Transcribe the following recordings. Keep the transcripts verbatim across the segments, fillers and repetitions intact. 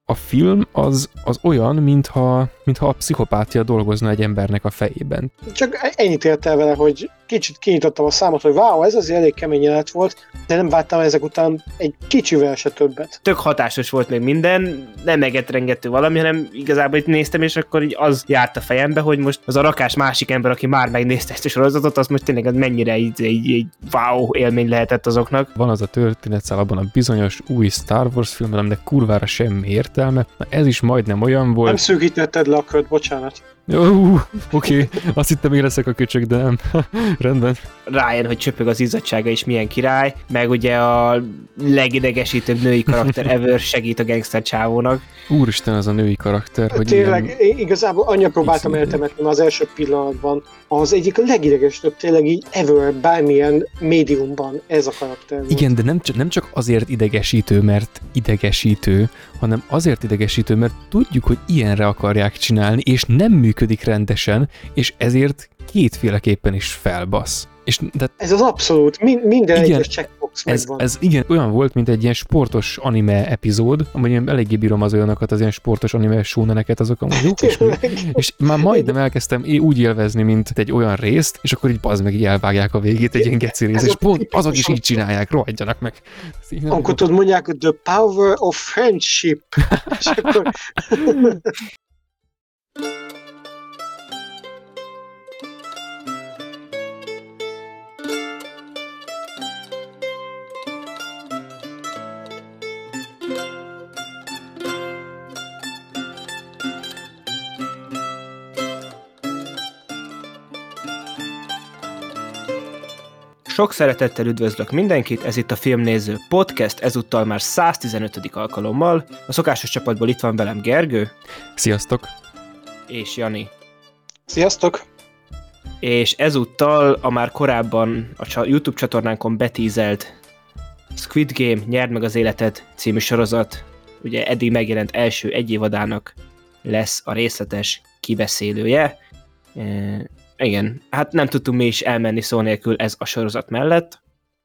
a film az, az olyan, mintha, mintha a pszichopátia dolgozna egy embernek a fejében. Csak ennyit ért el vele, hogy kicsit kinyitottam a számot, hogy wow, ez azért elég kemény jelenet volt, de nem vártam ezek után egy kicsivel se többet. Tök hatásos volt még minden, nem egetrengető valami, hanem igazából itt néztem, és akkor így az járt a fejembe, hogy most az a rakás másik ember, aki már megnézte ezt a sorozatot, az most tényleg mennyire így, így, így wow élmény lehetett azoknak. Van az a történetszál abban a bizonyos új Star Wars filmben, aminek kurvára semmi értelme. Na ez is majdnem olyan volt. Nem szűkítetted le a kört, bocsánat. Uh, Oké, okay. Azt hittem, én leszek a köcsög, de nem. Rendben. Ryan, hogy csöpög az izzadsága is milyen király, meg ugye a legidegesítőbb női karakter ever segít a gangster csávónak. Úristen, az a női karakter, hogy tényleg, ilyen... igazából annyira próbáltam eltemetni az első pillanatban. Az egyik a legidegesítőbb tényleg így ever bármilyen médiumban ez a karakter volt. Igen, de nem csak, nem csak azért idegesítő, mert idegesítő, hanem azért idegesítő, mert tudjuk, hogy ilyenre akarják csinálni, és nem működik rendesen, és ezért kétféleképpen is felbasz. És, de... Ez az abszolút, min- minden igen, egyes checkbox ez, megvan. ez igen, olyan volt, mint egy ilyen sportos anime epizód, amely én eléggé bírom az olyanokat, az ilyen sportos anime shoneneket, azok amúgy jók is, és már majdnem elkezdtem úgy élvezni, mint egy olyan részt, és akkor így bazd meg, így elvágják a végét egy ilyen geci rész, és pont azok is így csinálják, rohadjanak meg. Amikor tudod, mondják, hogy the power of friendship. És akkor... Sok szeretettel üdvözlök mindenkit, ez itt a Filmnéző Podcast, ezúttal már száztizenötödik alkalommal. A szokásos csapatból itt van velem Gergő. Sziasztok! És Jani. Sziasztok! És ezúttal a már korábban a YouTube csatornánkon betízelt Squid Game Nyerd meg az életed című sorozat, ugye eddig megjelent első egy évadának lesz a részletes kibeszélője. E- Igen, hát nem tudtunk mi is elmenni szó nélkül ez a sorozat mellett.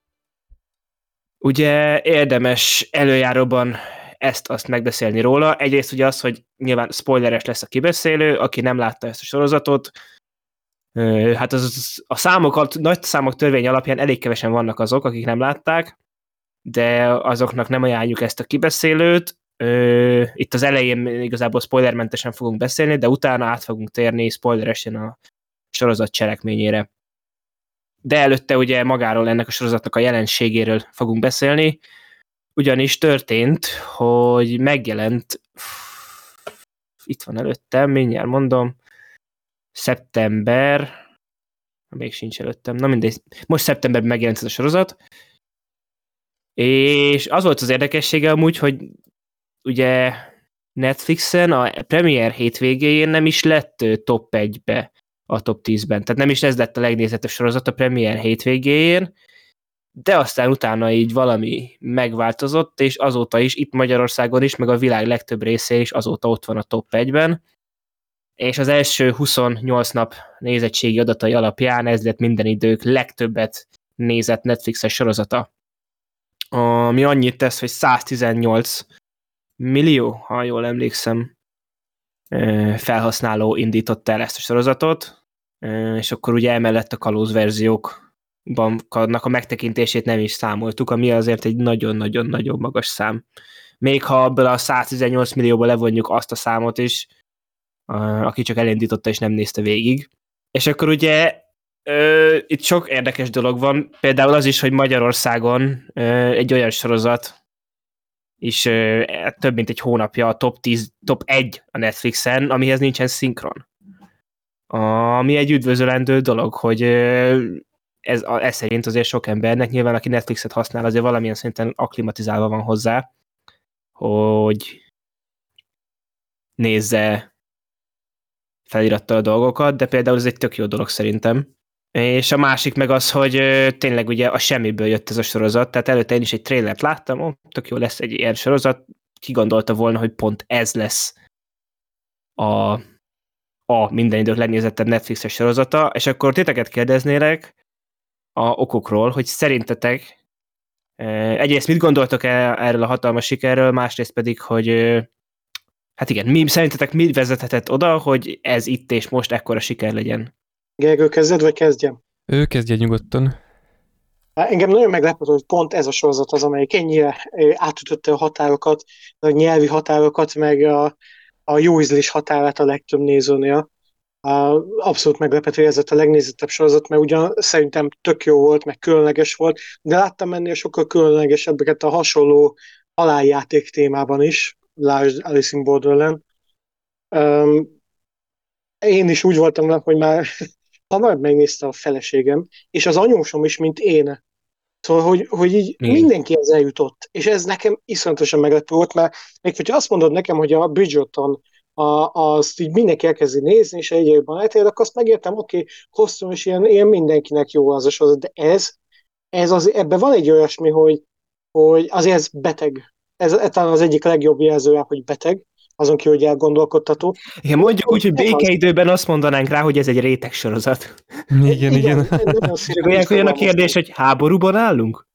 Ugye érdemes előjáróban ezt-azt megbeszélni róla. Egyrészt ugye az, hogy nyilván spoileres lesz a kibeszélő, aki nem látta ezt a sorozatot. Hát az, a számok, nagy számok törvény alapján elég kevesen vannak azok, akik nem látták, de azoknak nem ajánljuk ezt a kibeszélőt. Itt az elején igazából spoilermentesen fogunk beszélni, de utána át fogunk térni spoileresen a sorozat cselekményére. De előtte ugye magáról ennek a sorozatnak a jelenségéről fogunk beszélni, ugyanis történt, hogy megjelent, itt van előttem, mindjárt mondom, szeptember, még sincs előttem, na mindegy, most szeptemberben megjelent ez a sorozat, és az volt az érdekessége amúgy, hogy ugye Netflixen a premier hétvégéjén nem is lett top egybe a top tízben. Tehát nem is ez lett a legnézettebb sorozat a premier hétvégéjén, de aztán utána így valami megváltozott, és azóta is itt Magyarországon is, meg a világ legtöbb részén is azóta ott van a top egyben, és az első huszonnyolc nap nézettségi adatai alapján ez lett minden idők legtöbbet nézett Netflixes sorozata. Ami annyit tesz, hogy száztizennyolc millió, ha jól emlékszem, felhasználó indította el ezt a sorozatot, és akkor ugye emellett a kalóz verziókban a megtekintését nem is számoltuk, ami azért egy nagyon-nagyon-nagyon magas szám. Még ha abból a száztizennyolc millióból levonjuk azt a számot is, aki csak elindította és nem nézte végig. És akkor ugye itt sok érdekes dolog van, például az is, hogy Magyarországon egy olyan sorozat, és több mint egy hónapja a top tíz, top egy a Netflixen, amihez nincsen szinkron. Ami egy üdvözölendő dolog, hogy ez, ez szerint azért sok embernek, nyilván aki Netflixet használ, azért valamilyen szinten akklimatizálva van hozzá, hogy nézze felirattal a dolgokat, de például ez egy tök jó dolog szerintem. És a másik meg az, hogy tényleg ugye a semmiből jött ez a sorozat, tehát előtte én is egy trailert láttam, ó, tök jó lesz egy ilyen sorozat, ki gondolta volna, hogy pont ez lesz a, a minden idők legnézettebb Netflixes sorozata, és akkor titeket kérdeznélek a okokról, hogy szerintetek egyrészt mit gondoltok erről a hatalmas sikerről, másrészt pedig, hogy Hát igen, mi, szerintetek mi vezethetett oda, hogy ez itt és most ekkora siker legyen? Gergő, kezded, vagy kezdjem? Ő kezdje nyugodtan. Hát engem nagyon meglepett, hogy pont ez a sorozat az, amelyik ennyire átütötte a határokat, a nyelvi határokat, meg a, a jó ízlés határát a legtöbb nézőnél. Abszolút meglepett, hogy ez a legnézettebb sorozat, mert ugyan szerintem tök jó volt, meg különleges volt, de láttam ennél sokkal különlegesebbeket a hasonló haláljáték témában is, lásd Alice in Borderland. Um, én is úgy voltam vele, hogy már hamar megnézte a feleségem, és az anyósom is, mint én. Szóval, hogy, hogy így Igen. mindenkihez eljutott, és ez nekem iszonyatosan meglepő volt, mert még hogyha azt mondod nekem, hogy a Bridgerton a, azt így mindenki elkezdi nézni, és egyre jobban eltér, akkor azt megértem, oké, okay, hosszú, és ilyen, ilyen mindenkinek jó az a sorozat, de ez, ez az, ebben van egy olyasmi, hogy, hogy azért ez beteg. Ez, ez talán az egyik legjobb jelzője, hogy beteg, azon ki, hogy elgondolkodtató. Igen, mondjuk úgy, hogy békeidőben azt mondanánk rá, hogy ez egy réteg sorozat. Igen, igen. Csak olyan jön a kérdés, hogy háborúban állunk?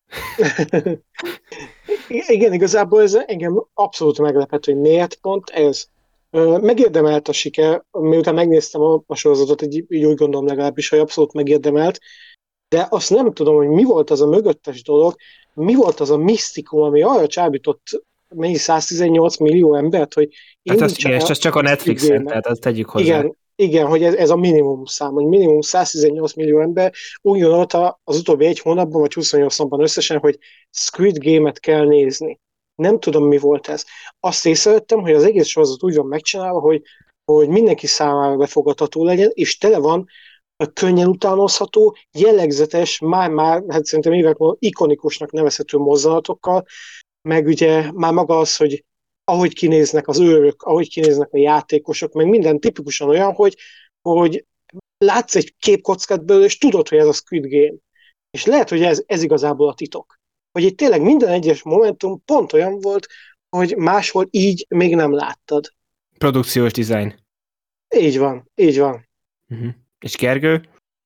Igen, igazából ez engem abszolút meglepett, hogy miért pont ez. Megérdemelt a siker, miután megnéztem a, a sorozatot, így, így úgy gondolom legalábbis, hogy abszolút megérdemelt, de azt nem tudom, hogy mi volt az a mögöttes dolog, mi volt az a misztikum, ami arra csábított mennyi száztizennyolc millió embert, hogy hát azt, igen, ez csak a Netflixen, tehát azt tegyük hozzá. Igen, igen, hogy ez, ez a minimum szám, hogy minimum száztizennyolc millió ember úgy gondolta az utóbbi egy hónapban, vagy huszonnyolc napban összesen, hogy Squid Game-et kell nézni. Nem tudom, mi volt ez. Azt észrevettem, hogy az egész sorozat úgy van megcsinálva, hogy, hogy mindenki számára befogadható legyen, és tele van könnyen utánozható, jellegzetes, már-már, hát szerintem évek múlva ikonikusnak nevezhető mozzanatokkal, meg ugye már maga az, hogy ahogy kinéznek az őrök, ahogy kinéznek a játékosok, meg minden tipikusan olyan, hogy, hogy látsz egy képkockát belőle, és tudod, hogy ez a Squid Game. És lehet, hogy ez, ez igazából a titok. Hogy itt tényleg minden egyes momentum pont olyan volt, hogy máshol így még nem láttad. Produkciós dizájn. Így van, így van. Uh-huh. És Gergő?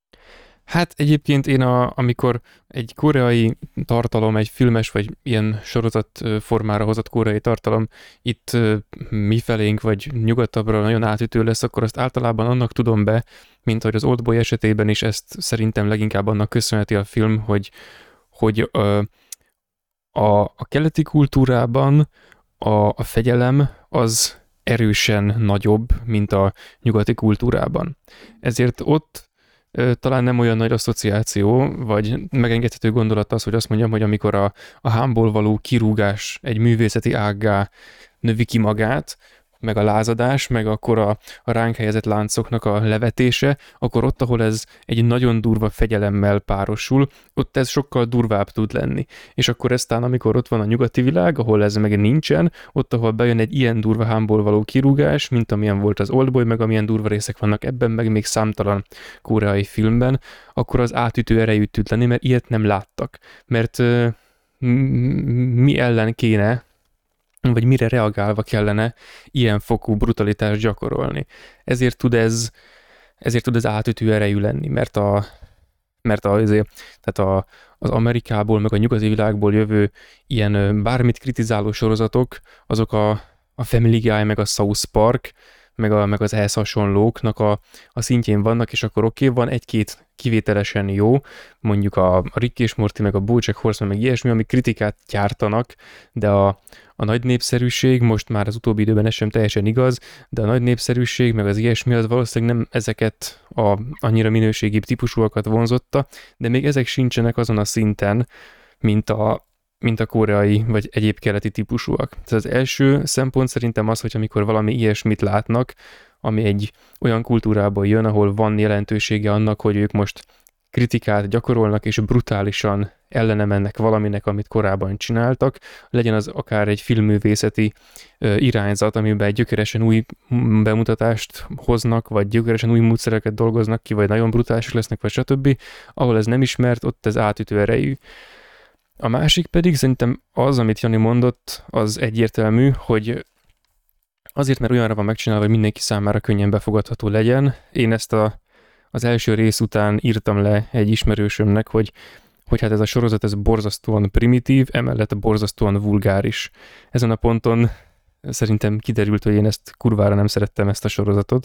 Hát egyébként én, a, amikor egy koreai tartalom, egy filmes vagy ilyen sorozat formára hozott koreai tartalom itt mifelénk vagy nyugatabbra nagyon átütő lesz, akkor azt általában annak tudom be, mint hogy az Oldboy esetében is ezt szerintem leginkább annak köszönheti a film, hogy, hogy a, a, a keleti kultúrában a, a fegyelem az erősen nagyobb, mint a nyugati kultúrában. Ezért ott talán nem olyan nagy asszociáció, vagy megengedhető gondolat az, hogy azt mondjam, hogy amikor a, a hámból való kirúgás egy művészeti ággá növi ki magát, meg a lázadás, meg akkor a, a ránk helyezett láncoknak a levetése, akkor ott, ahol ez egy nagyon durva fegyelemmel párosul, ott ez sokkal durvább tud lenni. És akkor eztán, amikor ott van a nyugati világ, ahol ez meg nincsen, ott, ahol bejön egy ilyen durva hámból való kirúgás, mint amilyen volt az Oldboy, meg amilyen durva részek vannak ebben, meg még számtalan koreai filmben, akkor az átütő erejű tud lenni, mert ilyet nem láttak. Mert uh, mi ellen kéne, vagy mire reagálva kellene ilyen fokú brutalitást gyakorolni. Ezért tud ez, ezért tud ez átütő erejű lenni, mert a, mert a, azért, tehát a, az Amerikából, meg a nyugati világból jövő ilyen bármit kritizáló sorozatok, azok a, a Family Guy, meg a South Park, meg, a, meg az ehhez hasonlóknak a, a szintjén vannak, és akkor oké, okay, van egy-két kivételesen jó, mondjuk a Rick és Morty, meg a BoJack Horseman, meg ilyesmi, ami kritikát gyártanak, de a, a nagy népszerűség, most már az utóbbi időben ez sem teljesen igaz, de a nagy népszerűség, meg az ilyesmi, az valószínűleg nem ezeket a annyira minőségibb típusúakat vonzotta, de még ezek sincsenek azon a szinten, mint a mint a koreai vagy egyéb keleti típusúak. Tehát az első szempont szerintem az, hogy amikor valami ilyesmit látnak, ami egy olyan kultúrából jön, ahol van jelentősége annak, hogy ők most kritikát gyakorolnak, és brutálisan ellene mennek valaminek, amit korábban csináltak, legyen az akár egy filmművészeti ö, irányzat, amiben egy gyökeresen új bemutatást hoznak, vagy gyökeresen új módszereket dolgoznak ki, vagy nagyon brutálisak lesznek, vagy stb. Ahol ez nem ismert, ott ez átütő erejű. A másik pedig szerintem az, amit Jani mondott, az egyértelmű, hogy azért, mert olyanra van megcsinálva, hogy mindenki számára könnyen befogadható legyen. Én ezt a, az első rész után írtam le egy ismerősömnek, hogy, hogy hát ez a sorozat ez borzasztóan primitív, emellett borzasztóan vulgáris. Ezen a ponton szerintem kiderült, hogy én ezt kurvára nem szerettem, ezt a sorozatot.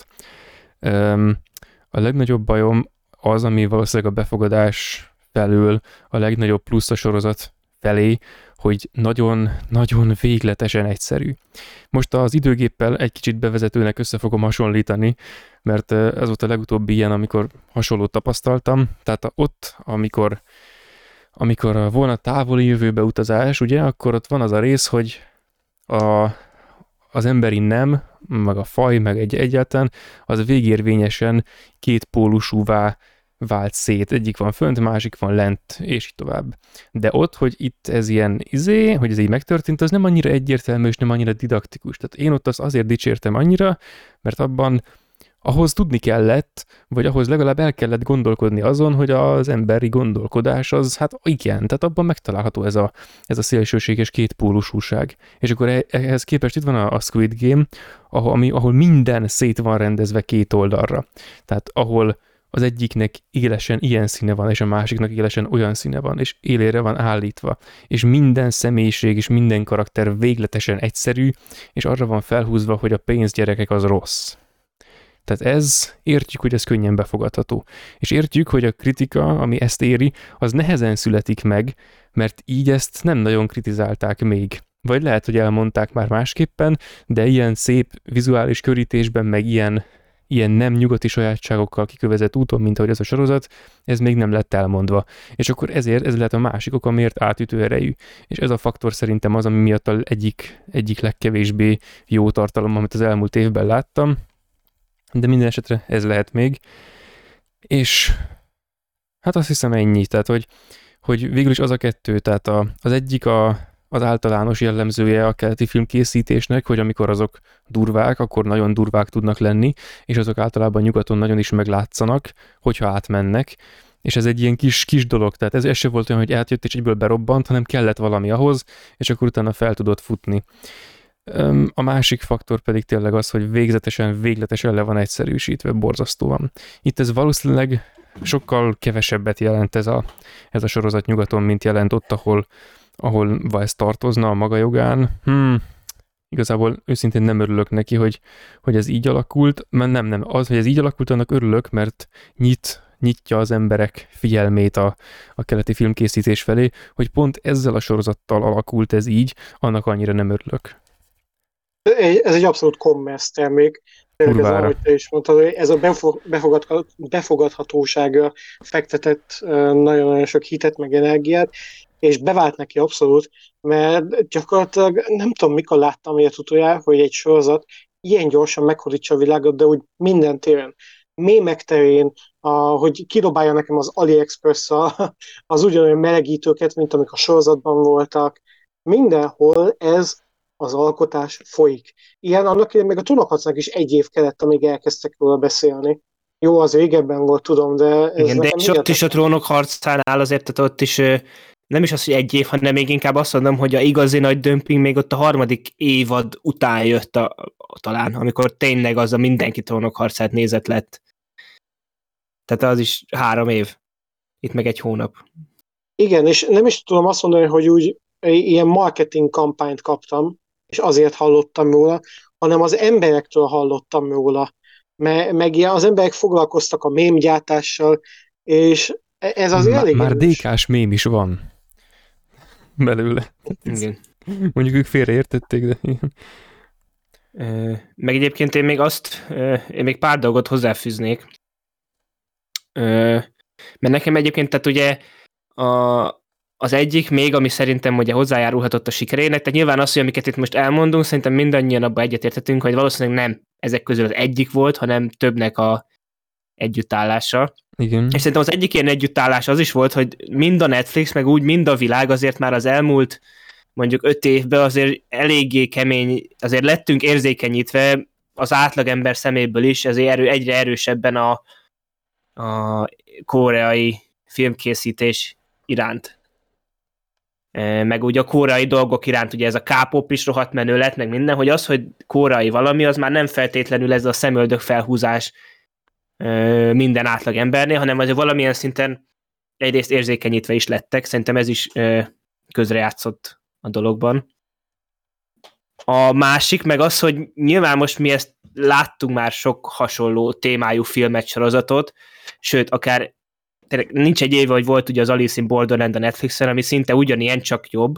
A legnagyobb bajom az, ami valószínűleg a befogadás felől a legnagyobb plusz a sorozat felé, hogy nagyon-nagyon végletesen egyszerű. Most az időgéppel egy kicsit bevezetőnek össze fogom hasonlítani, mert ez volt a legutóbbi ilyen, amikor hasonlót tapasztaltam. Tehát ott, amikor, amikor volna távoli jövőbe utazás, ugye, akkor ott van az a rész, hogy a, az emberi nem, meg a faj, meg egy egyáltalán, az végérvényesen kétpólusúvá vált szét. Egyik van fönt, másik van lent, és így tovább. De ott, hogy itt ez ilyen izé, hogy ez így megtörtént, az nem annyira egyértelmű, és nem annyira didaktikus. Tehát én ott azt azért dicsértem annyira, mert abban ahhoz tudni kellett, vagy ahhoz legalább el kellett gondolkodni azon, hogy az emberi gondolkodás az, hát igen, tehát abban megtalálható ez a, ez a szélsőséges kétpólusúság. És akkor ehhez képest itt van a, a Squid Game, ahol, ami, ahol minden szét van rendezve két oldalra. Tehát ahol az egyiknek élesen ilyen színe van, és a másiknak élesen olyan színe van, és élére van állítva, és minden személyiség és minden karakter végletesen egyszerű, és arra van felhúzva, hogy a pénzgyerekek az rossz. Tehát ez, értjük, hogy ez könnyen befogadható. És értjük, hogy a kritika, ami ezt éri, az nehezen születik meg, mert így ezt nem nagyon kritizálták még. Vagy lehet, hogy elmondták már másképpen, de ilyen szép vizuális körítésben, meg ilyen ilyen nem nyugati sajátságokkal kikövezett úton, mint ahogy ez a sorozat, ez még nem lett elmondva. És akkor ezért ez lehet a másik oka, miért átütő erejű. És ez a faktor szerintem az, ami miatt a egyik, egyik legkevésbé jó tartalom, amit az elmúlt évben láttam, de minden esetre ez lehet még. És hát azt hiszem ennyi, tehát hogy, hogy végül is az a kettő, tehát a, az egyik a az általános jellemzője a keleti filmkészítésnek, hogy amikor azok durvák, akkor nagyon durvák tudnak lenni, és azok általában nyugaton nagyon is meglátszanak, hogyha átmennek, és ez egy ilyen kis, kis dolog, tehát ez, ez se volt olyan, hogy átjött és egyből berobbant, hanem kellett valami ahhoz, és akkor utána fel tudott futni. A másik faktor pedig tényleg az, hogy végzetesen, végletesen le van egyszerűsítve, borzasztóan. Itt ez valószínűleg sokkal kevesebbet jelent ez a, ez a sorozat nyugaton, mint jelent ott, ahol ahol ez tartozna a maga jogán. Hmm, igazából őszintén nem örülök neki, hogy, hogy ez így alakult, mert nem, nem, az, hogy ez így alakult, annak örülök, mert nyit, nyitja az emberek figyelmét a, a keleti filmkészítés felé, hogy pont ezzel a sorozattal alakult ez így, annak annyira nem örülök. Ez egy abszolút commerce termék. Ez, ahogy te is mondtad, hogy ez a befogadhatósága fektetett nagyon-nagyon sok hitet, meg energiát, és bevált neki abszolút, mert gyakorlatilag nem tudom, mikor láttam ilyet utoljára, hogy egy sorozat ilyen gyorsan meghódítsa a világot, de úgy minden téren. Mémek terén, a, hogy kidobálja nekem az AliExpress az ugyanolyan melegítőket, mint amik a sorozatban voltak. Mindenhol ez az alkotás folyik. Ilyen annak idején még a Trónokharcnak is egy év kellett, amíg elkezdtek róla beszélni. Jó, az régebben volt, tudom, de ez igen, de és ott is a Trónokharcánál azért, tehát ott is nem is az, hogy egy év, hanem még inkább azt mondom, hogy a igazi nagy dömping még ott a harmadik évad után jött a, a, talán, amikor tényleg az a mindenki Trónokharcát nézett lett. Tehát az is három év. Itt meg egy hónap. Igen, és nem is tudom azt mondani, hogy úgy ilyen marketing kampányt kaptam, és azért hallottam róla, hanem az emberektől hallottam róla. Me, meg ilyen, az emberek foglalkoztak a mémgyártással, és ez az elég... Már dé ká-s mém is van belőle. Igen. Mondjuk ők félreértették, de... Meg egyébként én még azt, én még pár dolgot hozzáfűznék. Mert nekem egyébként, tehát ugye a, az egyik még, ami szerintem ugye hozzájárulhatott a sikerének, tehát nyilván az, hogy amiket itt most elmondunk, szerintem mindannyian abban egyetértetünk, hogy valószínűleg nem ezek közül az egyik volt, hanem többnek a együttállása. Igen. És szerintem az egyik ilyen együttállás az is volt, hogy mind a Netflix, meg úgy mind a világ azért már az elmúlt mondjuk öt évben azért eléggé kemény, azért lettünk érzékenyítve az átlagember szeméből is, ezért erő, egyre erősebben a, a koreai filmkészítés iránt. Meg ugye a koreai dolgok iránt, ugye ez a K-pop is rohadt menő lett, meg minden, hogy az, hogy koreai valami, az már nem feltétlenül ez a szemöldök felhúzás minden átlag embernél, hanem azért valamilyen szinten egyrészt érzékenyítve is lettek, szerintem ez is közrejátszott a dologban. A másik meg az, hogy nyilván most mi ezt láttunk már sok hasonló témájú filmet, sorozatot, sőt, akár nincs egy éve, hogy volt ugye az Alice in Borderland a Netflixen, ami szinte ugyanilyen, csak jobb.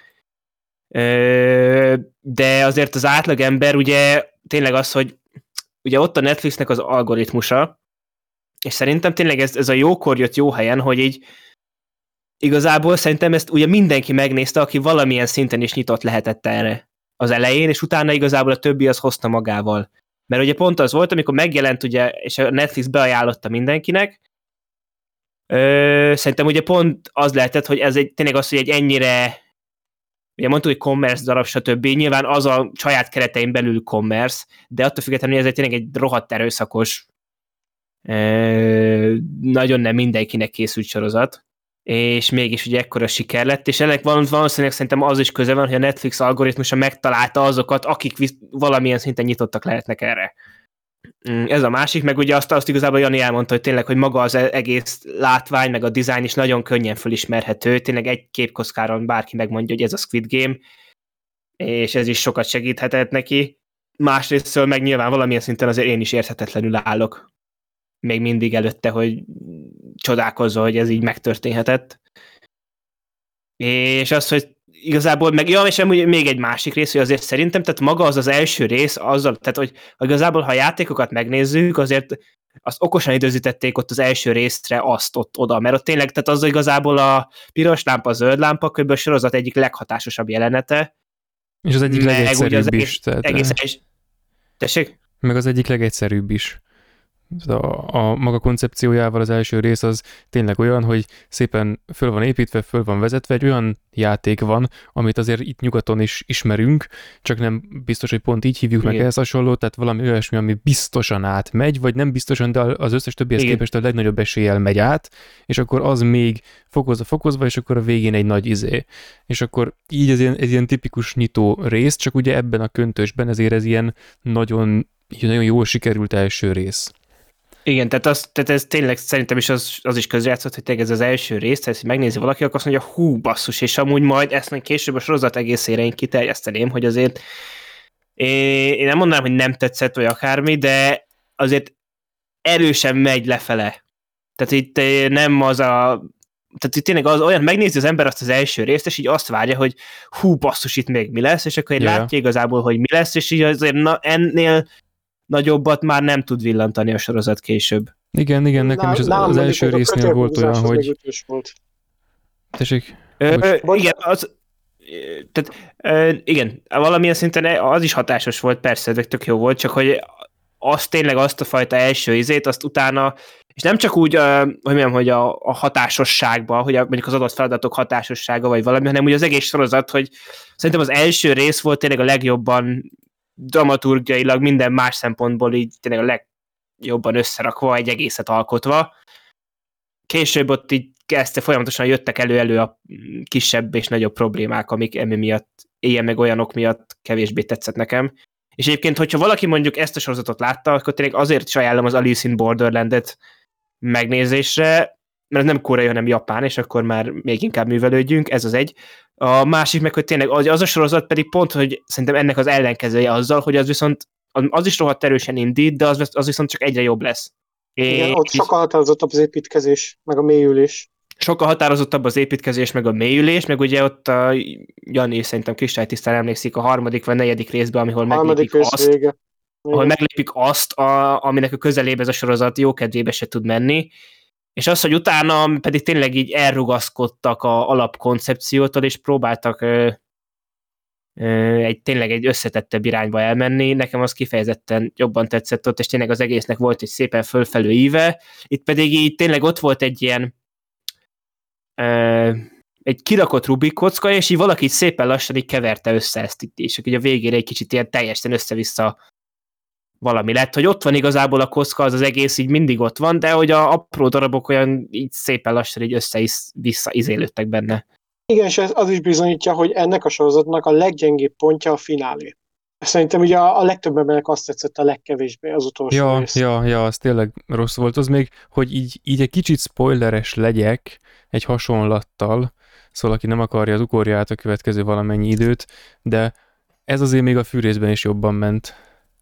De azért az átlagember ugye tényleg az, hogy ugye ott a Netflixnek az algoritmusa, és szerintem tényleg ez, ez a jókor jött jó helyen, hogy így igazából szerintem ezt ugye mindenki megnézte, aki valamilyen szinten is nyitott lehetett erre az elején, és utána igazából a többi az hozta magával. Mert ugye pont az volt, amikor megjelent ugye, és a Netflix beajánlotta mindenkinek, ö, szerintem ugye pont az lehetett, hogy ez egy, tényleg az, hogy egy ennyire, ugye mondtuk, hogy commerce darab, stb. Nyilván az a saját keretein belül commerce, de attól függetlenül ez egy tényleg egy rohadt erőszakos, ö, nagyon nem mindenkinek készült sorozat, és mégis ugye ekkora siker lett, és ennek valószínűleg szerintem az is köze van, hogy a Netflix algoritmusa megtalálta azokat, akik valamilyen szinten nyitottak lehetnek erre. Ez a másik, meg ugye azt, azt igazából Jani elmondta, hogy tényleg, hogy maga az egész látvány, meg a dizájn is nagyon könnyen fölismerhető, tényleg egy képkockáron bárki megmondja, hogy ez a Squid Game, és ez is sokat segíthetett neki. Másrésztől meg nyilván valamilyen szinten azért én is érthetetlenül állok még mindig előtte, hogy csodálkozva, hogy ez így megtörténhetett. És az, hogy igazából meg, ja, és még egy másik rész, hogy azért szerintem, tehát maga az az első rész, azzal, tehát hogy igazából, ha a játékokat megnézzük, azért azt okosan időzítették ott az első részre azt ott oda, mert ott tényleg, tehát az igazából a piros lámpa, a zöld lámpa, kb. A sorozat egyik leghatásosabb jelenete. És az egyik legegyszerűbb az is. Egész, tehát, egész, egész, tessék? Meg az egyik legegyszerűbb is. A, a maga koncepciójával az első rész az tényleg olyan, hogy szépen föl van építve, föl van vezetve, egy olyan játék van, amit azért itt nyugaton is ismerünk, csak nem biztos, hogy pont így hívjuk Igen. meg ehhez hasonló, tehát valami olyasmi, ami biztosan átmegy, vagy nem biztosan, de az összes többihez Igen. képest a legnagyobb eséllyel megy át, és akkor az még fokozva, fokozva, és akkor a végén egy nagy izé. És akkor így ez ilyen, ez ilyen tipikus nyitó rész, csak ugye ebben a köntösben ezért ez ilyen nagyon, nagyon jól sikerült első rész. Igen, tehát, az, tehát ez tényleg szerintem is az, az is közrejátszott, hogy tényleg ez az első rész, tehát hogy megnézi valaki, akkor azt mondja, hú, basszus, és amúgy majd ezt meg később a sorozat egészére én kiterjeszteném, hogy azért én, én nem mondanám, hogy nem tetszett, vagy akármi, de azért erősen megy lefele. Tehát itt nem az a... Tehát itt tényleg az olyan, megnézi az ember azt az első részt, és így azt várja, hogy hú, basszus, itt még mi lesz, és akkor yeah. látja igazából, hogy mi lesz, és így azért na, ennél nagyobbat már nem tud villantani a sorozat később. Igen, igen, nekem Ná, is az, az első résznél volt olyan, hogy... Volt. Tessék? Ö, ö, igen, az... Tehát, ö, igen, valamilyen szinten az is hatásos volt, persze, ez tök jó volt, csak hogy azt tényleg azt a fajta első izét, azt utána, és nem csak úgy, ö, hogy mondjam, hogy a, a hatásosságban, hogy a, mondjuk az adott feladatok hatásossága, vagy valami, hanem úgy az egész sorozat, hogy szerintem az első rész volt tényleg a legjobban dramaturgiailag, minden más szempontból így tényleg a legjobban összerakva, egy egészet alkotva. Később ott így kezdte folyamatosan jöttek elő-elő a kisebb és nagyobb problémák, amik emi miatt, ilyen meg olyanok miatt kevésbé tetszett nekem. És egyébként, hogyha valaki mondjuk ezt a sorozatot látta, akkor tényleg azért is ajánlom az Alice in Borderlandet megnézésre, mert nem koreai, hanem japán, és akkor már még inkább művelődjünk, ez az egy. A másik meg, hogy tényleg az, az a sorozat pedig pont, hogy szerintem ennek az ellenkezője azzal, hogy az viszont, az is rohadt erősen indít, de az, az viszont csak egyre jobb lesz. Igen, és ott sokkal határozottabb az építkezés, meg a mélyülés. Sokkal határozottabb az építkezés, meg a mélyülés, meg ugye ott a Jani szerintem kristálytisztán emlékszik a harmadik vagy negyedik részben, ahol meglépik azt, vége. ahol meglépik azt, a, aminek a közelébe ez a sorozat jókedvébe se tud menni, és az, hogy utána pedig tényleg így elrugaszkodtak a alapkoncepciótól, és próbáltak ö, ö, egy, tényleg egy összetettebb irányba elmenni, nekem az kifejezetten jobban tetszett ott, és tényleg az egésznek volt egy szépen fölfelő íve, itt pedig így tényleg ott volt egy ilyen ö, egy kirakott Rubik kocka, és így valaki szépen lassan így keverte össze ezt itt, és így a végére egy kicsit ilyen teljesen össze-vissza valami lett, hogy ott van igazából a kocka, az az egész így mindig ott van, de hogy a apró darabok olyan így szépen lassan így össze-vissza izélődtek benne. Igen, és ez az is bizonyítja, hogy ennek a sorozatnak a leggyengébb pontja a finálé. Szerintem ugye a, a legtöbb embernek azt tetszett a legkevésbé az utolsó ja, rész. Ja, ja, az tényleg rossz volt. Az még, hogy így, így egy kicsit spoileres legyek egy hasonlattal, szóval aki nem akarja, az ugorja át a következő valamennyi időt, de ez azért még a fűrészben is jobban ment.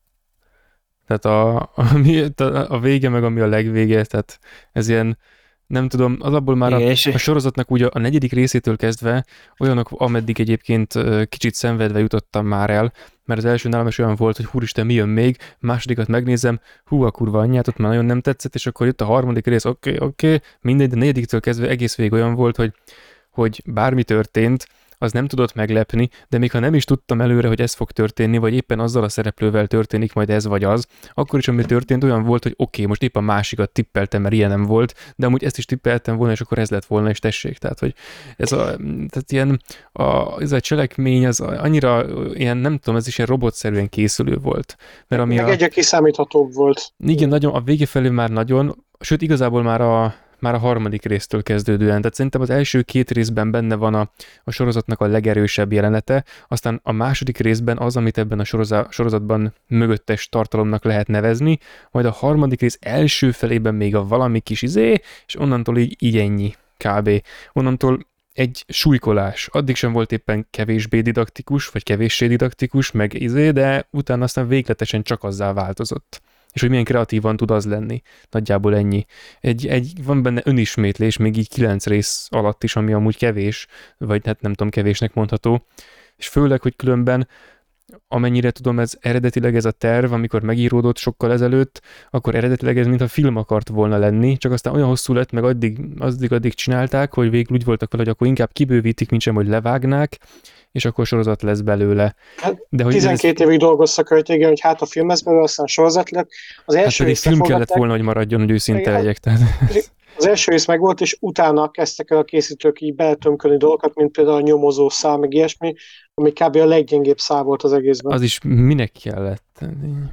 Tehát a, ami, a, a vége meg ami a legvége, tehát ez ilyen, nem tudom, az abból már a, a sorozatnak úgy a, a negyedik részétől kezdve olyanok, ameddig egyébként kicsit szenvedve jutottam már el, mert az első nálam is olyan volt, hogy húristen, mi jön még, másodikat megnézem, hú, a kurva anyját, ott már nagyon nem tetszett, és akkor jött a harmadik rész, oké, okay, oké, okay, mindegy, de negyediktől kezdve egész végig olyan volt, hogy, hogy bármi történt, az nem tudott meglepni, de még ha nem is tudtam előre, hogy ez fog történni, vagy éppen azzal a szereplővel történik majd ez vagy az, akkor is, ami történt, olyan volt, hogy oké, okay, most épp a másikat tippeltem, mert ilyen nem volt, de amúgy ezt is tippeltem volna, és akkor ez lett volna, és tessék. Tehát, hogy ez a, tehát ilyen, a, ez a cselekmény, az annyira ilyen, nem tudom, ez is ilyen robotszerűen készülő volt. Mert ami meg a, egyre kiszámíthatóbb volt. Igen, nagyon, a vége felé már nagyon, sőt, igazából már a már a harmadik résztől kezdődően. Tehát szerintem az első két részben benne van a, a sorozatnak a legerősebb jelenete, aztán a második részben az, amit ebben a sorozat, sorozatban mögöttes tartalomnak lehet nevezni, majd a harmadik rész első felében még a valami kis izé, és onnantól így, így ennyi kb. Onnantól egy súlykolás. Addig sem volt éppen kevésbé didaktikus, vagy kevéssé didaktikus, meg izé, de utána aztán végletesen csak azzá változott. És hogy milyen kreatívan tud az lenni. Nagyjából ennyi. Egy, egy, van benne önismétlés, még így kilenc rész alatt is, ami amúgy kevés, vagy hát nem tudom, kevésnek mondható. És főleg, hogy különben, amennyire tudom, ez eredetileg ez a terv, amikor megíródott sokkal ezelőtt, akkor eredetileg ez mintha film akart volna lenni, csak aztán olyan hosszú lett, meg addig, addig, addig csinálták, hogy végül úgy voltak vele, hogy akkor inkább kibővítik, mint sem, hogy levágnák, és akkor sorozat lesz belőle. De hogy tizenkét ez... évig dolgoztak rajta, igen, hogy hát a film lesz belőle, aztán sorozat lett. Az első hát pedig film kellett volna, hogy maradjon, hogy őszinte legyek. Tehát... Az első rész megvolt, és utána kezdtek el a készítők így beletömkölni dolgokat, mint például a nyomozó szál, meg ilyesmi, ami kb. A leggyengébb szál volt az egészben. Az is minek kellett?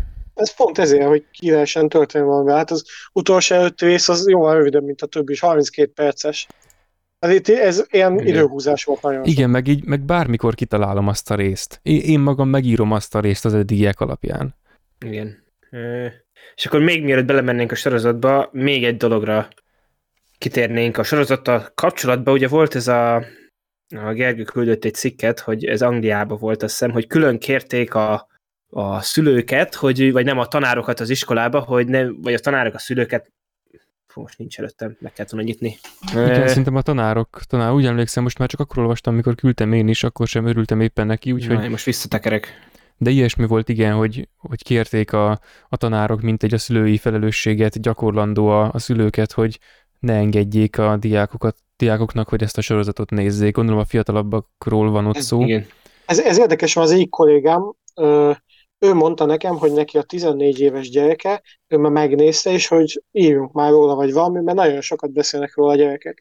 Ez pont ezért, hogy ki lehessen történni valami. Hát az utolsó előtti rész az jóval rövidebb, mint a többi, és harminckét perces. Hát itt ez ilyen igen. Időhúzás volt nagyon Igen, sok. meg így, meg bármikor kitalálom azt a részt. Én, én magam megírom azt a részt az eddigiek alapján. Igen. E, és akkor még mielőtt belemennénk a sorozatba, még egy dologra kitérnénk a sorozattal kapcsolatban. Ugye volt ez a, a Gergő küldött egy cikket, hogy ez Angliában volt, azt hiszem, hogy külön kérték a, a szülőket, hogy, vagy nem a tanárokat az iskolába, hogy ne, vagy a tanárok a szülőket, most nincs előttem, meg kellett volna nyitni. Igen, e... szerintem a tanárok, tanár, úgy emlékszem, most már csak akkor olvastam, amikor küldtem én is, akkor sem örültem éppen neki, úgyhogy... Na, most visszatekerek. De ilyesmi volt, igen, hogy, hogy kérték a, a tanárok, mint egy a szülői felelősséget, gyakorlandó a, a szülőket, hogy ne engedjék a diákokat, diákoknak, hogy ezt a sorozatot nézzék. Gondolom a fiatalabbakról van ott szó. Igen. Ez, ez érdekes, mert az egyik kollégám, ö, ő mondta nekem, hogy neki a tizennégy éves gyereke, ő már megnézte, és hogy írjunk már róla, vagy valami, mert nagyon sokat beszélnek róla a gyerekek.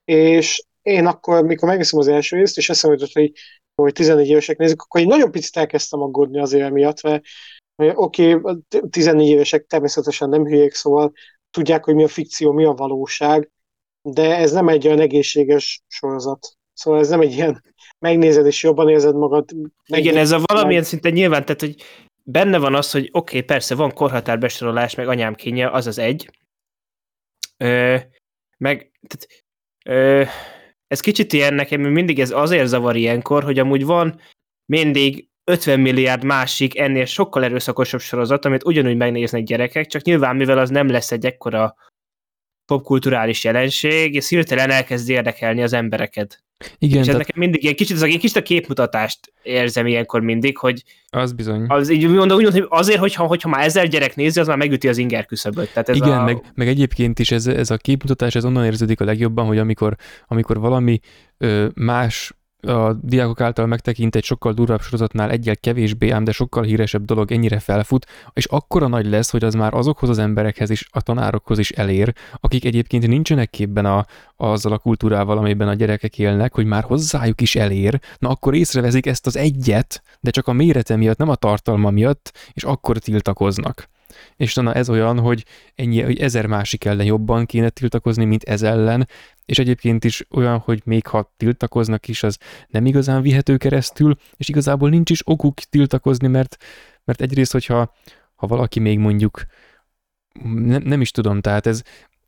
És én akkor, mikor megnéztem az első részt, és eszembe jutott, hogy, hogy tizennégy évesek nézik, akkor én nagyon picit elkezdtem aggódni azért miatt, mert, mert oké, okay, tizennégy évesek természetesen nem hülyék, szóval tudják, hogy mi a fikció, mi a valóság, de ez nem egy olyan egészséges sorozat. Szóval ez nem egy ilyen megnézed és jobban érzed magad. Igen, ez a valamilyen szinten nyilván, tehát hogy benne van az, hogy oké, okay, persze van korhatárbesorolás, meg anyám kínja, az az egy. Ö, meg tehát, ö, ez kicsit ilyen nekem, mindig ez azért zavar ilyenkor, hogy amúgy van mindig ötven milliárd másik ennél sokkal erőszakosabb sorozat, amit ugyanúgy megnéznek gyerekek, csak nyilván mivel az nem lesz egy ekkora popkulturális jelenség, és hirtelen elkezd érdekelni az embereket. Igen, és ez tehát... nekem mindig ilyen kicsit, az, ilyen kicsit a képmutatást érzem ilyenkor mindig, hogy az bizony. Az így mondom, úgy mondom, hogy azért, hogyha, hogyha már ezer gyerek nézi, az már megüti az inger küszöböt. Tehát ez igen, a... meg, meg egyébként is ez, ez a képmutatás, ez onnan érződik a legjobban, hogy amikor, amikor valami ö, más a diákok által megtekintett sokkal durvább sorozatnál egyel kevésbé, ám de sokkal híresebb dolog ennyire felfut, és akkora nagy lesz, hogy az már azokhoz az emberekhez is, a tanárokhoz is elér, akik egyébként nincsenek képben a, azzal a kultúrával, amiben a gyerekek élnek, hogy már hozzájuk is elér, na akkor észreveszik ezt az egyet, de csak a mérete miatt, nem a tartalma miatt, és akkor tiltakoznak. És na ez olyan, hogy ennyi, hogy ezer másik ellen jobban kéne tiltakozni, mint ez ellen, és egyébként is olyan, hogy még ha tiltakoznak is, az nem igazán vihető keresztül, és igazából nincs is okuk tiltakozni, mert, mert egyrészt, hogyha ha valaki még mondjuk, nem, nem is tudom, tehát ez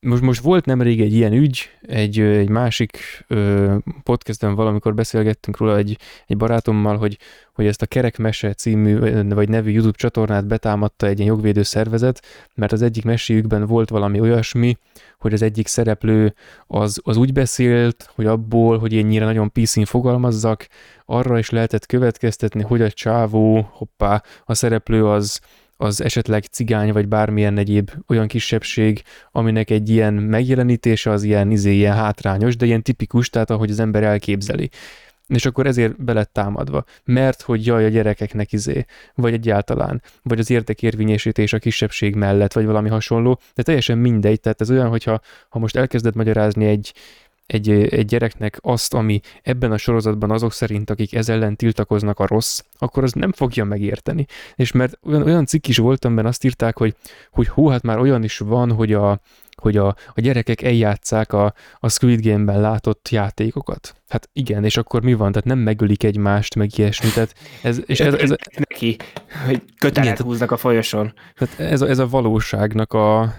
most, most volt nemrég egy ilyen ügy, egy, egy másik ö, podcasten valamikor beszélgettünk róla egy, egy barátommal, hogy, hogy ezt a Kerek Mese című vagy nevű YouTube csatornát betámadta egy ilyen jogvédő szervezet, mert az egyik meséjükben volt valami olyasmi, hogy az egyik szereplő az, az úgy beszélt, hogy abból, hogy ennyire nagyon pé cén fogalmazzak, arra is lehetett következtetni, hogy a csávó, hoppá, a szereplő az az esetleg cigány, vagy bármilyen egyéb olyan kisebbség, aminek egy ilyen megjelenítése az ilyen, izé, ilyen hátrányos, de ilyen tipikus, tehát ahogy az ember elképzeli. És akkor ezért be lett támadva. Mert hogy jaj, a gyerekeknek izé, vagy egyáltalán, vagy az érdekérvényesítés a kisebbség mellett, vagy valami hasonló, de teljesen mindegy, tehát ez olyan, hogyha ha most elkezded magyarázni egy Egy, egy gyereknek azt, ami ebben a sorozatban azok szerint, akik ez ellen tiltakoznak a rossz, akkor az nem fogja megérteni. És mert olyan, olyan cikk is volt, amiben azt írták, hogy, hogy hú, hát már olyan is van, hogy a, hogy a, a gyerekek eljátszák a, a Squid Game-ben látott játékokat. Hát igen, és akkor mi van? Tehát nem megölik egymást, meg ilyesmi. Tehát ez, és ez, ez, ez, neki, hogy kötelet húznak a folyosón. Tehát ez, a, ez a valóságnak a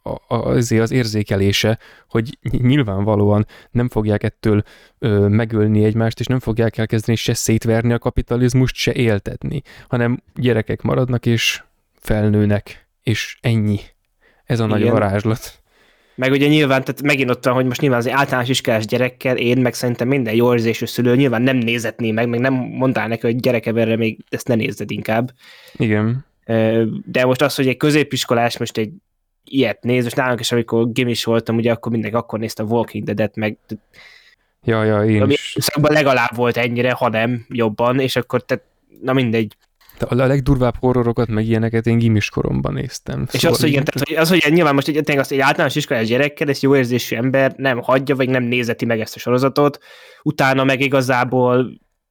azért az érzékelése, hogy nyilvánvalóan nem fogják ettől ö, megölni egymást, és nem fogják elkezdeni se szétverni a kapitalizmust, se éltetni, hanem gyerekek maradnak, és felnőnek, és ennyi. Ez a Igen. nagy varázslat. Meg ugye nyilván, tehát megint ott van, hogy most nyilván az általános iskolás gyerekkel, én meg szerintem minden jó érzésű szülő nyilván nem nézetné meg, meg nem mondál neki, hogy gyerekem, erre még ezt ne nézzed inkább. Igen. De most az, hogy egy középiskolás most egy ilyet néz, és nálunk is, amikor gimis voltam, ugye akkor mindenki akkor nézte a Walking Dead-et, meg ja, ja, én ami is. szakban legalább volt ennyire, ha nem jobban, és akkor te, na mindegy. De a legdurvább horrorokat, meg ilyeneket én gimis koromban néztem. És szóval az, hogy, igen, tehát, hogy az, hogy nyilván most egy, az, egy általános iskolás gyerekkel, ezt jó érzésű ember nem hagyja, vagy nem nézeti meg ezt a sorozatot, utána meg igazából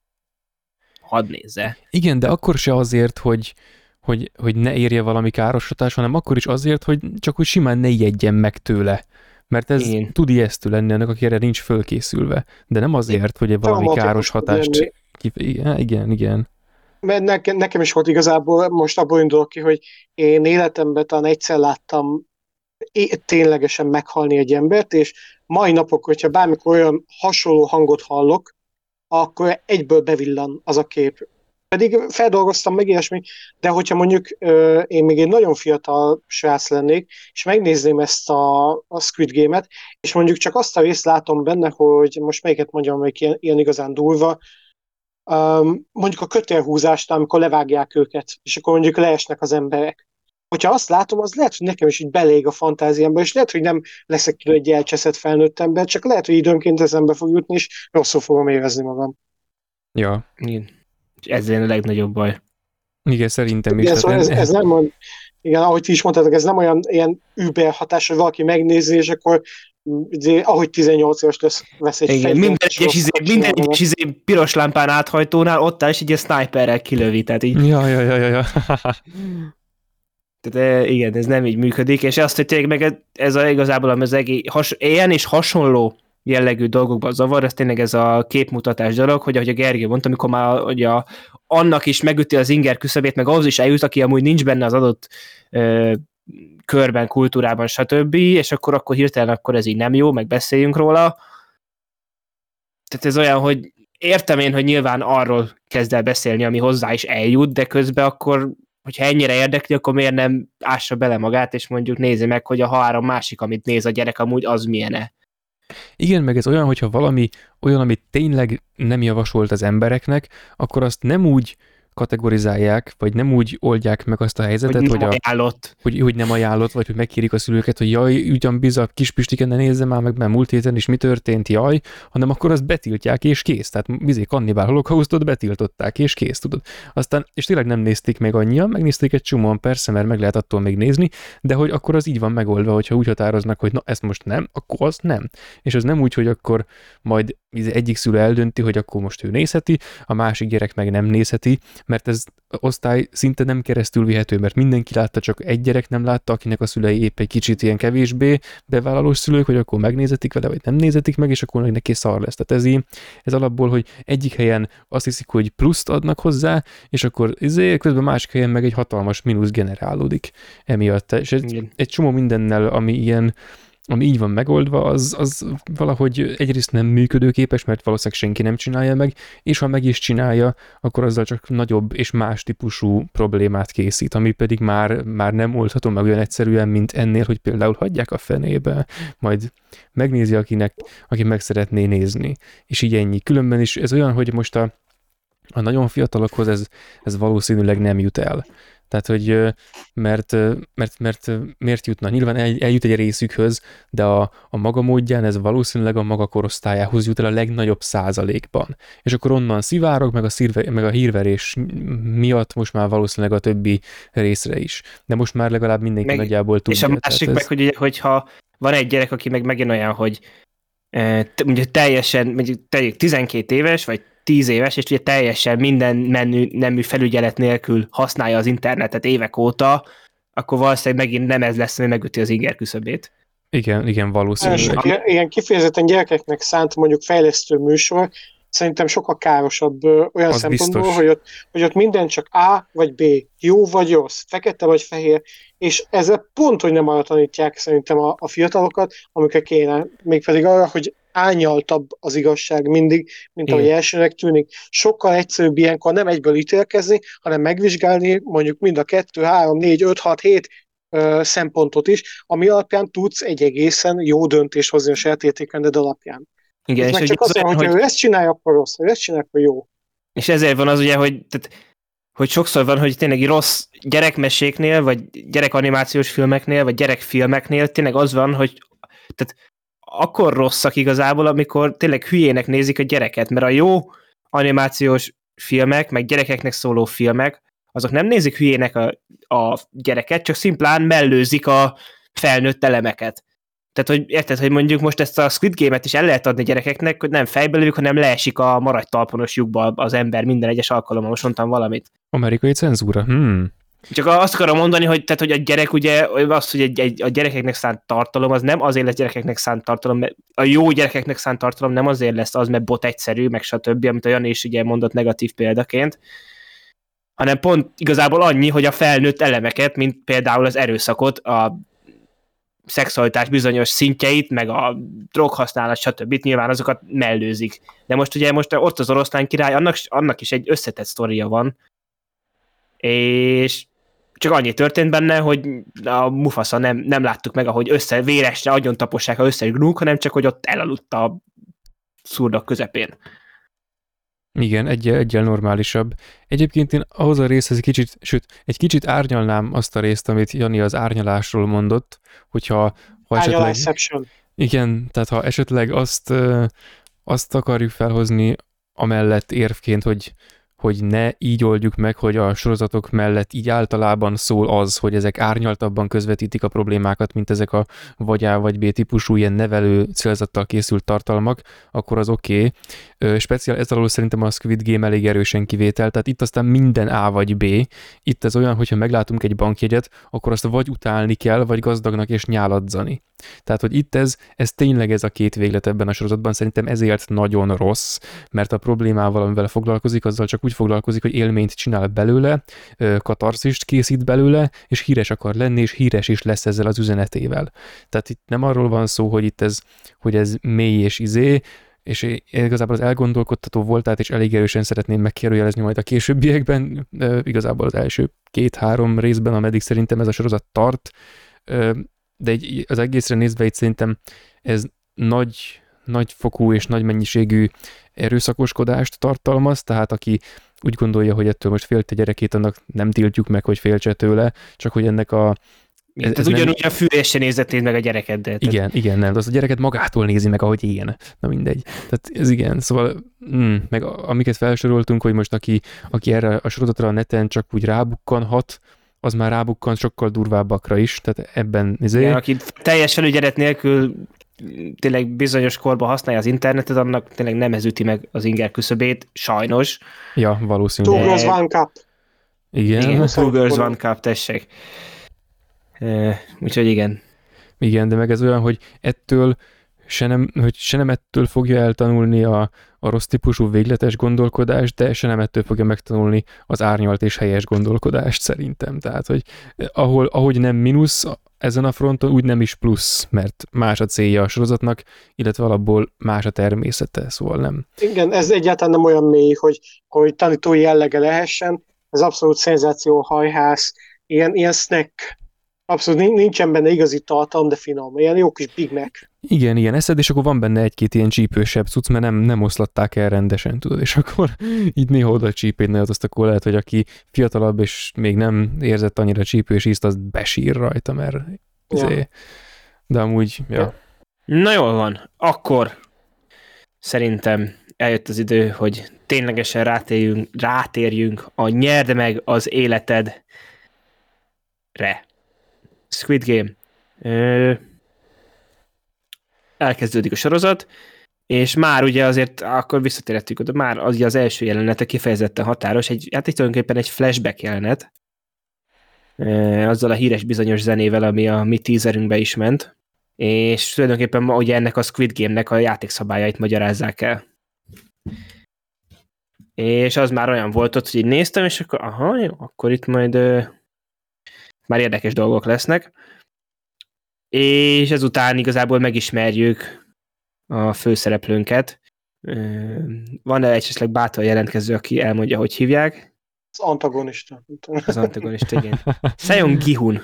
hadd nézze. Igen, de akkor se azért, hogy Hogy, hogy ne érje valami káros hatás, hanem akkor is azért, hogy csak hogy simán ne ijedjen meg tőle. Mert ez Igen. tud ijesztő lenni annak, aki erre nincs fölkészülve. De nem azért, hogy valami káros hatást... Kif... Igen, igen, igen. Mert nekem, nekem is volt igazából, most abból indulok ki, hogy én életemben talán egyszer láttam é- ténylegesen meghalni egy embert, és mai napok, hogyha bármikor olyan hasonló hangot hallok, akkor egyből bevillan az a kép. Pedig feldolgoztam meg ilyesmi, de hogyha mondjuk ö, én még egy nagyon fiatal srác lennék, és megnézném ezt a, a Squid Game-et, és mondjuk csak azt a részt látom benne, hogy most melyiket mondjam, hogy ilyen, ilyen igazán durva, um, mondjuk a kötélhúzást, amikor levágják őket, és akkor mondjuk leesnek az emberek. Hogyha azt látom, az lehet, hogy nekem is így belég a fantáziámba, és lehet, hogy nem leszek tőle egy elcseszett felnőtt ember, csak lehet, hogy időnként eszembe fog jutni, és rosszul fogom érezni magam. Ja. Igen. És ez a legnagyobb baj. Igen, szerintem is. Igen, szóval ez, ez nem olyan, igen, ahogy ti is mondtátok, ez nem olyan ilyen Uber hatás, hogy valaki megnézi, és akkor de, ahogy tizennyolc éves lesz, vesz egy igen, minden egyes, izé, minden egyes izé, piros lámpán áthajtónál ott áll, és egy ilyen sniperrel kilövi, tehát így. Ja, ja, ja, ja, ja. Tehát igen, ez nem így működik, és azt, hogy tényleg meg ez a, igazából az egész, has, ilyen és hasonló jellegű dolgokban zavar, ez tényleg ez a képmutatás dolog, hogy ahogy a Gergő mondta, amikor már hogy a, annak is megüti az inger küszöbét, meg ahhoz is eljut, aki amúgy nincs benne az adott ö, körben, kultúrában, stb., és akkor, akkor hirtelen akkor ez így nem jó, meg beszéljünk róla. Tehát ez olyan, hogy értem én, hogy nyilván arról kezd el beszélni, ami hozzá is eljut, de közben akkor, hogyha ennyire érdekli, akkor miért nem ássa bele magát, és mondjuk nézi meg, hogy a három másik, amit néz a gyerek, amúgy az milyen-e. Igen, meg ez olyan, hogyha valami olyan, amit tényleg nem javasolt az embereknek, akkor azt nem úgy kategorizálják, vagy nem úgy oldják meg azt a helyzetet, hogy, hogy, nem a, hogy, hogy nem ajánlott, vagy hogy megkérik a szülőket, hogy jaj, ugyan bizony, kis Pistike, ne nézze már meg, mert múlt héten is mi történt, jaj, hanem akkor azt betiltják, és kész. Tehát bizony kannibál holokausztot betiltották, és kész, tudod. Aztán, és tényleg nem nézték meg annyian, megnézték egy csomóan, persze, mert meg lehet attól még nézni, de hogy akkor az így van megoldva, hogyha úgy határoznak, hogy na, ezt most nem, akkor az nem. És az nem úgy, hogy akkor majd egyik szülő eldönti, hogy akkor most ő nézheti, a másik gyerek meg nem nézheti, mert ez osztály szinte nem keresztül vihető, mert mindenki látta, csak egy gyerek nem látta, akinek a szülei épp egy kicsit ilyen kevésbé bevállalós szülők, hogy akkor megnézetik vele, vagy nem nézetik meg, és akkor neki szar lesz. Tehát ez, így, ez alapból, hogy egyik helyen azt hiszik, hogy pluszt adnak hozzá, és akkor ezért közben másik helyen meg egy hatalmas mínusz generálódik emiatt. És egy, egy csomó mindennel, ami ilyen ami így van megoldva, az, az valahogy egyrészt nem működőképes, mert valószínűleg senki nem csinálja meg, és ha meg is csinálja, akkor azzal csak nagyobb és más típusú problémát készít, ami pedig már, már nem oldható meg olyan egyszerűen, mint ennél, hogy például hagyják a fenébe, majd megnézi, akinek, aki meg szeretné nézni. És így ennyi. Különben is ez olyan, hogy most a, a nagyon fiatalokhoz ez, ez valószínűleg nem jut el. Tehát, hogy mert, mert, mert miért jutna? Nyilván el, eljut egy részükhöz, de a, a maga módján ez valószínűleg a maga korosztályához jut el a legnagyobb százalékban. És akkor onnan szivárog, meg a, szírve, meg a hírverés miatt most már valószínűleg a többi részre is. De most már legalább mindenki meg, nagyjából tudja. És a másik meg, ez... hogy ugye, hogyha van egy gyerek, aki meg megint olyan, hogy e, mondjuk teljesen, mondjuk tizenkét éves, vagy tíz éves, és ugye teljesen minden menü, nemű felügyelet nélkül használja az internetet évek óta, akkor valószínűleg megint nem ez lesz, hogy megüti az inger küszöbét. Igen, igen, valószínűleg. Ilyen, ilyen kifejezetten gyerekeknek szánt mondjuk fejlesztő műsor, szerintem sokkal károsabb ö, olyan az szempontból, hogy ott, hogy ott minden csak A vagy B, jó vagy rossz, fekete vagy fehér, és ezzel pont, hogy nem arra tanítják szerintem a, a fiatalokat, amikre kéne, mégpedig arra, hogy árnyaltabb az igazság mindig, mint ahogy elsőnek tűnik. Sokkal egyszerűbb ilyenkor nem egyből ítélkezni, hanem megvizsgálni mondjuk mind a kettő, három, négy, öt, hat, hét ö, szempontot is, ami alapján tudsz egy egészen jó döntést hozni a saját értékrended alapján. Igen, és meg csak azért, hogy, hogy ő ezt csinálja, akkor rossz, hogy ezt csinálja, akkor jó. És ezért van az ugye, hogy, tehát, hogy sokszor van, hogy tényleg rossz gyerekmeséknél, vagy gyerekanimációs filmeknél, vagy gyerekfilmeknél tényleg az van, hogy tehát akkor rosszak igazából, amikor tényleg hülyének nézik a gyereket, mert a jó animációs filmek, meg gyerekeknek szóló filmek, azok nem nézik hülyének a, a gyereket, csak szimplán mellőzik a felnőtt elemeket. Tehát, hogy érted, hogy mondjuk most ezt a Squid Game-et is el lehet adni gyerekeknek, hogy nem fejbe lövik, hanem leesik a maradj talponos lyukba az ember minden egyes alkalommal. Most mondtam valamit. Amerikai cenzúra. Hmm. Csak azt akarom mondani, hogy, tehát, hogy a gyerek ugye, az, hogy egy, egy, a gyerekeknek szánt tartalom, az nem azért lesz gyerekeknek szánt tartalom, mert a jó gyerekeknek szánt tartalom nem azért lesz az, mert bot egyszerű, meg stb., amit a Jani is ugye mondott negatív példaként, hanem pont igazából annyi, hogy a felnőtt elemeket, mint például az erőszakot, a szexualitás bizonyos szintjeit, meg a droghasználat, stb. Nyilván azokat mellőzik. De most ugye most ott az Oroszlán király, annak, annak is egy összetett sztoria van, és csak annyi történt benne, hogy a Mufasa nem, nem láttuk meg, ahogy össze, véresre agyontapossák, ha összeügnünk, hanem csak, hogy ott elaludt a szurdok közepén. Igen, egyel, egyel normálisabb. Egyébként én ahhoz a részhez egy kicsit, sőt, egy kicsit árnyalnám azt a részt, amit Jani az árnyalásról mondott, hogyha ha esetleg... Igen, tehát ha esetleg azt, azt akarjuk felhozni amellett érvként, hogy hogy ne így oldjuk meg, hogy a sorozatok mellett így általában szól az, hogy ezek árnyaltabban közvetítik a problémákat, mint ezek a vagy A vagy B típusú ilyen nevelő célzattal készült tartalmak, akkor az oké. Okay. Speciál ez alól szerintem a Squid Game elég erősen kivétel, tehát itt aztán minden A vagy B. Itt ez olyan, hogyha meglátunk egy bankjegyet, akkor azt vagy utálni kell, vagy gazdagnak és nyáladzani. Tehát, hogy itt ez, ez tényleg ez a két véglet ebben a sorozatban, szerintem ezért nagyon rossz, mert a problémával, amivel foglalkozik, azzal csak úgy foglalkozik, hogy élményt csinál belőle, katarszist készít belőle, és híres akar lenni, és híres is lesz ezzel az üzenetével. Tehát itt nem arról van szó, hogy itt ez, hogy ez mély és izé, és igazából az elgondolkodtató voltát, és elég erősen szeretném megkérdőjelezni majd a későbbiekben, igazából az első két-három részben, ameddig szerintem ez a sorozat tart, de egy, az egészre nézve itt szerintem ez nagy, nagy fokú és nagy mennyiségű erőszakoskodást tartalmaz, tehát aki úgy gondolja, hogy ettől most félte gyerekét, annak nem tiltjuk meg, hogy féltse tőle, csak hogy ennek a... Ez, ez ugyanúgy nem... a fűrésen nézett meg a gyereket. Igen, igen, nem, de az a gyereket magától nézi meg, ahogy én. Na mindegy. Tehát ez igen, szóval mm, meg amiket felsoroltunk, hogy most aki, aki erre a sorozatra a neten csak úgy rábukkanhat, az már rábukkan sokkal durvábbakra is, tehát ebben... Izé... Igen, aki teljes felügyelet nélkül tényleg bizonyos korban használja az internetet, annak tényleg nem ez üti meg az inger küszöbét, sajnos. Ja, valószínűleg. Two girls, one cup. Igen. Igen, two girls, one cup, tessék. E, úgyhogy igen. Igen, de meg ez olyan, hogy ettől se nem, hogy se nem ettől fogja eltanulni a, a rossz típusú végletes gondolkodást, de se nem ettől fogja megtanulni az árnyalt és helyes gondolkodást szerintem. Tehát, hogy ahol, ahogy nem mínusz ezen a fronton úgy nem is plusz, mert más a célja a sorozatnak, illetve alapból más a természete, szóval nem. Igen, ez egyáltalán nem olyan mély, hogy, hogy tanítói jellege lehessen, ez abszolút szenzációhajhász, ilyen, ilyen snack. Abszolút nincsen benne igazi tartalom, de finom. Ilyen jó kis Big Mac. Igen, ilyen eszed, és akkor van benne egy-két ilyen csípősebb cucc, mert nem, nem oszlatták el rendesen, tudod, és akkor így néha oda csíp egy nagyot, azt akkor lehet, hogy aki fiatalabb, és még nem érzett annyira csípős ízt, az besír rajta, mert Ja. izé, de amúgy, ja. Na jól van, akkor szerintem eljött az idő, hogy ténylegesen rátérjünk, rátérjünk a nyerd meg az életedre. Squid Game. Ö, elkezdődik a sorozat, és már ugye azért, akkor visszatérhetünk oda, már az, az első jelenete kifejezetten határos, egy, hát egy tulajdonképpen egy flashback jelenet, ö, azzal a híres bizonyos zenével, ami a mi teaserünkbe is ment, és tulajdonképpen ma ugye ennek a Squid Game-nek a játékszabályait magyarázzák el. És az már olyan volt ott, hogy így néztem, és akkor aha, jó, akkor itt majd ö, már érdekes dolgok lesznek. És ezután igazából megismerjük a főszereplőnket. Van-e esetleg bátor jelentkező, aki elmondja, hogy hívják? Az antagonista. Az antagonista, igen. Seong Gi-hun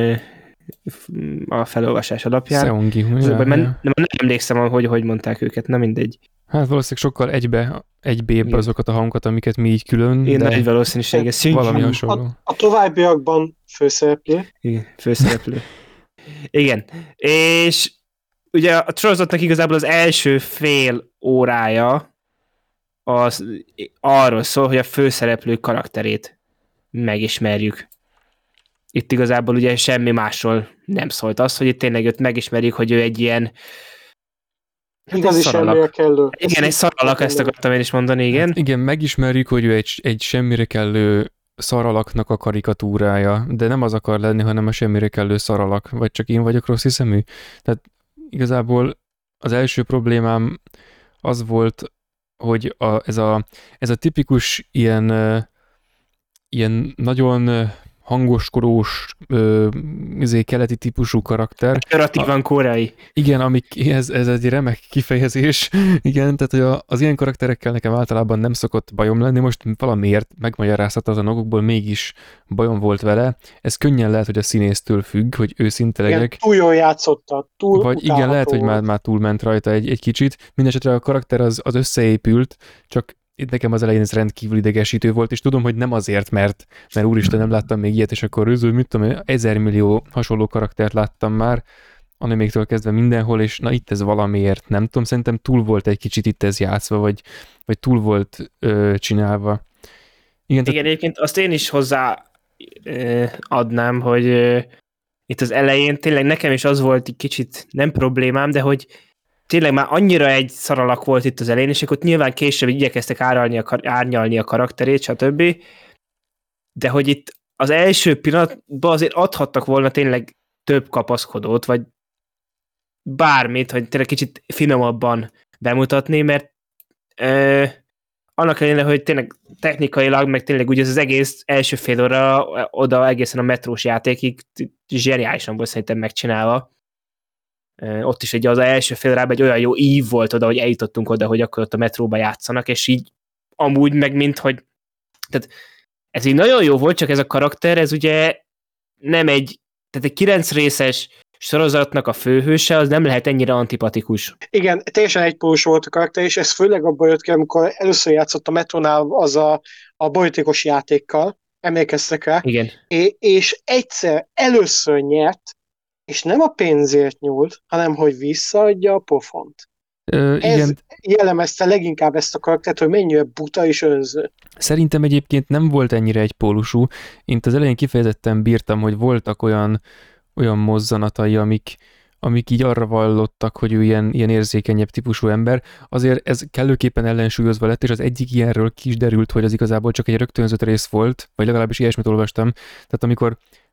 a felolvasás alapján. Seong Gi-hun, ja, nem, ja. nem emlékszem, hogy hogy mondták őket, nem mindegy. Hát valószínűleg sokkal egybe, egybébb azokat a hangokat, amiket mi így külön, Én de nagy valószínűséggel valami hasonló. A, a továbbiakban főszereplő. Igen, főszereplő. Igen, és ugye a sorozatnak igazából az első fél órája az arról szól, hogy a főszereplő karakterét megismerjük. Itt igazából ugye semmi másról nem szólt az, hogy itt tényleg őt megismerjük, hogy ő egy ilyen hát Igazi semmire kellő. Igen, egy szaralak, ezt akartam én is mondani, igen. Hát igen, megismerjük, hogy ő egy, egy semmire kellő szaralaknak a karikatúrája, de nem az akar lenni, hanem a semmire kellő szaralak, vagy csak én vagyok rossz hiszemű. Tehát igazából az első problémám az volt, hogy a, ez, a, ez a tipikus ilyen, uh, ilyen nagyon hangoskodós, uh, izé, keleti típusú karakter. Operatívan koreai. Igen, amik, ez, ez egy remek kifejezés. Igen, tehát hogy a, az ilyen karakterekkel nekem általában nem szokott bajom lenni, most valamiért megmagyarázhatatlan okokból mégis bajom volt vele. Ez könnyen lehet, hogy a színésztől függ, hogy őszinte legyek. Túl jól játszotta, túl Vagy igen, lehet, hogy már, már túlment rajta egy, egy kicsit. Mindenesetre a karakter az, az összeépült, csak itt nekem az elején ez rendkívül idegesítő volt, és tudom, hogy nem azért, mert, mert úristen, nem láttam még ilyet, és akkor őző, mit tudom, ezer millió hasonló karaktert láttam már, animéktől kezdve mindenhol, és na itt ez valamiért, nem tudom, szerintem túl volt egy kicsit itt ez játszva, vagy, vagy túl volt ö, csinálva. Igen, Igen egyébként azt én is hozzá ö, adnám, hogy ö, itt az elején tényleg nekem is az volt egy kicsit nem problémám, de hogy tényleg már annyira egy szaralak volt itt az elején, és akkor nyilván később igyekeztek árnyalni a, árnyalni a karakterét, stb. De hogy itt az első pillanatban azért adhattak volna tényleg több kapaszkodót, vagy bármit, hogy tényleg kicsit finomabban bemutatni, mert ö, annak ellenére, hogy tényleg technikailag, meg tényleg ugye az egész első fél óra oda egészen a metrós játékig zseniálisan volt szerintem megcsinálva. Ott is egy, az első fél órában egy olyan jó ív volt oda, hogy eljutottunk oda, hogy akkor ott a metróba játszanak, és így amúgy meg mint, hogy tehát ez így nagyon jó volt, csak ez a karakter, ez ugye nem egy, tehát egy kilenc részes sorozatnak a főhőse, az nem lehet ennyire antipatikus. Igen, teljesen egypólus volt a karakter, és ez főleg abban jött ki, amikor először játszott a Metronál az a, a bolytékos játékkal, emlékeztek rá? Igen. É, és egyszer először nyert, és nem a pénzért nyúlt, hanem hogy visszaadja a pofont. Ö, Ez igen. jellemezte leginkább ezt a karaktert, hogy mennyire buta és önző. Szerintem egyébként nem volt ennyire egypólusú. Én az elején kifejezetten bírtam, hogy voltak olyan, olyan mozzanatai, amik, amik így arra vallottak, hogy ő ilyen, ilyen érzékenyebb típusú ember. Azért ez kellőképpen ellensúlyozva lett, és az egyik ilyenről ki is derült, hogy az igazából csak egy rögtönzött rész volt, vagy legalábbis ilyesmit olvastam. Tehát amikor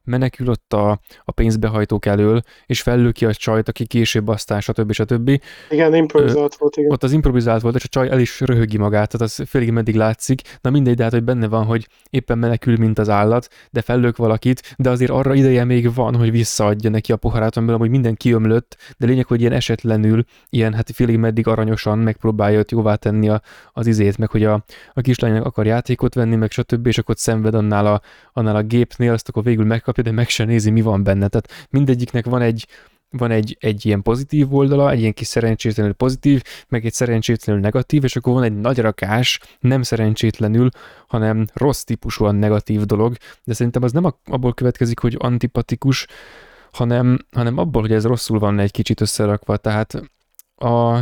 menekül ott a, a pénzbehajtók elől, és fellöki a csajt, aki később aztán stb. stb. Igen, improvizált Ö, volt, igen. Ott az improvizált volt, és a csaj el is röhögi magát, tehát az félig meddig látszik. Na mindegy, de hát, hogy benne van, hogy éppen menekül, mint az állat, de fellök valakit, de azért arra ideje még van, hogy visszaadja neki a poharát, amiből amúgy minden kiömlött, de lényeg, hogy ilyen esetlenül, ilyen hát félig meddig aranyosan megpróbálja ott jóvá tenni a, az izét, meg hogy a, a kislánynak akar játékot venni, meg stb., és akkor szenved annál a, annál a gépnél, azt akkor végül megkapja, de meg se nézi, mi van benne. Tehát mindegyiknek van egy van egy, egy ilyen pozitív oldala, egy ilyen kis szerencsétlenül pozitív, meg egy szerencsétlenül negatív, és akkor van egy nagy rakás, nem szerencsétlenül, hanem rossz típusúan negatív dolog, de szerintem az nem abból következik, hogy antipatikus, hanem, hanem abból, hogy ez rosszul van egy kicsit összerakva, tehát a,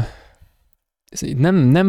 nem, nem,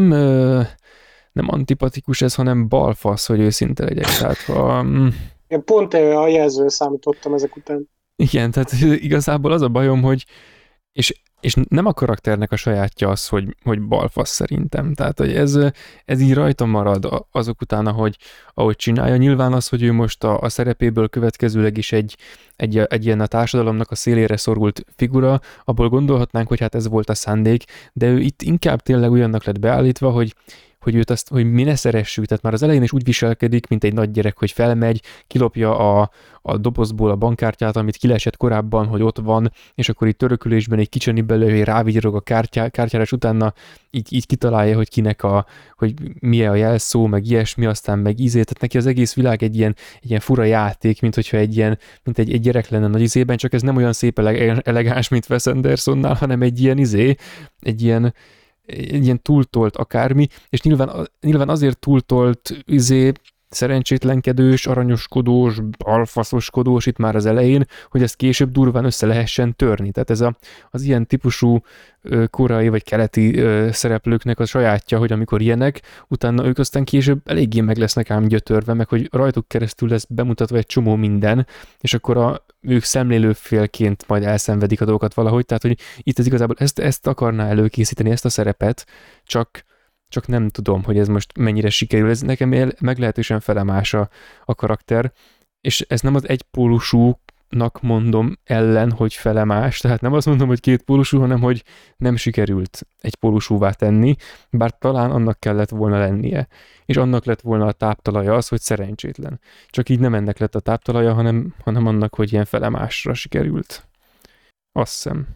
nem antipatikus ez, hanem balfasz, hogy őszinte legyek. Tehát, ha, Én pont erre a jelzőre számítottam ezek után. Igen, tehát igazából az a bajom, hogy és, és nem a karakternek a sajátja az, hogy, hogy balfasz szerintem. Tehát, hogy ez, ez így rajta marad azok után, ahogy, ahogy csinálja. Nyilván az, hogy ő most a, a szerepéből következőleg is egy, egy, egy ilyen a társadalomnak a szélére szorult figura, abból gondolhatnánk, hogy hát ez volt a szándék, de ő itt inkább tényleg olyannak lett beállítva, hogy hogy őt azt, hogy mi ne szeressük, tehát már az elején is úgy viselkedik, mint egy nagy gyerek, hogy felmegy, kilopja a, a dobozból a bankkártyát, amit kilesett korábban, hogy ott van, és akkor itt törökülésben egy kicseni belőle, hogy rávigyorog a kártyá, kártyára, és utána így, így kitalálja, hogy kinek a, hogy milyen a jelszó, meg ilyesmi, aztán meg ízé, tehát neki az egész világ egy ilyen, egy ilyen fura játék, mint hogyha egy ilyen, mint egy, egy gyerek lenne nagy izében, csak ez nem olyan szép elegáns, mint Wes Andersonnál, hanem egy ilyen izé, egy ilyen egy ilyen túltolt akármi, és nyilván, nyilván azért túltolt izé, szerencsétlenkedős, aranyoskodós, alfaszoskodós itt már az elején, hogy ezt később durván össze lehessen törni. Tehát ez a, az ilyen típusú ö, koreai vagy keleti ö, szereplőknek a sajátja, hogy amikor ilyenek, utána ők aztán később eléggé meg lesznek ám gyötörve, meg hogy rajtuk keresztül lesz bemutatva egy csomó minden, és akkor a, ők szemlélőfélként majd elszenvedik a dolgokat valahogy, tehát hogy itt ez igazából ezt, ezt akarná előkészíteni, ezt a szerepet, csak csak nem tudom, hogy ez most mennyire sikerül. Ez nekem meglehetősen felemás a, a karakter, és ez nem az egypólusúnak mondom ellen, hogy felemás, tehát nem azt mondom, hogy kétpólusú, hanem hogy nem sikerült egypólusúvá tenni, bár talán annak kellett volna lennie, és annak lett volna a táptalaja az, hogy szerencsétlen. Csak így nem ennek lett a táptalaja, hanem, hanem annak, hogy ilyen felemásra sikerült. Azt hiszem.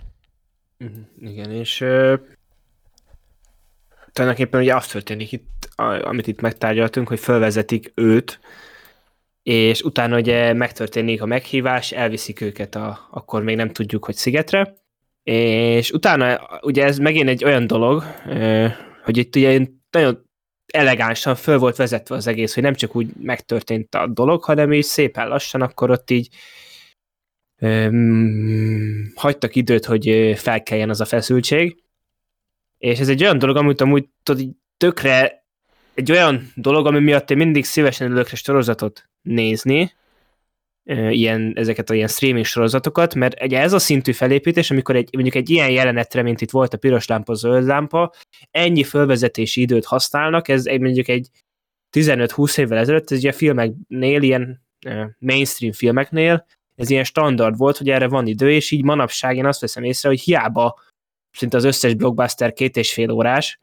Igen, és... tulajdonképpen ugye azt történik itt, amit itt megtárgyaltunk, hogy fölvezetik őt, és utána ugye megtörténik a meghívás, elviszik őket a, akkor még nem tudjuk, hogy szigetre, és utána ugye ez megint egy olyan dolog, hogy itt ugye nagyon elegánsan föl volt vezetve az egész, hogy nem csak úgy megtörtént a dolog, hanem így szépen lassan, akkor ott így um, hagytak időt, hogy felkeljen az a feszültség. És ez egy olyan dolog, amit amúgy tudod, így tökre egy olyan dolog, ami miatt én mindig szívesen ülök sorozatot nézni, ilyen, ezeket a ilyen streaming sorozatokat, mert egy ez a szintű felépítés, amikor egy, mondjuk egy ilyen jelenetre, mint itt volt a piros lámpa, zöld lámpa, ennyi fölvezetési időt használnak, ez egy, mondjuk egy tizenöt-húsz évvel ezelőtt, ez ugye a filmeknél, ilyen mainstream filmeknél, ez ilyen standard volt, hogy erre van idő, és így manapság én azt veszem észre, hogy hiába szinte az összes blockbuster két és fél órás,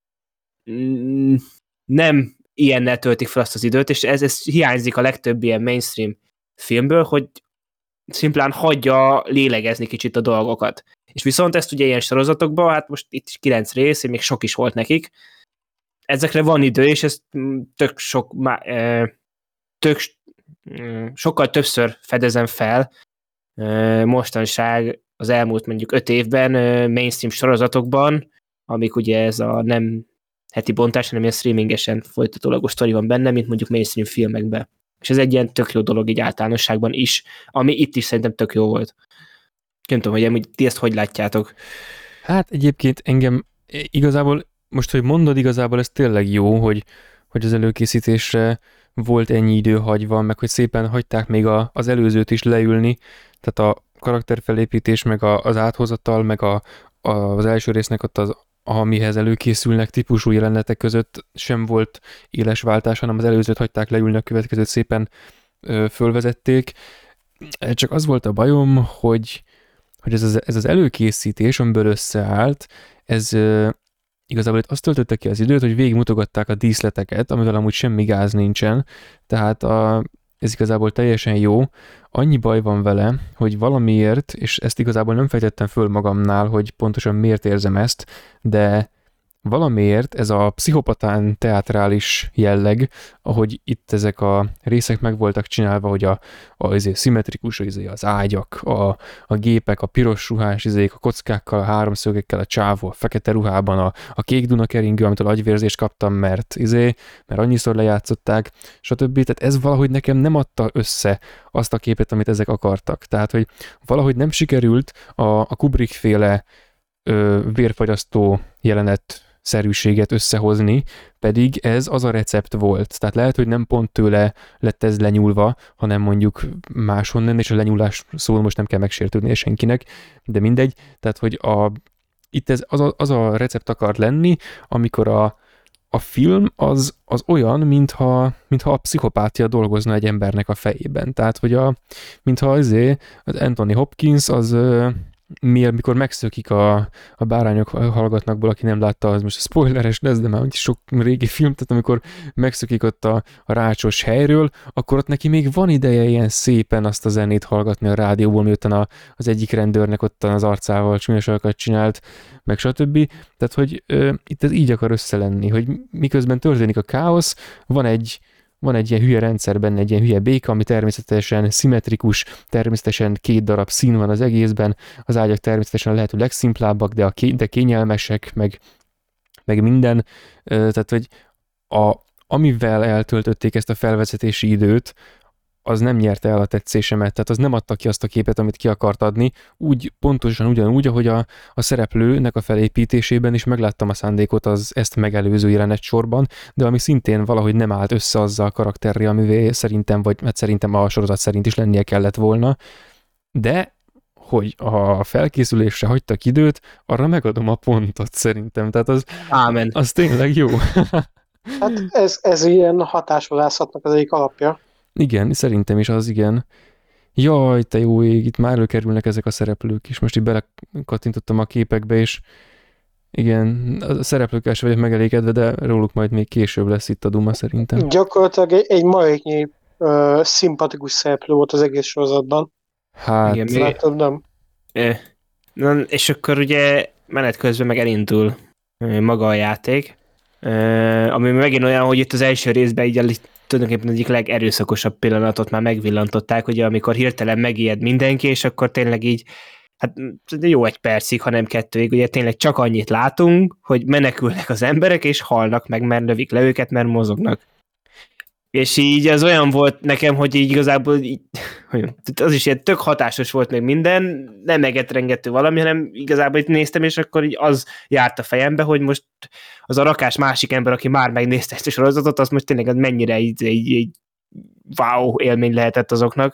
nem ilyennel töltik fel azt az időt, és ez, ez hiányzik a legtöbb ilyen mainstream filmből, hogy szimplán hagyja lélegezni kicsit a dolgokat. És viszont ezt ugye ilyen sorozatokban, hát most itt kilenc rész, még sok is volt nekik, ezekre van idő, és ez tök sok, tök, sokkal többször fedezem fel mostanság az elmúlt mondjuk öt évben mainstream sorozatokban, amik ugye ez a nem heti bontás, hanem ilyen streamingesen folytatólagos sztori van benne, mint mondjuk mainstream filmekben. És ez egy ilyen tök jó dolog így általánosságban is, ami itt is szerintem tök jó volt. Nem tudom, hogy ti ezt hogy látjátok? Hát egyébként engem igazából, most, hogy mondod, igazából ez tényleg jó, hogy, hogy az előkészítésre volt ennyi idő hagyva, meg hogy szépen hagyták még a, az előzőt is leülni, tehát a karakterfelépítés, meg a, az áthozatal, meg a, a, az első résznek ott az, amihez előkészülnek típusú jelenetek között sem volt éles váltás, hanem az előzőt hagyták leülni, a következőt szépen ö, fölvezették. csak az volt a bajom, hogy, hogy ez, az, ez az előkészítés, amiből összeállt, ez uh, igazából itt azt töltötte ki az időt, hogy végigmutogatták a díszleteket, amivel amúgy semmi gáz nincsen, tehát a, ez igazából teljesen jó. Annyi baj van vele, hogy valamiért, és ezt igazából nem fejtettem föl magamnál, hogy pontosan miért érzem ezt, de valamiért ez a pszichopatán teátrális jelleg, ahogy itt ezek a részek meg voltak csinálva, hogy a, a izé, szimmetrikus izé, az ágyak, a, a gépek, a piros ruhás izék, a kockákkal, a háromszögekkel, a csávó, a fekete ruhában, a, a kék dunakeringő, amitől agyvérzést kaptam, mert izé, mert annyiszor lejátszották, stb. Tehát ez valahogy nekem nem adta össze azt a képet, amit ezek akartak. Tehát, hogy valahogy nem sikerült a, a Kubrick-féle ö, vérfagyasztó jelenet szerűséget összehozni, pedig ez az a recept volt. Tehát lehet, hogy nem pont tőle lett ez lenyúlva, hanem mondjuk máshonnan, és a lenyúlás szól most nem kell megsértődnie senkinek, de mindegy. Tehát, hogy a, itt ez az a, az a recept akar lenni, amikor a, a film az, az olyan, mintha, mintha a pszichopátia dolgozna egy embernek a fejében. Tehát, hogy a, mintha azért az Anthony Hopkins az mi, amikor megszökik a, a bárányok hallgatnakból, aki nem látta, az most spoileres lesz, de már sok régi film, tehát amikor megszökik ott a, a rácsos helyről, akkor ott neki még van ideje ilyen szépen azt a zenét hallgatni a rádióból, miután a, az egyik rendőrnek ott az arcával csúnyosakat csinált, meg stb. Tehát, hogy ö, itt ez így akar összelenni, hogy miközben történik a káosz, van egy Van egy ilyen hülye rendszer benne, egy ilyen hülye béka, ami természetesen szimmetrikus, természetesen két darab szín van az egészben, az ágyak természetesen a lehető legszimplábbak, de, a ké- de kényelmesek, meg, meg minden. Tehát, hogy a, amivel eltöltötték ezt a felvezetési időt, az nem nyerte el a tetszésemet, tehát az nem adta ki azt a képet, amit ki akart adni, úgy pontosan ugyanúgy, ahogy a, a szereplőnek a felépítésében is megláttam a szándékot az ezt megelőző jelenet sorban, de ami szintén valahogy nem állt össze azzal a karakterrel, amivel szerintem, vagy mert szerintem a sorozat szerint is lennie kellett volna, de hogy a felkészülésre hagytak időt, arra megadom a pontot szerintem, tehát az, Ámen. az tényleg jó. Hát ez, ez ilyen hatásvadászatnak az egyik alapja. Igen, szerintem is az, igen. Jaj, te jó ég, itt már előkerülnek ezek a szereplők is. Most így belekattintottam a képekbe, és igen, a szereplőkkel sem vagyok megelégedve, de róluk majd még később lesz itt a duma szerintem. Gyakorlatilag egy, egy maréknyi uh, szimpatikus szereplő volt az egész sorozatban. Hát... Igen, Látod, nem? É. Na, és akkor ugye menet közben meg elindul maga a játék, ami megint olyan, hogy itt az első részben így tulajdonképpen egyik legerőszakosabb pillanatot már megvillantották, ugye amikor hirtelen megijed mindenki, és akkor tényleg így, hát jó egy percig, hanem kettőig, ugye tényleg csak annyit látunk, hogy menekülnek az emberek, és halnak meg, mert lövik le őket, mert mozognak. És így az olyan volt nekem, hogy így igazából így, az is ilyen tök hatásos volt még minden, nem egetrengető valami, hanem igazából itt néztem, és akkor így az járt a fejembe, hogy most az a rakás másik ember, aki már megnézte ezt a sorozatot, az most tényleg mennyire így, így, így wow élmény lehetett azoknak.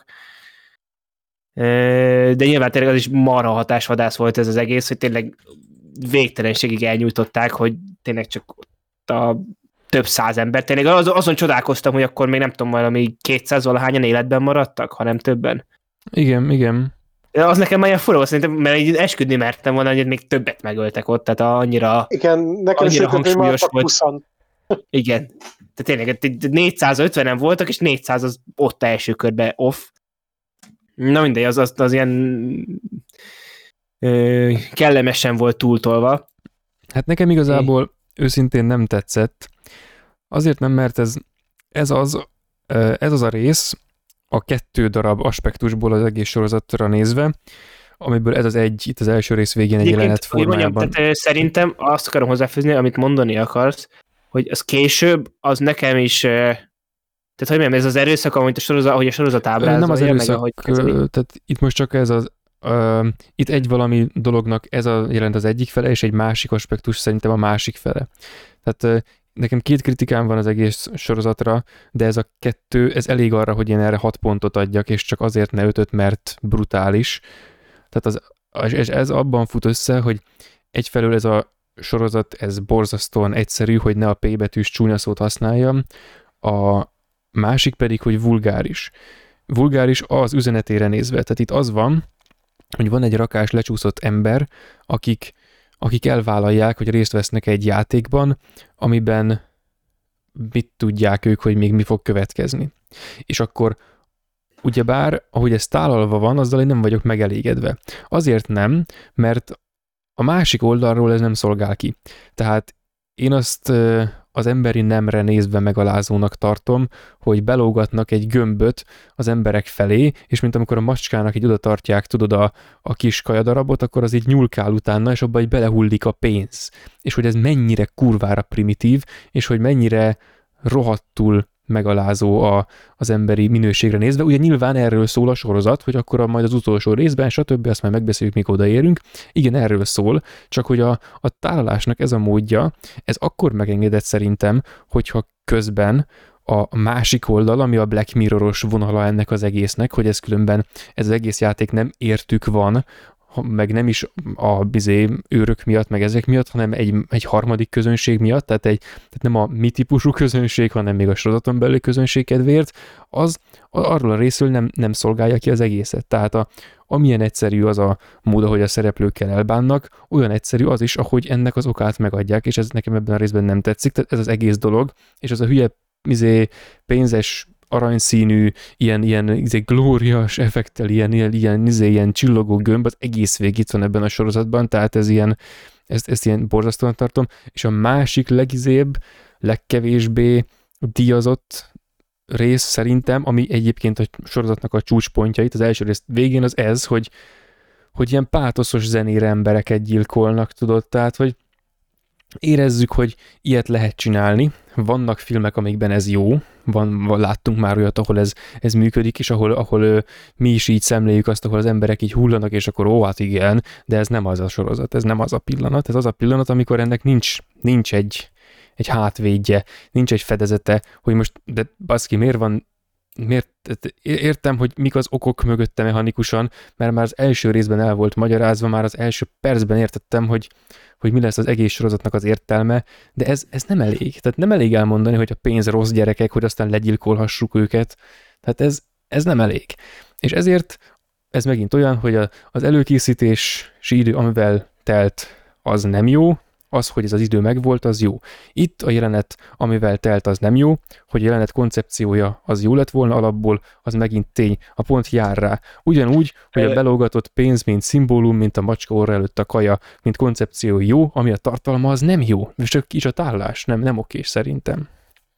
De nyilván tényleg az is marha hatásvadász volt ez az egész, hogy tényleg végtelenségig elnyújtották, hogy tényleg csak a több száz ember. Tényleg az, azon csodálkoztam, hogy akkor még nem tudom, valami kétszáz valahányan életben maradtak, hanem többen. Igen, igen. Az nekem már ilyen fura, szerintem, mert így esküdni mertem volna, hogy még többet megöltek ott, tehát annyira, igen, nekem annyira hangsúlyos volt. huszon. Igen. Tehát tényleg négyszázötvenen voltak, és négyszáz az ott első körben off. Na mindegy, az, az, az ilyen ö, kellemesen volt túltolva. Hát nekem igazából é. őszintén nem tetszett. Azért nem, mert ez, ez, az, ez az a rész a kettő darab aspektusból az egész sorozatra nézve, amiből ez az egy, itt az első rész végén egy jelenet formájában. Mondjam, tehát, szerintem azt akarom hozzáfűzni, amit mondani akarsz, hogy az később, az nekem is, tehát hogy mondjam, ez az erőszak, amit a sorozat, ahogy a sorozat ábrázolja. Nem az erőszak, meg, tehát itt most csak ez az, uh, itt egy valami dolognak ez a jelent az egyik fele, és egy másik aspektus szerintem a másik fele. Tehát uh, nekem két kritikám van az egész sorozatra, de ez a kettő, ez elég arra, hogy én erre hat pontot adjak, és csak azért ne ötöt, mert brutális. Tehát az, és ez abban fut össze, hogy egyfelől ez a sorozat, ez borzasztóan egyszerű, hogy ne a P betűs csúnya szót használjam, a másik pedig, hogy vulgáris. vulgáris az üzenetére nézve. Tehát itt az van, hogy van egy rakás lecsúszott ember, akik, akik elvállalják, hogy részt vesznek egy játékban, amiben mit tudják ők, hogy még mi fog következni. És akkor ugyebár, ahogy ez tálalva van, azzal én nem vagyok megelégedve. Azért nem, mert a másik oldalról ez nem szolgál ki. Tehát én azt az emberi nemre nézve megalázónak tartom, hogy belógatnak egy gömböt az emberek felé, és mint amikor a macskának így oda tartják, tudod, a, a kis kajadarabot, akkor az így nyulkál utána, és abban így belehullik a pénz. És hogy ez mennyire kurvára primitív, és hogy mennyire rohadtul megalázó a, az emberi minőségre nézve. Ugye nyilván erről szól a sorozat, hogy akkor a, majd az utolsó részben, stb. Azt már megbeszéljük, mikor odaérünk. Igen, erről szól, csak hogy a, a tálalásnak ez a módja, ez akkor megengedett szerintem, hogyha közben a másik oldal, ami a Black Mirror-os vonala ennek az egésznek, hogy ez különben, ez az egész játék nem értük van, meg nem is a bizé őrök miatt, meg ezek miatt, hanem egy, egy harmadik közönség miatt, tehát, egy, tehát nem a mi típusú közönség, hanem még a sorozaton belüli közönség kedvéért, az arról a részről nem, nem szolgálja ki az egészet. Tehát a, amilyen egyszerű az a mód, ahogy a szereplőkkel elbánnak, olyan egyszerű az is, ahogy ennek az okát megadják, és ez nekem ebben a részben nem tetszik, tehát ez az egész dolog, és az a hülye bizé, pénzes aranyszínű, ilyen, ilyen izé, glóriás effektel, ilyen, ilyen, ilyen, izé, ilyen csillogó gömb, az egész végig itt van ebben a sorozatban, tehát ez ilyen, ezt, ezt ilyen borzasztóan tartom, és a másik legizébb, legkevésbé díjazott rész szerintem, ami egyébként a sorozatnak a csúcspontjait, az első rész végén az ez, hogy, hogy ilyen pátoszos zenére embereket gyilkolnak, tudod, tehát, hogy érezzük, hogy ilyet lehet csinálni, vannak filmek, amikben ez jó, van, van, láttunk már olyat, ahol ez, ez működik, és ahol, ahol ö, mi is így szemléljük azt, ahol az emberek így hullanak, és akkor ó, hát igen, de ez nem az a sorozat, ez nem az a pillanat, ez az a pillanat, amikor ennek nincs, nincs egy, egy hátvédje, nincs egy fedezete, hogy most, de baszki, miért van, miért, értem, hogy mik az okok mögötte mechanikusan, mert már az első részben el volt magyarázva, már az első percben értettem, hogy hogy mi lesz az egész sorozatnak az értelme, de ez, ez nem elég. Tehát nem elég elmondani, hogy a pénz rossz gyerekek, hogy aztán legyilkolhassuk őket. Tehát ez, ez nem elég. És ezért ez megint olyan, hogy a, az előkészítési idő, amivel telt, az nem jó, az, hogy ez az idő megvolt, az jó. Itt a jelenet, amivel telt, az nem jó, hogy a jelenet koncepciója az jó lett volna alapból, az megint tény, a pont jár rá. Ugyanúgy, hogy a belógatott pénz, mint szimbólum, mint a macska orra előtt a kaja, mint koncepció jó, ami a tartalma, az nem jó. És csak is a tállás, nem, nem okés szerintem.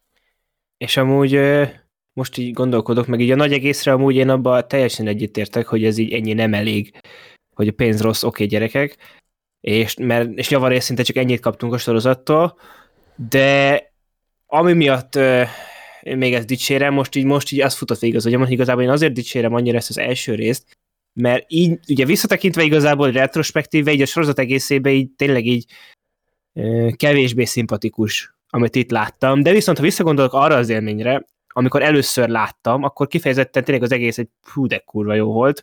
És amúgy most így gondolkodok, meg így a nagy egészre amúgy én abban teljesen egyetértek, hogy ez így ennyi nem elég, hogy a pénz rossz, oké gyerekek, és, mert, és javarészt szinte csak ennyit kaptunk a sorozattól, de ami miatt euh, én még ezt dicsérem, most így, most így az futott végig az agyamon, hogy igazából én azért dicsérem annyira ezt az első részt, mert így, ugye visszatekintve igazából retrospektíve, így a sorozat egészében így tényleg így euh, kevésbé szimpatikus, amit itt láttam, de viszont ha visszagondolok arra az élményre, amikor először láttam, akkor kifejezetten tényleg az egész egy hú de kurva jó volt,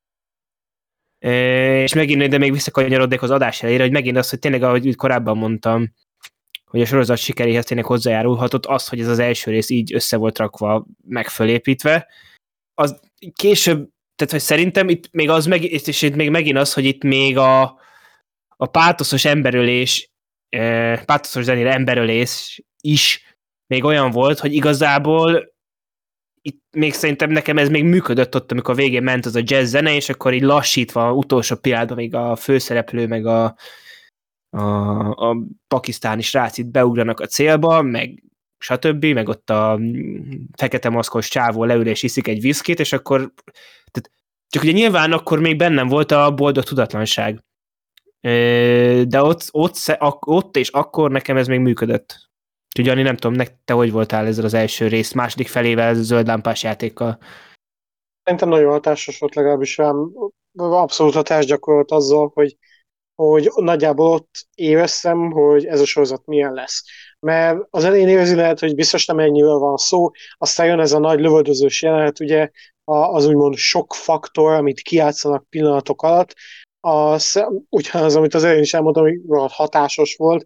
és megint, de még visszakanyarodnék az adás elejére, hogy megint az, hogy tényleg, ahogy korábban mondtam, hogy a sorozat sikeréhez tényleg hozzájárulhatott az, hogy ez az első rész így össze volt rakva, meg fölépítve. Az később, tehát hogy szerintem itt még az, meg, és itt még megint az, hogy itt még a, a pátoszos emberölés, pátoszos zenére emberölés is még olyan volt, hogy igazából itt még szerintem nekem ez még működött ott, amikor a végén ment az a jazz zene, és akkor így lassítva, utolsó pillanatban még a főszereplő, meg a, a, a pakisztáni srác itt beugranak a célba, meg stb., meg ott a fekete maszkos csávó leül és iszik egy viszkit, és akkor tehát, csak ugye nyilván akkor még bennem volt a boldog tudatlanság. De ott, ott, ott és akkor nekem ez még működött. Úgyhogy Jani, nem tudom, te hogy voltál ezzel az első rész, második felével zöld lámpás játékkal? Szerintem nagyon hatásos volt, legalábbis rám abszolút hatást gyakorolt azzal, hogy, hogy nagyjából ott éreztem, hogy ez a sorozat milyen lesz. Mert az elején érzi lehet, hogy biztos nem ennyiről van szó, aztán jön ez a nagy lövöldözős jelenet, ugye az úgymond sok faktor, amit kijátszanak pillanatok alatt, az, ugyanaz, amit az elején is elmondtam, hogy hatásos volt,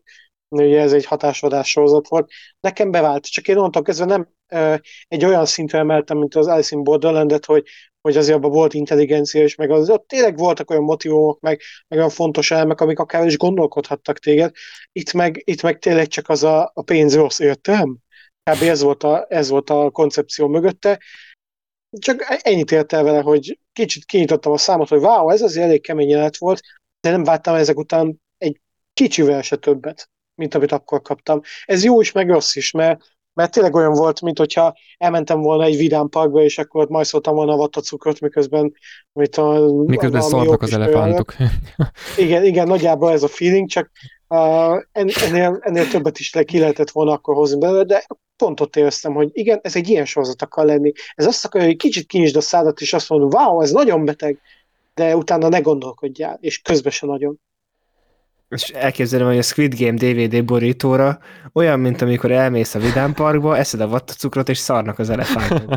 ugye ez egy hatásvadás sorozat volt. Nekem bevált, csak én onnantól kezdve nem ö, egy olyan szintre emeltem, mint az Alice in Borderlandet, hogy, hogy azért abban volt intelligencia is, meg az, ott tényleg voltak olyan motivumok, meg, meg olyan fontos elemek, amik akár is gondolkodhattak téged. Itt meg, itt meg tényleg csak az a, a pénz rossz, értem? Kb. Ez volt, a, ez volt a koncepció mögötte. Csak ennyit ért el vele, hogy kicsit kinyitottam a számot, hogy wow, ez azért elég kemény jelenet volt, de nem vártam ezek után egy kicsivel se többet, mint amit akkor kaptam. Ez jó is, meg rossz is, mert, mert tényleg olyan volt, mint hogyha elmentem volna egy vidám parkba, és akkor ott majszoltam volna a vattacukrot, miközben amit a, Miközben szarnak az elefántok. Igen, igen, nagyjából ez a feeling, csak uh, ennél, ennél többet is le ki lehetett volna akkor hozni belőle, de pont ott éreztem, hogy igen, ez egy ilyen sorozat akar lenni. Ez azt akarja, hogy kicsit kinyisd a szádat, és azt mondod, wow, ez nagyon beteg, de utána ne gondolkodjál, és közben se nagyon. És elképzelem, hogy a Squid Game dé vé dé borítóra olyan, mint amikor elmész a Vidám Parkba, eszed a vattacukrot, és szarnak az elefántok.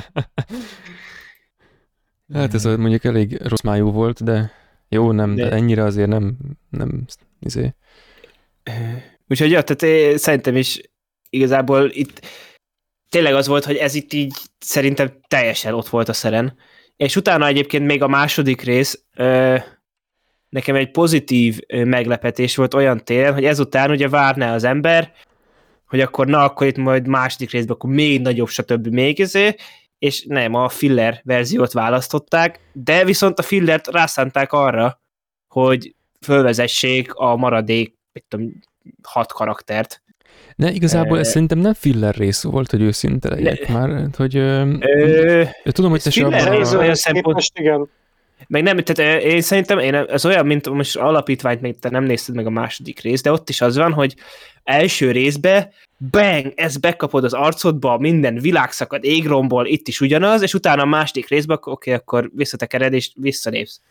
Hát ez mondjuk elég rossz májú volt, de jó, nem, de, de ennyire azért nem, nem izé. Úgyhogy ja, tehát én szerintem is igazából itt tényleg az volt, hogy ez itt így szerintem teljesen ott volt a szeren. És utána egyébként még a második rész ö, nekem egy pozitív meglepetés volt olyan téren, hogy ezután ugye várná az ember, hogy akkor na, akkor itt majd második részben akkor még nagyobb, stb. Még izé, és nem, a filler verziót választották, de viszont a fillert rászánták arra, hogy fölvezessék a maradék, mit tudom, hat karaktert. Ne, igazából ez e... szerintem nem filler rész volt, hogy őszinte legyek ne... már, hogy ö, ö... tudom, hogy te se abban a... olyan szempont... igen. Meg nem, tehát én szerintem én, ez olyan, mint most alapítványt még te nem nézted meg a második részt, de ott is az van, hogy első részbe bang, ezt bekapod az arcodba, minden világszakad égrombol, itt is ugyanaz, és utána a második részben, oké, okay, akkor visszatekered, és visszalépsz.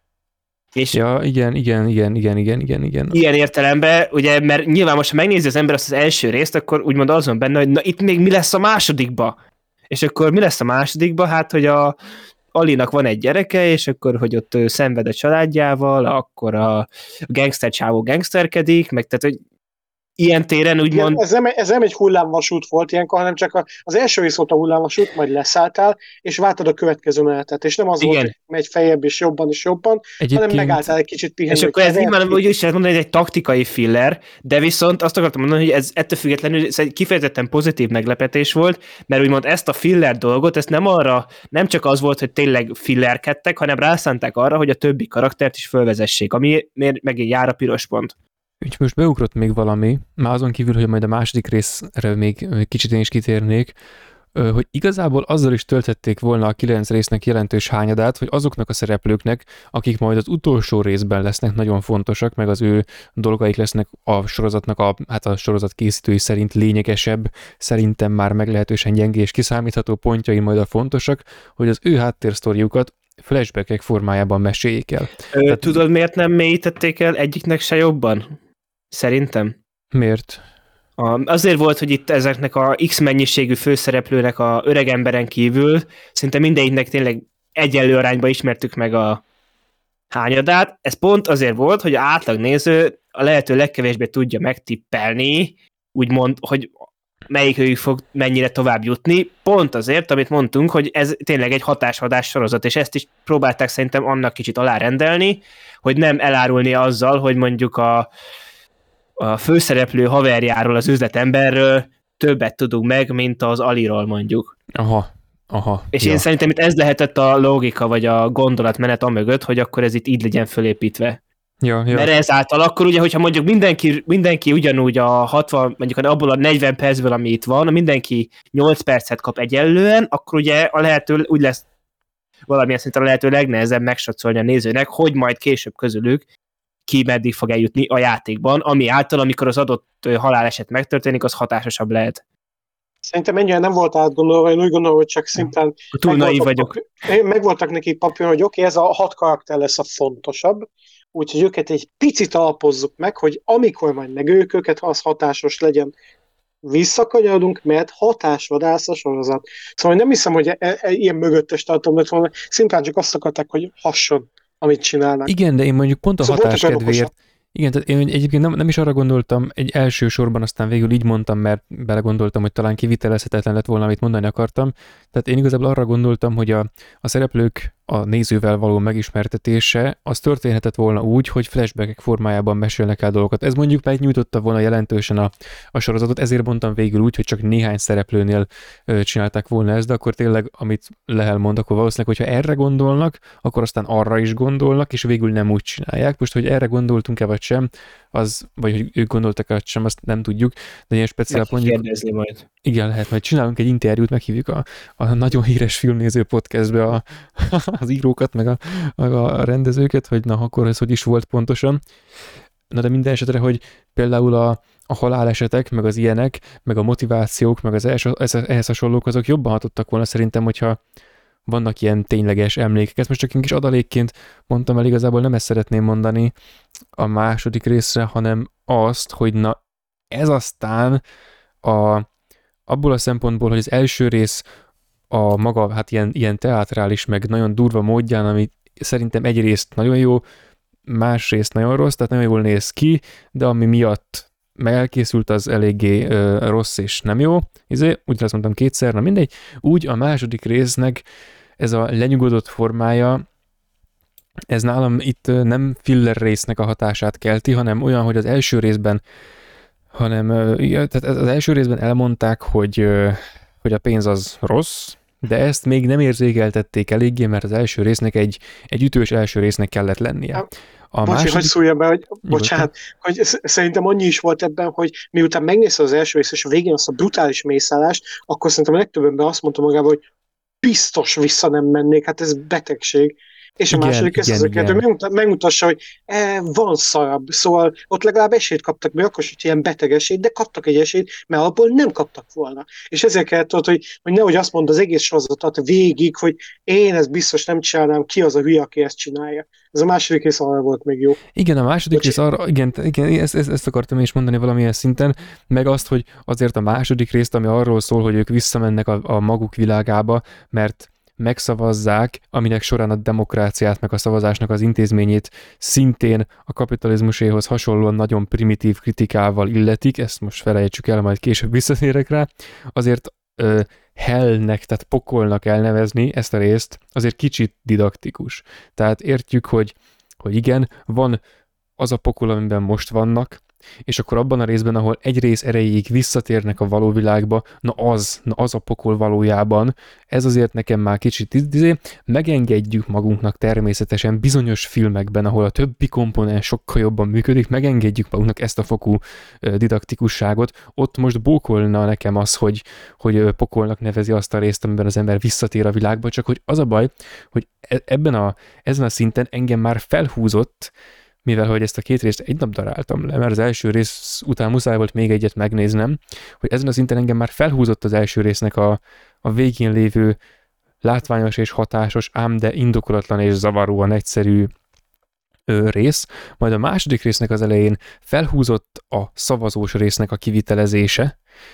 És ja, igen, igen, igen, igen, igen, igen, igen. Ilyen értelemben, ugye, mert nyilván most, ha megnézi az ember azt az első részt, akkor úgymond azon benne, hogy na itt még mi lesz a másodikba? És akkor mi lesz a másodikba? Hát, hogy a Alinak van egy gyereke, és akkor, hogy ott szenved a családjával, akkor a gangster csávó gangsterkedik, meg tehát, hogy ilyen téren úgymond... Ez nem, ez nem egy hullámvasút volt ilyenkor, hanem csak az első rész volt a hullámvasút, majd leszálltál, és vártad a következő menetet, és nem az igen. volt, hogy megy feljebb, és jobban, és jobban, egyébként... hanem megálltál egy kicsit pihenni. És akkor ez nyilván úgy is lehet mondani, hogy egy taktikai filler, de viszont azt akartam mondani, hogy ez ettől függetlenül ez egy kifejezetten pozitív meglepetés volt, mert úgymond ezt a filler dolgot, ezt nem arra, nem csak az volt, hogy tényleg fillerkedtek, hanem rászánták arra, hogy a többi karaktert is fölvezessék, ami megint jár a piros pont. Úgyhogy most beugrott még valami, már azon kívül, hogy majd a második részre még kicsit én is kitérnék, hogy igazából azzal is tölthették volna a kilenc résznek jelentős hányadát, hogy azoknak a szereplőknek, akik majd az utolsó részben lesznek nagyon fontosak, meg az ő dolgaik lesznek a sorozatnak, a, hát a sorozat készítői szerint lényegesebb, szerintem már meglehetősen gyengé és kiszámítható pontjai majd a fontosak, hogy az ő háttérsztoriukat flashbackek formájában meséljék el. Ö, Tehát, tudod, miért nem mélyítették el egyiknek se jobban? Szerintem. Miért? A, azért volt, hogy itt ezeknek a X mennyiségű főszereplőnek a öreg emberen kívül szinte mindegyiknek tényleg egyenlő arányban ismertük meg a hányadát. Ez pont azért volt, hogy az átlagnéző a lehető legkevésbé tudja megtippelni, úgymond, hogy melyikőjük fog mennyire tovább jutni, pont azért, amit mondtunk, hogy ez tényleg egy hatásvadás sorozat, és ezt is próbálták szerintem annak kicsit alárendelni, hogy nem elárulni azzal, hogy mondjuk a, a főszereplő haverjáról, az üzletemberről többet tudunk meg, mint az Aliról mondjuk. Aha, aha. És ja. én szerintem itt ez lehetett a logika, vagy a gondolatmenet amögött, hogy akkor ez itt így legyen fölépítve. Ja, ja. Mert ezáltal akkor ugye, hogyha mondjuk mindenki, mindenki ugyanúgy a hatvan, mondjuk abból a negyven percből, ami itt van, mindenki nyolc percet kap egyenlően, akkor ugye a lehető, úgy lesz valamilyen szinten a lehető legnehezebb megsatszolni a nézőnek, hogy majd később közülük ki meddig fog eljutni a játékban, ami által, amikor az adott haláleset megtörténik, az hatásosabb lehet. Szerintem ennyire nem volt átgondolva, én úgy gondolom, hogy csak szimplán túl naív vagyok. Megvoltak neki papíron, hogy oké, okay, ez a hat karakter lesz a fontosabb, úgyhogy őket egy picit alapozzuk meg, hogy amikor majd megöljük őket, az hatásos legyen. Visszakanyarodunk, mert hatásvadász a sorozat. Szóval nem hiszem, hogy e- e- ilyen mögöttes tartom lett volna, szimplán csak azt akarták, hogy hasson, amit csinálnak. Igen, de én mondjuk pont a szóval hatás kedvéért, Igen, tehát én egyébként nem, nem is arra gondoltam egy első sorban, aztán végül így mondtam, mert belegondoltam, hogy talán kivitelezhetetlen lett volna, amit mondani akartam. Tehát én igazából arra gondoltam, hogy a, a szereplők a nézővel való megismertetése, az történhetett volna úgy, hogy flashbackek formájában mesélnek el dolgokat. Ez mondjuk megnyújtotta volna jelentősen a, a sorozatot, ezért mondtam végül úgy, hogy csak néhány szereplőnél ö, csinálták volna ezt, de akkor tényleg, amit Lehel mond, akkor valószínűleg, hogyha erre gondolnak, akkor aztán arra is gondolnak, és végül nem úgy csinálják. Most, hogy erre gondoltunk-e vagy sem, az, vagy hogy ők gondoltak-e vagy sem, azt nem tudjuk, de ilyen speciál mondjuk... majd. Igen, lehet, majd csinálunk egy interjút, meghívjuk a, a nagyon híres filmnéző podcastbe a, az írókat, meg a, a rendezőket, hogy na, akkor ez hogy is volt pontosan. Na de minden esetre, hogy például a, a halálesetek, meg az ilyenek, meg a motivációk, meg az ehhez, ehhez hasonlók, azok jobban hatottak volna szerintem, hogyha vannak ilyen tényleges emlékek. Ezt most csak egy kis adalékként mondtam el, igazából nem ezt szeretném mondani a második részre, hanem azt, hogy na ez aztán a, abból a szempontból, hogy az első rész a maga, hát ilyen, ilyen teátrális, meg nagyon durva módján, ami szerintem egyrészt nagyon jó, másrészt nagyon rossz, tehát nagyon jól néz ki, de ami miatt meg elkészült, az eléggé ö, rossz és nem jó. Izé, úgy azt mondtam kétszer, na mindegy. Úgy a második résznek ez a lenyugodott formája, ez nálam itt nem filler résznek a hatását kelti, hanem olyan, hogy az első részben, hanem tehát az első részben elmondták, hogy, hogy a pénz az rossz, de ezt még nem érzékeltették eléggé, mert az első résznek egy, egy ütős első résznek kellett lennie. A Bocsi, második... hogy szóljam be, hogy bocsánat, hogy szerintem annyi is volt ebben, hogy miután megnézte az első rész, és a végén azt a brutális mészállást, akkor szerintem a legtöbben azt mondta magában, hogy biztos vissza nem mennék, hát ez betegség. És a igen, második rész az, hogy megmutassa, hogy e, van szarabb, szóval ott legalább esélyt kaptak, mert akkor is ilyen beteg esélyt, de kaptak egy esélyt, mert abból nem kaptak volna. És ezért kellett tudod, hogy, hogy nehogy azt mondd az egész sorozatot végig, hogy én ezt biztos nem csinálnám, ki az a hülye, aki ezt csinálja. Ez a második rész arra volt még jó. Igen, a második Bocsi. rész arra, igen, igen ezt, ezt, ezt akartam is mondani valamilyen szinten, meg azt, hogy azért a második részt, ami arról szól, hogy ők visszamennek a, a maguk világába, mert megszavazzák, aminek során a demokráciát, meg a szavazásnak az intézményét szintén a kapitalizmuséhoz hasonlóan nagyon primitív kritikával illetik, ezt most felejtsük el, majd később visszatérek rá, azért ö, hellnek, tehát pokolnak elnevezni ezt a részt, azért kicsit didaktikus. Tehát értjük, hogy, hogy igen, van az a pokol, amiben most vannak, és akkor abban a részben, ahol egy rész erejéig visszatérnek a való világba, na az, na az a pokol valójában, ez azért nekem már kicsit izé, megengedjük magunknak természetesen bizonyos filmekben, ahol a többi komponens sokkal jobban működik, megengedjük magunknak ezt a fokú didaktikusságot. Ott most bókolna nekem az, hogy, hogy pokolnak nevezi azt a részt, amiben az ember visszatér a világba, csak hogy az a baj, hogy ebben a, ezen a szinten engem már felhúzott, mivel hogy ezt a két részt egy nap daráltam le, mert az első rész után muszáj volt még egyet megnéznem, hogy ezen a szinten engem már felhúzott az első résznek a, a végén lévő látványos és hatásos, ám de indokolatlan és zavaróan egyszerű ö, rész, majd a második résznek az elején felhúzott a szavazós résznek a kivitelezése,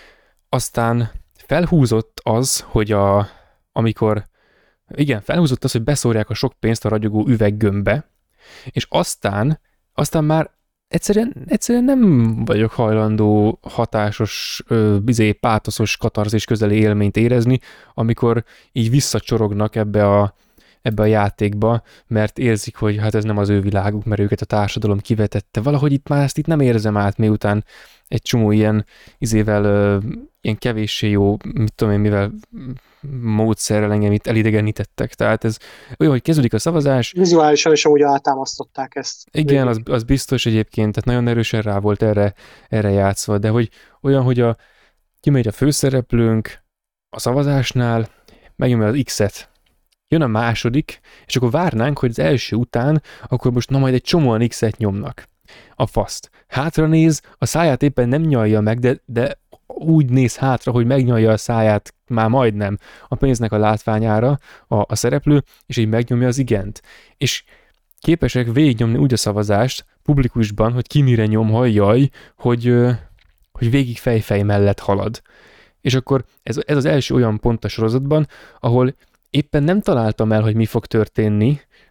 aztán felhúzott az, hogy a, amikor, igen, felhúzott az, hogy beszórják a sok pénzt a ragyogó üveggömbbe, és aztán, aztán már egyszerűen, egyszerűen nem vagyok hajlandó hatásos, bizé pátoszos katarzis közeli élményt érezni, amikor így visszacsorognak ebbe a, ebbe a játékba, mert érzik, hogy hát ez nem az ő világuk, mert őket a társadalom kivetette. Valahogy itt már ezt itt nem érzem át, miután egy csomó ilyen izével, ilyen kevéssé jó, mit tudom én, mivel módszerrel engem itt elidegenítettek. Tehát ez olyan, hogy kezdődik a szavazás. Vizuálisan is amúgy alátámasztották ezt. Igen, az, az biztos egyébként, tehát nagyon erősen rá volt erre, erre játszva, de hogy olyan, hogy a, kimegy a főszereplőnk a szavazásnál, megnyomja az X-et, jön a második, és akkor várnánk, hogy az első után, akkor most na majd egy csomóan X-et nyomnak. A faszt. Hátra néz, a száját éppen nem nyalja meg, de, de úgy néz hátra, hogy megnyalja a száját már majdnem a pénznek a látványára a, a szereplő, és így megnyomja az igent. És képesek végignyomni úgy a szavazást publikusban, hogy ki mire nyom, hajjaj, hogy, hogy végig fejfej mellett halad. És akkor ez, ez az első olyan pont a sorozatban, ahol éppen nem találtam el, hogy mi fog történni,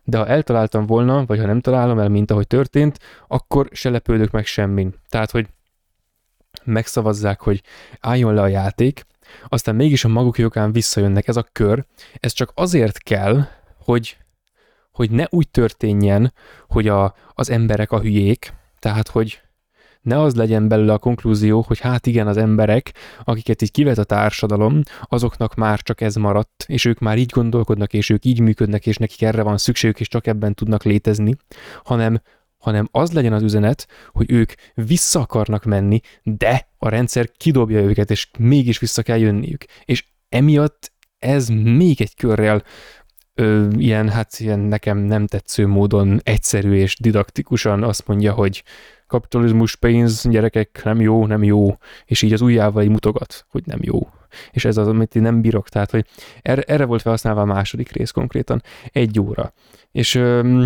de ha eltaláltam volna, vagy ha nem találom el, mint ahogy történt, akkor se lepődök meg semmin. Tehát, hogy megszavazzák, hogy álljon le a játék, aztán mégis a maguk jogán visszajönnek. Ez a kör, ez csak azért kell, hogy, hogy ne úgy történjen, hogy a, az emberek a hülyék, tehát, hogy ne az legyen belőle a konklúzió, hogy hát igen, az emberek, akiket így kivet a társadalom, azoknak már csak ez maradt, és ők már így gondolkodnak, és ők így működnek, és nekik erre van szükségük, és csak ebben tudnak létezni, hanem, hanem az legyen az üzenet, hogy ők vissza akarnak menni, de a rendszer kidobja őket, és mégis vissza kell jönniük. És emiatt ez még egy körrel Ö, ilyen, hát ilyen nekem nem tetsző módon egyszerű és didaktikusan azt mondja, hogy kapitalizmus, pénz, gyerekek, nem jó, nem jó, és így az ujjával így mutogat, hogy nem jó. És ez az, amit én nem bírok, tehát, hogy erre, erre volt felhasználva a második rész konkrétan, egy óra. És,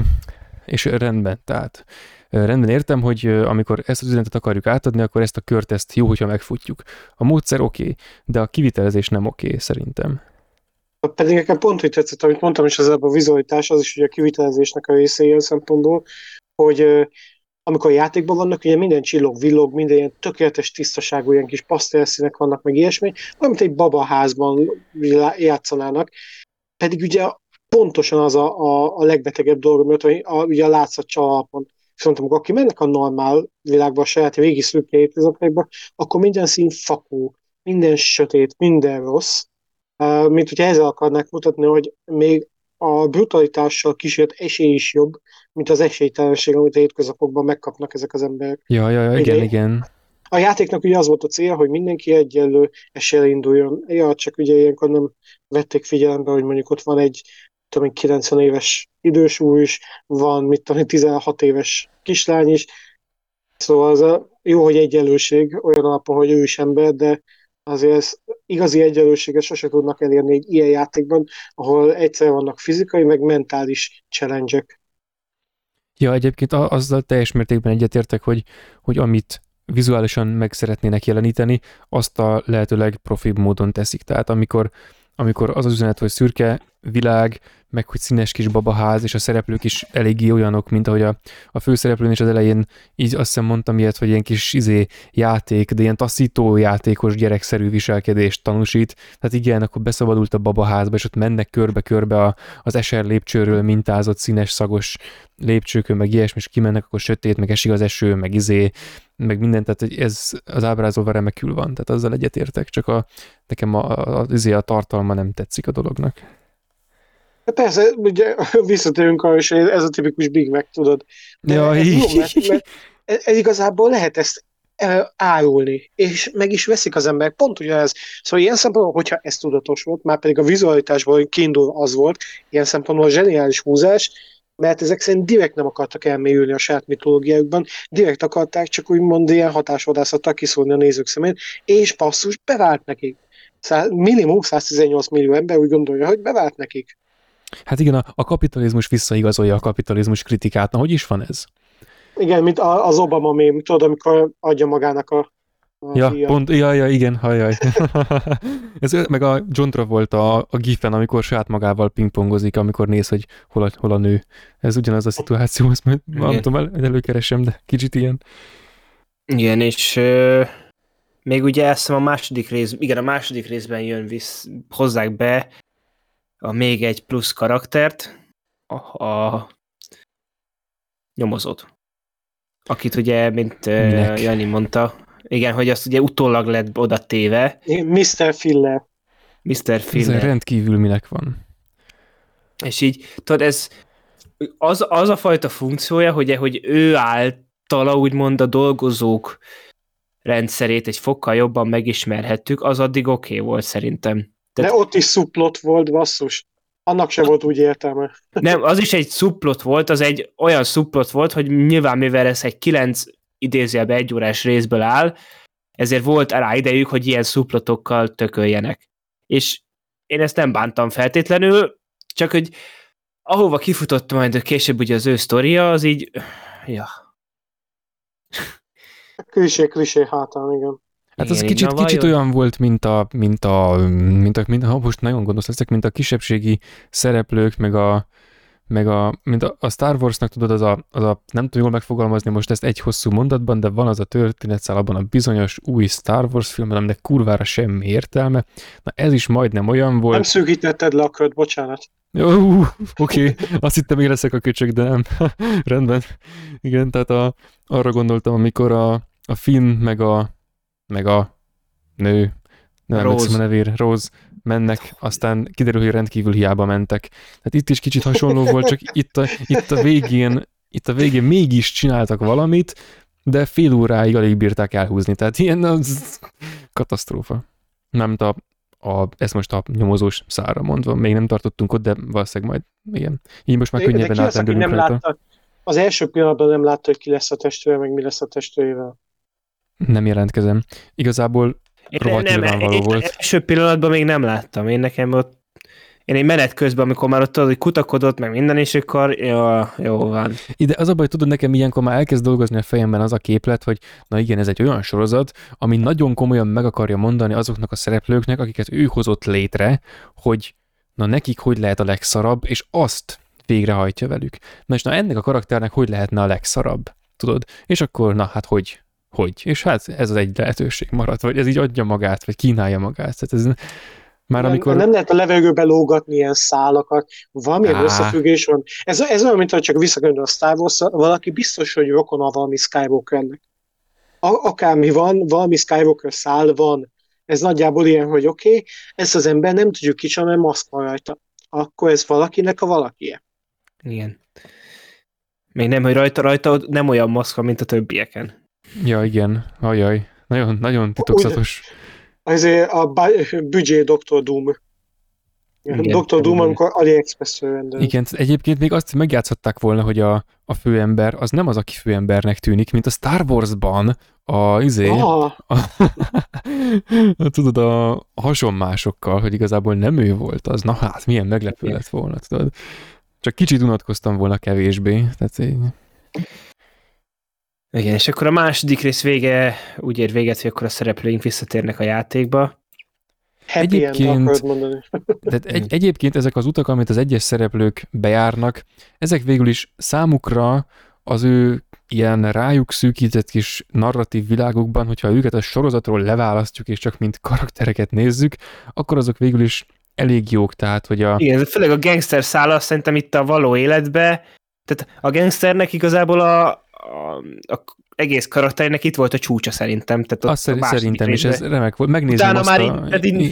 és rendben, tehát rendben értem, hogy amikor ezt az üzenetet akarjuk átadni, akkor ezt a kört, ezt jó, hogyha megfutjuk. A módszer oké, okay, de a kivitelezés nem oké, okay, szerintem. Pedig nekem pont úgy tetszett, amit mondtam is, az a vizualitás, az is ugye a kivitelezésnek a része ilyen szempontból, hogy uh, amikor a játékban vannak, ugye minden csillog, villog, minden ilyen tökéletes tisztaságú, ilyen kis pasztelszínek vannak, meg ilyesmi, valamint egy babaházban játszanának. Pedig ugye pontosan az a, a, a legbetegebb dolog, mert a, a, ugye a látszat csalapon. Viszont amikor kimennek a normál világba, a saját régi szürke évtizedekbe, akkor minden szín fakó, minden sötét, minden rossz. Uh, mint hogyha ezzel akarnák mutatni, hogy még a brutalitással kísért esély is jobb, mint az esélytelenség, amit a hétköznapokban megkapnak ezek az emberek. Ja, ja, ja, igen, ugye, igen. A játéknak ugye az volt a cél, hogy mindenki egyenlő eséllyel induljon. Ja, csak ugye ilyenkor nem vették figyelembe, hogy mondjuk ott van egy tudom, kilencven éves idős úr is, van mit tudom, tizenhat éves kislány is. Szóval az a, jó, hogy egyenlőség olyan alapon, hogy ő is ember, de azért ez igazi egyenlőséget sose tudnak elérni egy ilyen játékban, ahol egyszer vannak fizikai, meg mentális challenge-ek. Ja, egyébként azzal teljes mértékben egyetértek, hogy, hogy amit vizuálisan meg szeretnének jeleníteni, azt a lehetőleg profibb módon teszik. Tehát amikor, amikor az az üzenet, hogy szürke világ, meg hogy színes kis babaház, és a szereplők is eléggé olyanok, mint ahogy a, a főszereplőn is az elején így azt hiszem mondtam ilyet, hogy ilyen kis izé játék, de ilyen taszító játékos gyerekszerű viselkedést tanúsít. Tehát igen, akkor beszabadult a babaházba, és ott mennek körbe-körbe a, az eser lépcsőről mintázott színes szagos lépcsőkön, meg ilyesmi, és kimennek, akkor sötét, meg esik az eső, meg izé, meg minden, tehát ez az ábrázolva remekül van, tehát azzal egyetértek, csak a, nekem a, a, a, a tartalma nem tetszik a dolognak. Persze, ugye visszatérünk arra is, hogy ez a tipikus Big Mac, tudod. De ja, ez jó, mert, mert ez igazából lehet ezt árulni, és meg is veszik az emberek, pont ugyanez. Szóval ilyen szempontból, hogyha ez tudatos volt, már pedig a vizualitásból kiindul az volt, ilyen szempontból zseniális húzás, mert ezek szerint direkt nem akartak elmélyülni a saját mitológiájukban, direkt akarták csak úgymond ilyen hatásvadászattal kiszólni a nézők szemén, és passzus, bevált nekik. Szóval minimum száztizennyolc millió ember úgy gondolja, hogy bevált nekik. Hát igen, a, a kapitalizmus visszaigazolja a kapitalizmus kritikát. Na, hogy is van ez? Igen, mint az Obama mém, tudod, amikor adja magának a... a ja, fia. pont, ja, ja, igen, hajjaj. Ez meg a John Travolta a, a gifen, amikor saját magával pingpongozik, amikor néz, hogy hol a, hol a nő. Ez ugyanaz a szituáció, ezt majd nem tudom, el, előkeresem, de kicsit ilyen. Igen, és euh, még ugye azt hiszem a második rész, igen, a második részben jön visz, hozzák be a még egy plusz karaktert, a, a nyomozót. Akit ugye, mint uh, Jani mondta, igen, hogy azt ugye utólag lett oda téve. miszter Filler. miszter Filler. Ez rendkívül minek van. És így, tudod, ez az, az a fajta funkciója, hogy, hogy ő általa úgymond a dolgozók rendszerét egy fokkal jobban megismerhettük, az addig oké okay volt szerintem. Tehát, de ott is szuplot volt, basszus. Annak sem volt úgy értelme. Nem, az is egy szuplot volt, az egy olyan szuplot volt, hogy nyilván mivel ez egy kilenc idézőjelben egy órás részből áll, ezért volt rá idejük, hogy ilyen szuplotokkal tököljenek. És én ezt nem bántam feltétlenül, csak hogy ahova kifutott majd később ugye az ő sztoria, az így, ja. Klisé, klisé hátán, igen. Hát az kicsit, kicsit olyan volt, mint a, mint a, mint a, mint a, most nagyon gonosz leszek, mint a kisebbségi szereplők, meg a, meg a, mint a, a Star Warsnak tudod, az a, az a, nem tudom jól megfogalmazni most ezt egy hosszú mondatban, de van az a történetszál abban a bizonyos új Star Wars filmben, aminek kurvára semmi értelme. Na ez is majdnem olyan volt. Nem szűkítetted le a kört, bocsánat. Uh, Oké, okay. Azt hittem, én leszek a köcsög, de nem. Rendben. Igen, tehát a, arra gondoltam, amikor a, a Finn, meg a, meg a nő, nem emlékszem a nevére, Rose, mennek, aztán kiderül, hogy rendkívül hiába mentek. Tehát itt is kicsit hasonló volt, csak itt a, itt a végén, itt a végén mégis csináltak valamit, de fél óráig alig bírták elhúzni. Tehát ilyen az katasztrófa. Nem, a, a, ezt most a nyomozós szára mondva, még nem tartottunk ott, de valószínűleg majd, igen. Így most már könnyebben átrendülünk rajta. Az első pillanatban nem látta, hogy ki lesz a testőre, meg mi lesz a testőrével. Nem jelentkezem. Igazából rohadt nyilvánvaló volt. Első pillanatban még nem láttam. Én nekem ott, én egy menet közben, amikor már ott tudod, hogy kutakodott, meg minden, és akkor jó, jó van. Ide az a baj, tudod, nekem ilyenkor már elkezd dolgozni a fejemben az a képlet, hogy na igen, ez egy olyan sorozat, ami nagyon komolyan meg akarja mondani azoknak a szereplőknek, akiket ő hozott létre, hogy na nekik hogy lehet a legszarabb, és azt végrehajtja velük. Na és na ennek a karakternek hogy lehetne a legszarabb, tudod? És akkor na hát hogy? Hogy? És hát ez az egy lehetőség maradt, vagy ez így adja magát, vagy kínálja magát. Tehát ez már nem, amikor... nem lehet a levegőbe lógatni ilyen szálakat, valamilyen Á. összefüggés van. Ez, ez olyan, mint hogy csak visszakondol a Star Wars, valaki biztos, hogy rokon a valami Skywalkernek. Akármi van, valami Skywalker szál van. Ez nagyjából ilyen, hogy oké, okay, ezt az ember nem tudjuk kicsit, mert maszk van rajta. Akkor ez valakinek a valakie. Igen. Még nem, hogy rajta, rajta nem olyan maszk, mint a többieken. Ja, igen. Ajaj. Nagyon, nagyon titokzatos. Azért a büdzsé doktor Doom. doktor Doom, amikor AliExpress-ről rendel. Igen, egyébként még azt megjátszhatták volna, hogy a, a főember az nem az, aki főembernek tűnik, mint a Star Wars-ban a, izé, ah. a, a, tudod, a, a hasonmásokkal, hogy igazából nem ő volt az. Na hát, milyen meglepő lett volna, tudod. Csak kicsit unatkoztam volna kevésbé. Tehát így... Igen, és akkor a második rész vége úgy ér véget, hogy akkor a szereplőink visszatérnek a játékba. Happy end, akarod mondani. De egy, egyébként ezek az utak, amit az egyes szereplők bejárnak, ezek végül is számukra az ő ilyen rájuk szűkített kis narratív világokban, hogyha őket a sorozatról leválasztjuk, és csak mint karaktereket nézzük, akkor azok végül is elég jók, tehát, hogy a... Igen, főleg a gangster szála szerintem itt a való életbe, tehát a gangsternek igazából a, a, a egész karakternek itt volt a csúcsa szerintem. Tehát azt a szerintem is, ez remek volt. Megnézem azt már a... Így,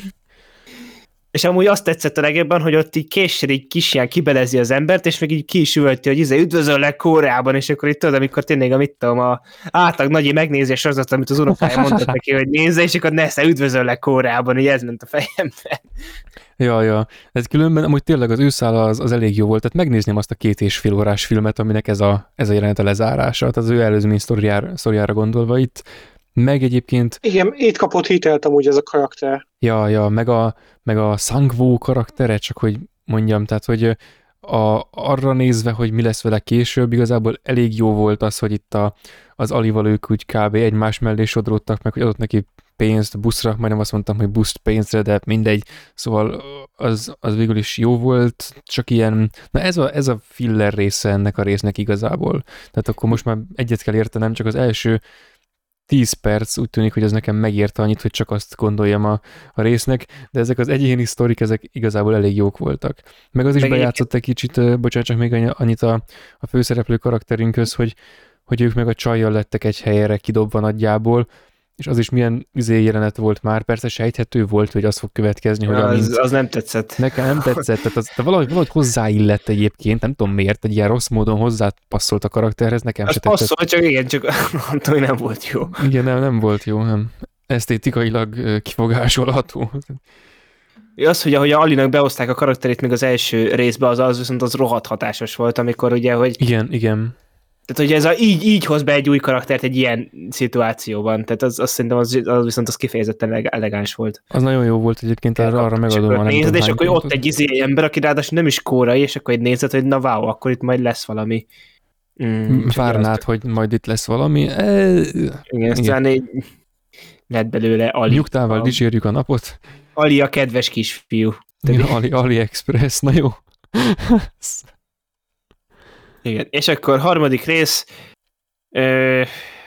és amúgy azt tetszett a legjobban, hogy ott így késsel így kis ilyen kibelezi az embert, és meg így ki is üvölti, hogy izé, üdvözöllek Koreában, és akkor itt tudod, amikor tényleg a mit tudom, a átlag nagyi megnézi a sorozatot, amit az unokája mondott neki, hogy nézze, és akkor nesze, üdvözöllek Koreában, így ez ment a fejemben. Ja, ja. Ez különben amúgy tényleg az őszála az, az elég jó volt, tehát megnézném azt a két és fél órás filmet, aminek ez a, ez a jelenet a lezárása, tehát az ő előzmény sztoriára, sztoriára gondolva itt, meg egyébként... Igen, itt kapott hitelt amúgy ez a karakter. Ja, ja, meg a, meg a Sang-Woo karaktere, csak hogy mondjam, tehát hogy a, arra nézve, hogy mi lesz vele később, igazából elég jó volt az, hogy itt a, az Alival ők úgy kb. Egymás mellé sodródtak meg, hogy adott neki pénzt buszra, majdnem azt mondtam, hogy buszt pénzre, de mindegy, szóval az, az végül is jó volt, csak ilyen, na ez a, ez a filler része ennek a résznek igazából, tehát akkor most már egyet kell értenem, csak az első tíz perc úgy tűnik, hogy ez nekem megérte annyit, hogy csak azt gondoljam a, a résznek, de ezek az egyéni sztorik, ezek igazából elég jók voltak. Meg az is meg bejátszott egy kicsit, bocsánat, csak még annyit a, a főszereplő karakterünkhöz, hogy, hogy ők meg a csajjal lettek egy helyre kidobva nagyjából, és az is milyen izé jelenet volt már, persze sejthető volt, hogy az fog következni, hogy az, amint... az nem tetszett. Nekem nem tetszett, tehát az, de valahogy, valahogy hozzáillett egyébként, nem tudom miért, egy ilyen rossz módon hozzápasszolt a karakterhez, nekem az se tetszett. passzol, csak igen, csak mondtam, hogy nem volt jó. Igen, nem, nem volt jó, nem. Esztétikailag kifogásolható. Az, hogy ahogy a Alinak behozták a karakterét még az első részbe, az, az viszont az rohadt hatásos volt, amikor ugye, hogy... Igen, igen. Tehát, hogy ez a, így, így hoz be egy új karaktert egy ilyen szituációban. Tehát az, azt szerintem az, az viszont az kifejezetten elegáns volt. Az nagyon jó volt egyébként, arra, arra megadom. Nem nézed, és akkor ott egy izé ember, aki ráadásul nem is kórai, és akkor egy nézed, hogy na wow, akkor itt majd lesz valami. Mm, Várnád, hogy majd itt lesz valami. E... Igen, aztán így lett belőle Ali. Nyugtával a... dicsérjük a napot. Ali a kedves kisfiú. Ja, Ali, AliExpress, na jó. Igen, és akkor harmadik rész, ö,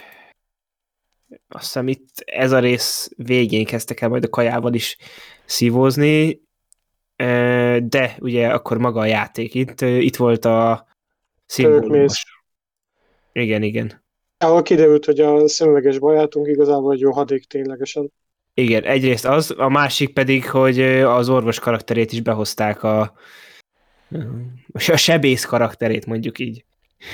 azt hiszem itt ez a rész végén kezdtek el majd a kajával is szívózni, ö, de ugye akkor maga a játék itt, ö, itt volt a szimbólumos. Igen, igen. Ahol kiderült, hogy a szemüveges barátunk igazából egy jó hadék ténylegesen. Igen, egyrészt az, a másik pedig, hogy az orvos karakterét is behozták a, a sebész karakterét, mondjuk így.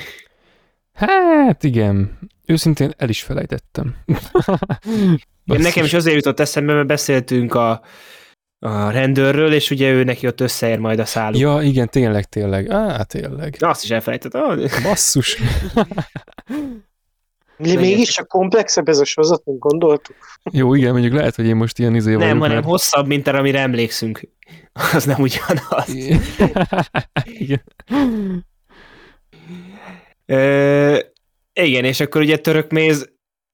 Hát igen, őszintén el is felejtettem. Igen, nekem is azért jutott eszembe, mert beszéltünk a, a rendőrről, és ugye ő neki ott összeér majd a száluk. Ja, igen, tényleg, tényleg. Á, tényleg. Azt is elfelejtettem. Basszus. Mégiscsak komplexebb ez a sorozat, mint gondoltuk. Jó, igen, mondjuk lehet, hogy én most ilyen izé vagyok. Nem, hanem mert... hosszabb, mint arra, amire emlékszünk. Az nem ugyanaz. Igen. Ö, igen, és akkor ugye törökméz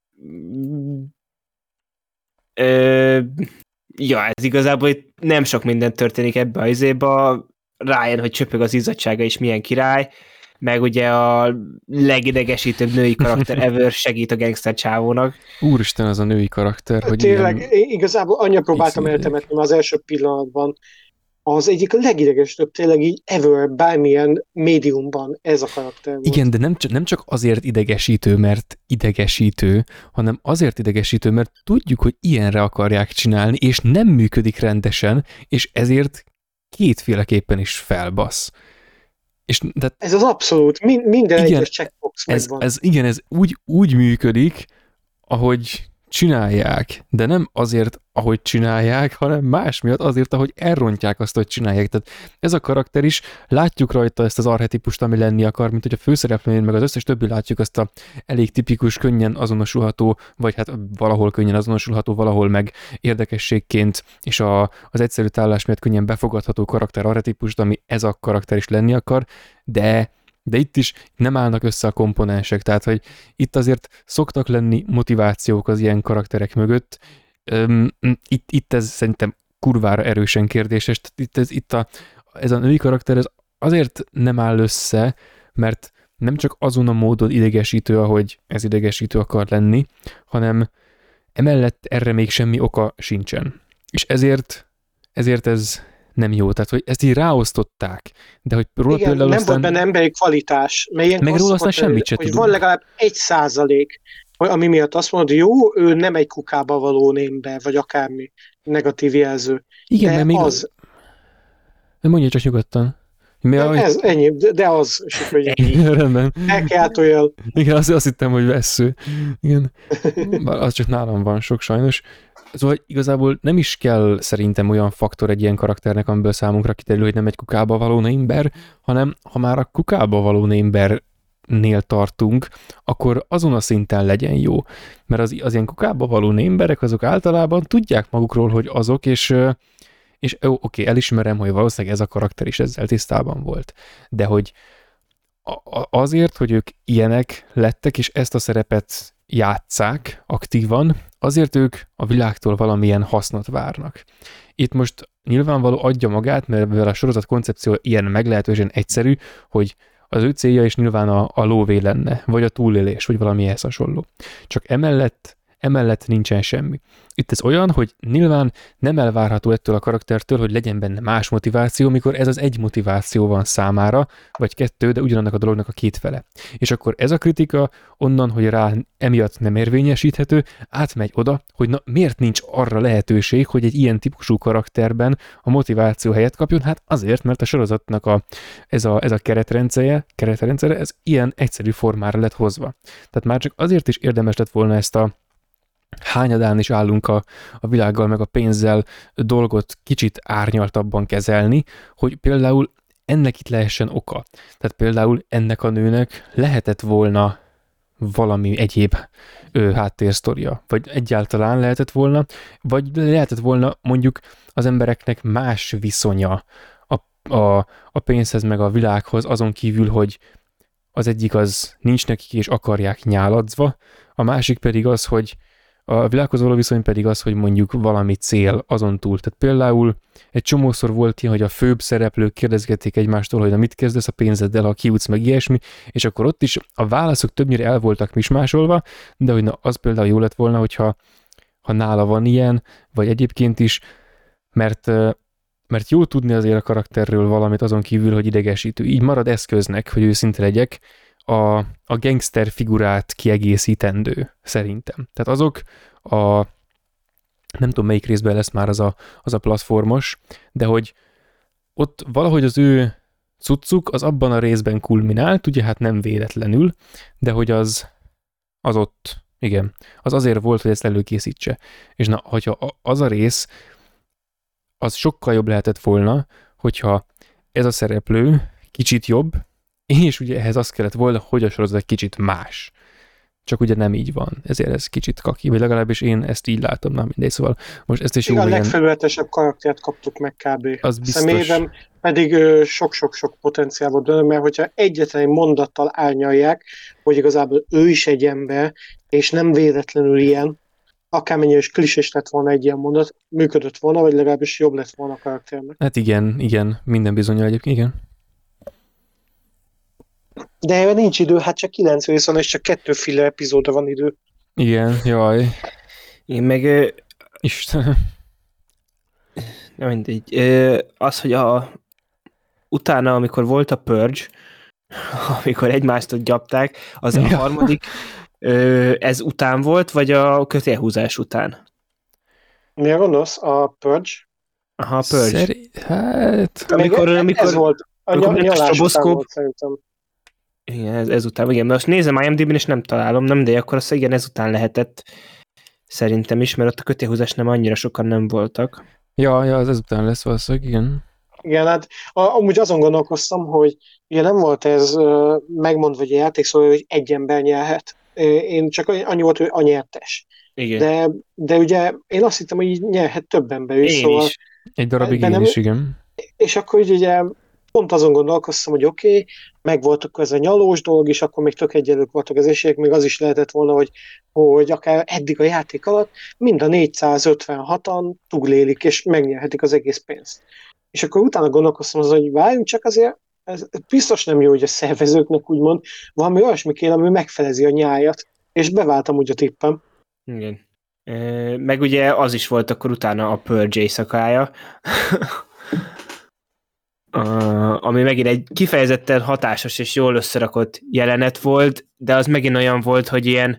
ö, ja, ez igazából itt nem sok minden történik ebbe a izéba. Rájön, hogy csöpög az izzadsága és milyen király, meg ugye a legidegesítőbb női karakter ever segít a gangster csávónak. Úristen, az a női karakter, hogy Tényleg, ilyen... igazából annyi próbáltam Iszonyú. eltemetni már az első pillanatban. Az egyik a legidegesítőbb tényleg így ever, bármilyen médiumban ez a karakter volt. Igen, de nem csak, nem csak azért idegesítő, mert idegesítő, hanem azért idegesítő, mert tudjuk, hogy ilyenre akarják csinálni, és nem működik rendesen, és ezért kétféleképpen is felbasz. És, de Ez az abszolút, min- minden Igen, egyes checkbox ez, megvan. ez, igen, ez úgy, úgy működik, ahogy csinálják, de nem azért, ahogy csinálják, hanem más miatt azért, ahogy elrontják azt, hogy csinálják. Tehát ez a karakter is, látjuk rajta ezt az archetipust, ami lenni akar, mint hogy a főszereplőjén, meg az összes többi látjuk azt a elég tipikus, könnyen azonosulható, vagy hát valahol könnyen azonosulható, valahol meg érdekességként, és a, az egyszerű tállás miatt könnyen befogadható karakter archetipust, ami ez a karakter is lenni akar, de de itt is nem állnak össze a komponensek, tehát, hogy itt azért szoktak lenni motivációk az ilyen karakterek mögött. Üm, itt, itt ez szerintem kurvára erősen kérdéses. Itt, ez, itt a, ez a női karakter ez azért nem áll össze, mert nem csak azon a módon idegesítő, ahogy ez idegesítő akar lenni, hanem emellett erre még semmi oka sincsen. És ezért, ezért ez nem jó, tehát hogy ezt így ráosztották, de hogy róla Igen, például nem aztán... volt benne emberi kvalitás, mert ilyenkor Meg róla azt aztán szokott semmit se hogy tudunk. van legalább egy százalék, ami miatt azt mondod, jó, ő nem egy kukába való némber, vagy akármi negatív jelző. Igen, de mert még... az, De mondja csak nyugodtan. Mi de a... ez ennyi, de, de az, és akkor így Ennyi. Rendben. elkiáltójel. Igen, azt, azt hittem, hogy vessző. Igen. Bár az csak nálam van sok sajnos. Szóval igazából nem is kell szerintem olyan faktor egy ilyen karakternek, amiből számunkra kiterül, hogy nem egy kukába való némber, hanem ha már a kukába való némbernél tartunk, akkor azon a szinten legyen jó. Mert az, az ilyen kukába való némberek, azok általában tudják magukról, hogy azok, és, és ó, oké, elismerem, hogy valószínűleg ez a karakter is ezzel tisztában volt. De hogy azért, hogy ők ilyenek lettek, és ezt a szerepet játsszák aktívan, azért ők a világtól valamilyen hasznot várnak. Itt most nyilvánvaló adja magát, mert mivel a sorozat koncepció ilyen meglehetősen egyszerű, hogy az ő célja is nyilván a, a lóvé lenne, vagy a túlélés, vagy valami ehhez hasonló. Csak emellett Emellett nincsen semmi. Itt ez olyan, hogy nyilván nem elvárható ettől a karaktertől, hogy legyen benne más motiváció, mikor ez az egy motiváció van számára, vagy kettő, de ugyanannak a dolognak a két fele. És akkor ez a kritika onnan, hogy rá emiatt nem érvényesíthető, átmegy oda, hogy na miért nincs arra lehetőség, hogy egy ilyen típusú karakterben a motiváció helyet kapjon? Hát azért, mert a sorozatnak a, ez, a, ez a keretrendszere, keretrendszere, ez ilyen egyszerű formára lett hozva. Tehát már csak azért is érdemes lett volna ezt a hányadán is állunk a, a világgal, meg a pénzzel dolgot kicsit árnyaltabban kezelni, hogy például ennek itt lehessen oka. Tehát például ennek a nőnek lehetett volna valami egyéb ő, háttérsztoria, vagy egyáltalán lehetett volna, vagy lehetett volna mondjuk az embereknek más viszonya a, a, a pénzhez, meg a világhoz, azon kívül, hogy az egyik az nincs nekik, és akarják nyáladzva, a másik pedig az, hogy A világhoz való viszony pedig az, hogy mondjuk valami cél azon túl. Tehát például egy csomószor volt ilyen, hogy a főbb szereplők kérdezgették egymástól, hogy na mit kezdesz a pénzeddel, ha kijutsz, meg ilyesmi, és akkor ott is a válaszok többnyire el voltak mismásolva, de hogy na, az például jó lett volna, hogyha ha nála van ilyen, vagy egyébként is, mert, mert jó tudni azért a karakterről valamit azon kívül, hogy idegesítő. Így marad eszköznek, hogy őszinte legyek, a, a gangster figurát kiegészítendő, szerintem. Tehát azok a, nem tudom melyik részben lesz már az a, az a platformos, de hogy ott valahogy az ő cuccuk az abban a részben kulminált, ugye hát nem véletlenül, de hogy az, az ott, igen, az azért volt, hogy ezt előkészítse. És na, hogyha az a rész, az sokkal jobb lehetett volna, hogyha ez a szereplő kicsit jobb, és ugye ehhez az kellett volna, hogy a sorozat egy kicsit más. Csak ugye nem így van, ezért ez kicsit kaki, vagy legalábbis én ezt így látom, nem mindegy, szóval most ezt is jó. Igen, a legfelületesebb karaktert kaptuk meg kb. Az biztos. Személyben pedig ö, sok-sok-sok potenciál volt benne, mert hogyha egyetlen egy mondattal árnyalják, hogy igazából ő is egy ember, és nem véletlenül ilyen, akármennyire is klisés lett volna egy ilyen mondat, működött volna, vagy legalábbis jobb lett volna a karakternek. Hát igen, igen, minden bizonnyal egyébként, igen. De erre nincs idő, hát csak kilenc rész van, és csak kettő filler epizódra van idő. Igen, jaj. Én meg... Ö... Istenem. Nem mindegy. Ö, az, hogy a... utána, amikor volt a Purge, amikor egymást ott gyapták, az ja. A harmadik ö, ez után volt, vagy a kötélhúzás után? Mi a gonosz? A Purge? Aha, a Purge. Szeri... Hát... Amikor, ez amikor, volt. A amikor nyalás után volt, szerintem. Igen, ez, ezután, igen, most nézem IMDb-n, és nem találom, nem, de akkor azt igen, ezután lehetett szerintem is, mert ott a kötélhúzás nem annyira sokan nem voltak. Ja, ja, az ezután lesz valószínűleg, igen. Igen, hát amúgy azon gondolkoztam, hogy ugye nem volt ez uh, megmondva, hogy a játék, szóval, hogy egy ember nyerhet. Én csak annyi volt, hogy a nyertes. Igen. De, de ugye én azt hittem, hogy így nyerhet több ember is. Én szóval, is. Egy darabig én nem, is, igen. És akkor így ugye pont azon gondolkoztam, hogy oké, okay, megvoltak ez a nyalós dolog, és akkor még tök egyenlők voltak az esélyek, még az is lehetett volna, hogy, hogy akár eddig a játék alatt mind a négyszázötvenhatan túlélik, és megnyerhetik az egész pénzt. És akkor utána gondolkoztam azon, hogy várjunk csak azért, ez biztos nem jó, hogy a szervezőknek úgymond valami olyasmi kéne, ami megfelezi a nyájat, és beváltam úgy a tippem. Igen. E, meg ugye az is volt akkor utána a Purge éjszakája, Uh, ami megint egy kifejezetten hatásos és jól összerakott jelenet volt, de az megint olyan volt, hogy ilyen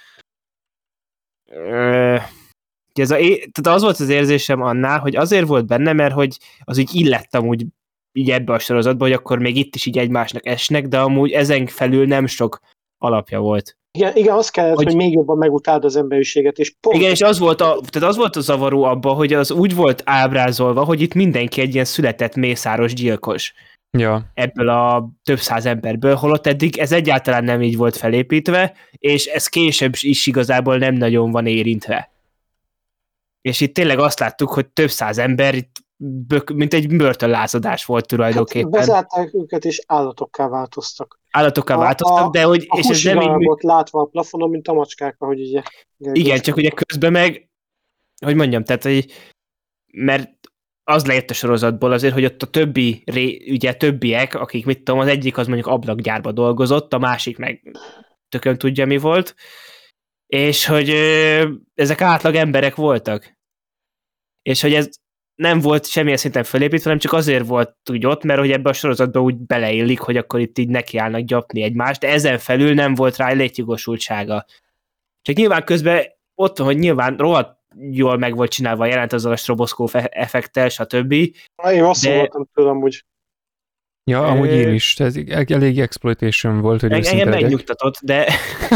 uh, ez a, tehát az volt az érzésem annál, hogy azért volt benne, mert hogy az így illett amúgy így ebbe a sorozatba, hogy akkor még itt is így egymásnak esnek, de amúgy ezen felül nem sok alapja volt. Igen, igen, az kellett, hogy, hogy még jobban megutáld az emberiséget, és pont... Igen, és az volt a, tehát az volt a zavaró abban, hogy az úgy volt ábrázolva, hogy itt mindenki egy ilyen született mészáros gyilkos. Ja. Ebből a több száz emberből, holott eddig ez egyáltalán nem így volt felépítve, és ez később is igazából nem nagyon van érintve. És itt tényleg azt láttuk, hogy több száz ember itt bök, mint egy börtönlázadás volt tulajdonképpen. Hát bezárták őket, és állatokká változtak. Állatokká változtak, a, de hogy... A és ez nem így így... látva a plafonon, mint a macskák, ahogy ugye... Igen, csak ugye közben meg, hogy mondjam, tehát, hogy mert az lejött a sorozatból azért, hogy ott a többi, ugye többiek, akik mit tudom, az egyik az mondjuk ablakgyárba dolgozott, a másik meg tökön tudja mi volt, és hogy ö, ezek átlag emberek voltak. És hogy ez nem volt semmilyen szinten felépítve, hanem csak azért volt úgy ott, mert hogy ebbe a sorozatban úgy beleillik, hogy akkor itt így nekiállnak gyapni egymást, de ezen felül nem volt rá létjogosultsága. Csak nyilván közben ott van, hogy nyilván rohadt jól meg volt csinálva jelent azzal a stroboszkóp effekttel, stb. Én rosszul de... voltam tőlem, úgy. Ja, amúgy én is. Ez elég exploitation volt, hogy engem megnyugtatott, de...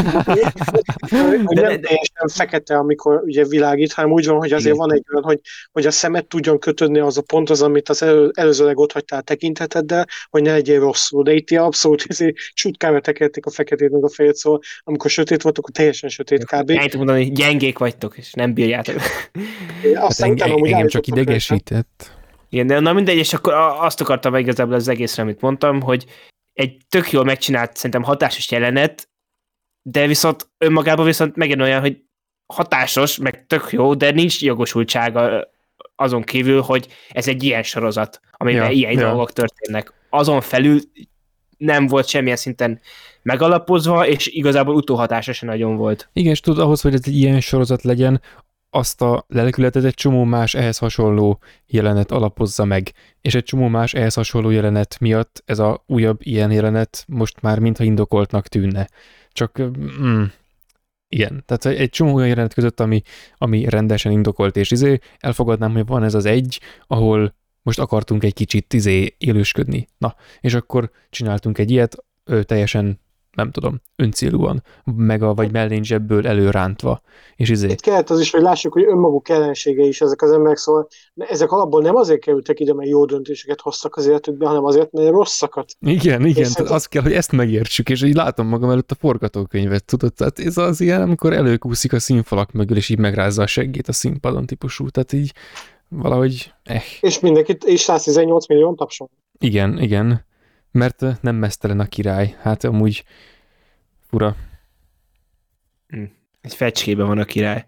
de nem teljesen fekete, amikor ugye világít, hanem úgy van, hogy azért van egy olyan, hogy, hogy a szemet tudjon kötődni az a ponthoz, amit az elő, előzőleg ott hagytál tekinteteddel, hogy ne legyél rosszul. De itt abszolút csutkára tekerték a feketét meg a fejet, szóval amikor sötét volt, akkor teljesen sötét kb. Én tudom mondani, gyengék vagytok, és nem bírjátok. Aztán hát engem, engem csak idegesített. Igen, de na mindegy, és akkor azt akartam meg igazából az egészre, amit mondtam, hogy egy tök jól megcsinált, szerintem hatásos jelenet, de viszont önmagában viszont megint olyan, hogy hatásos, meg tök jó, de nincs jogosultsága azon kívül, hogy ez egy ilyen sorozat, amiben Ja, ilyen ja. dolgok történnek. Azon felül nem volt semmilyen szinten megalapozva, és igazából utóhatása se nagyon volt. Igen, és tudod, ahhoz, hogy ez egy ilyen sorozat legyen, azt a lelkületet egy csomó más ehhez hasonló jelenet alapozza meg. És egy csomó más ehhez hasonló jelenet miatt ez a újabb ilyen jelenet most már mintha indokoltnak tűnne. Csak mm, igen, tehát egy csomó olyan jelenet között, ami, ami rendesen indokolt, és izé, elfogadnám, hogy van ez az egy, ahol most akartunk egy kicsit izé élősködni. Na, és akkor csináltunk egy ilyet, ö, teljesen, nem tudom, öncélúan, meg a, vagy mellény zsebből előrántva. És izé. Itt kellett az is, hogy lássuk, hogy önmaguk ellenségei is ezek az emberek, szóval ezek alapból nem azért kerültek ide, mert jó döntéseket hoztak az életükbe, hanem azért, mert rosszakat. Igen, igen, tehát szerintem... azt kell, hogy ezt megértsük, és így látom magam előtt a forgatókönyvet, tudod, tehát ez az ilyen, amikor előkúszik a színfalak mögül, és így megrázza a seggét a színpadon típusú, tehát így valahogy, eh. És mindenkit, és száztizennyolc millió tapsol. Igen, igen, mert nem meztelen a király, hát amúgy fura. Hm. Egy fecskében van a király.